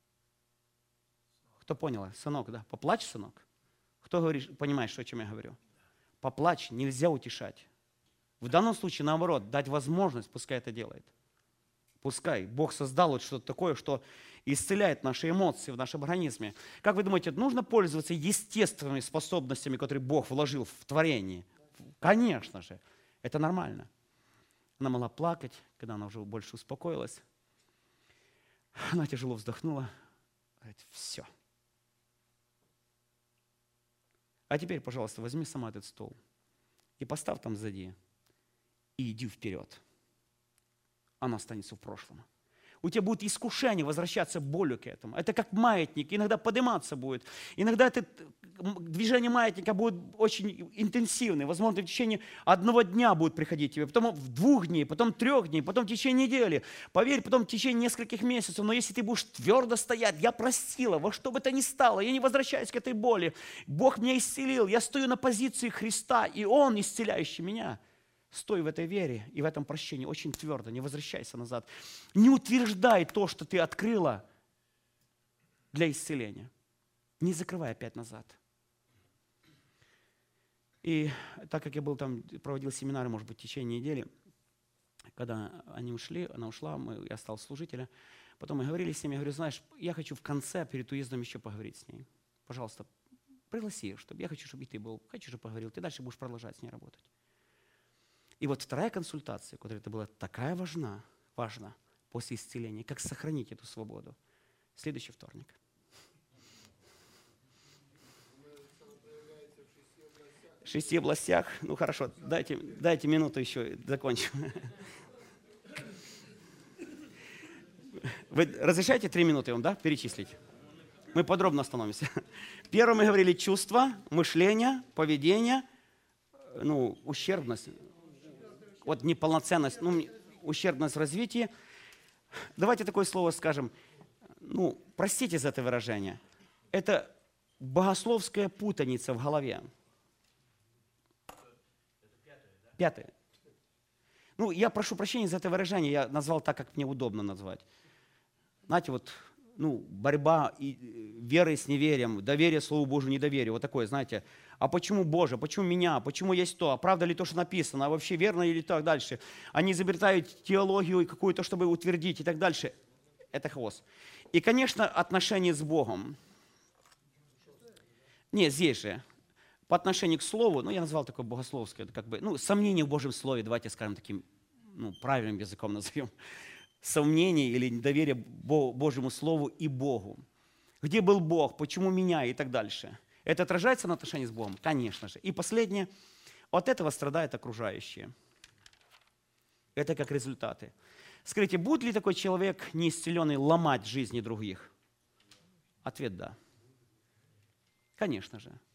Кто понял? Сынок, да? Поплачь, сынок. Кто говорит, понимает, что, о чем я говорю? Поплачь, нельзя утешать. В данном случае, наоборот, дать возможность, пускай это делает. Пускай. Бог создал вот что-то такое, что исцеляет наши эмоции в нашем организме. Как вы думаете, нужно пользоваться естественными способностями, которые Бог вложил в творение? Конечно же. Это нормально. Она могла плакать, когда она уже больше успокоилась. Она тяжело вздохнула. Говорит: все. А теперь, пожалуйста, возьми сама этот стол и поставь там сзади, и иди вперед. Оно останется в прошлом. У тебя будет искушение возвращаться болью к этому. Это как маятник, иногда подниматься будет. Иногда это движение маятника будет очень интенсивное. Возможно, в течение одного дня будет приходить тебе, потом 2 дней, потом 3 дней, потом в течение недели. Поверь, потом в течение нескольких месяцев. Но если ты будешь твердо стоять: я простила, во что бы то ни стало, я не возвращаюсь к этой боли. Бог меня исцелил, я стою на позиции Христа, и Он исцеляющий меня. Стой в этой вере и в этом прощении очень твердо, не возвращайся назад. Не утверждай то, что ты открыла для исцеления. Не закрывай опять назад. И так как я был там, проводил семинары, может быть, в течение недели, когда они ушли, она ушла, я стал служителем, потом мы говорили с ними, я говорю: знаешь, я хочу в конце, перед уездом еще поговорить с ней. Пожалуйста, пригласи, я хочу, чтобы и ты был, хочу, чтобы поговорил, ты дальше будешь продолжать с ней работать. И вот вторая консультация, которая была такая важна после исцеления, как сохранить эту свободу. Следующий вторник. В 6 областях. Ну хорошо, дайте минуту еще, закончим. Вы разрешаете 3 минуты вам, да, перечислить? Мы подробно остановимся. Первое мы говорили чувства, мышление, поведение, ущербность, вот неполноценность, ущербность в развитии. Давайте такое слово скажем, простите за это выражение. Это богословская путаница в голове. Пятое. Я прошу прощения за это выражение, я назвал так, как мне удобно назвать. Знаете, борьба веры с неверием, доверие Слову Божию, недоверие, вот такое, знаете. А почему Боже, почему меня, почему есть то, а правда ли то, что написано, а вообще верно или так дальше. Они изобретают теологию какую-то, чтобы утвердить и так дальше. Это хаос. И, конечно, отношения с Богом. Нет, здесь же. По отношению к Слову, я назвал такое богословское, сомнение в Божьем Слове, давайте скажем таким, правильным языком назовем. Сомнение или недоверие Божьему Слову и Богу. Где был Бог, почему меня и так дальше. Это отражается на отношении с Богом? Конечно же. И последнее, от этого страдают окружающие. Это как результаты. Скажите, будет ли такой человек неисцеленный ломать жизни других? Ответ – да. Конечно же.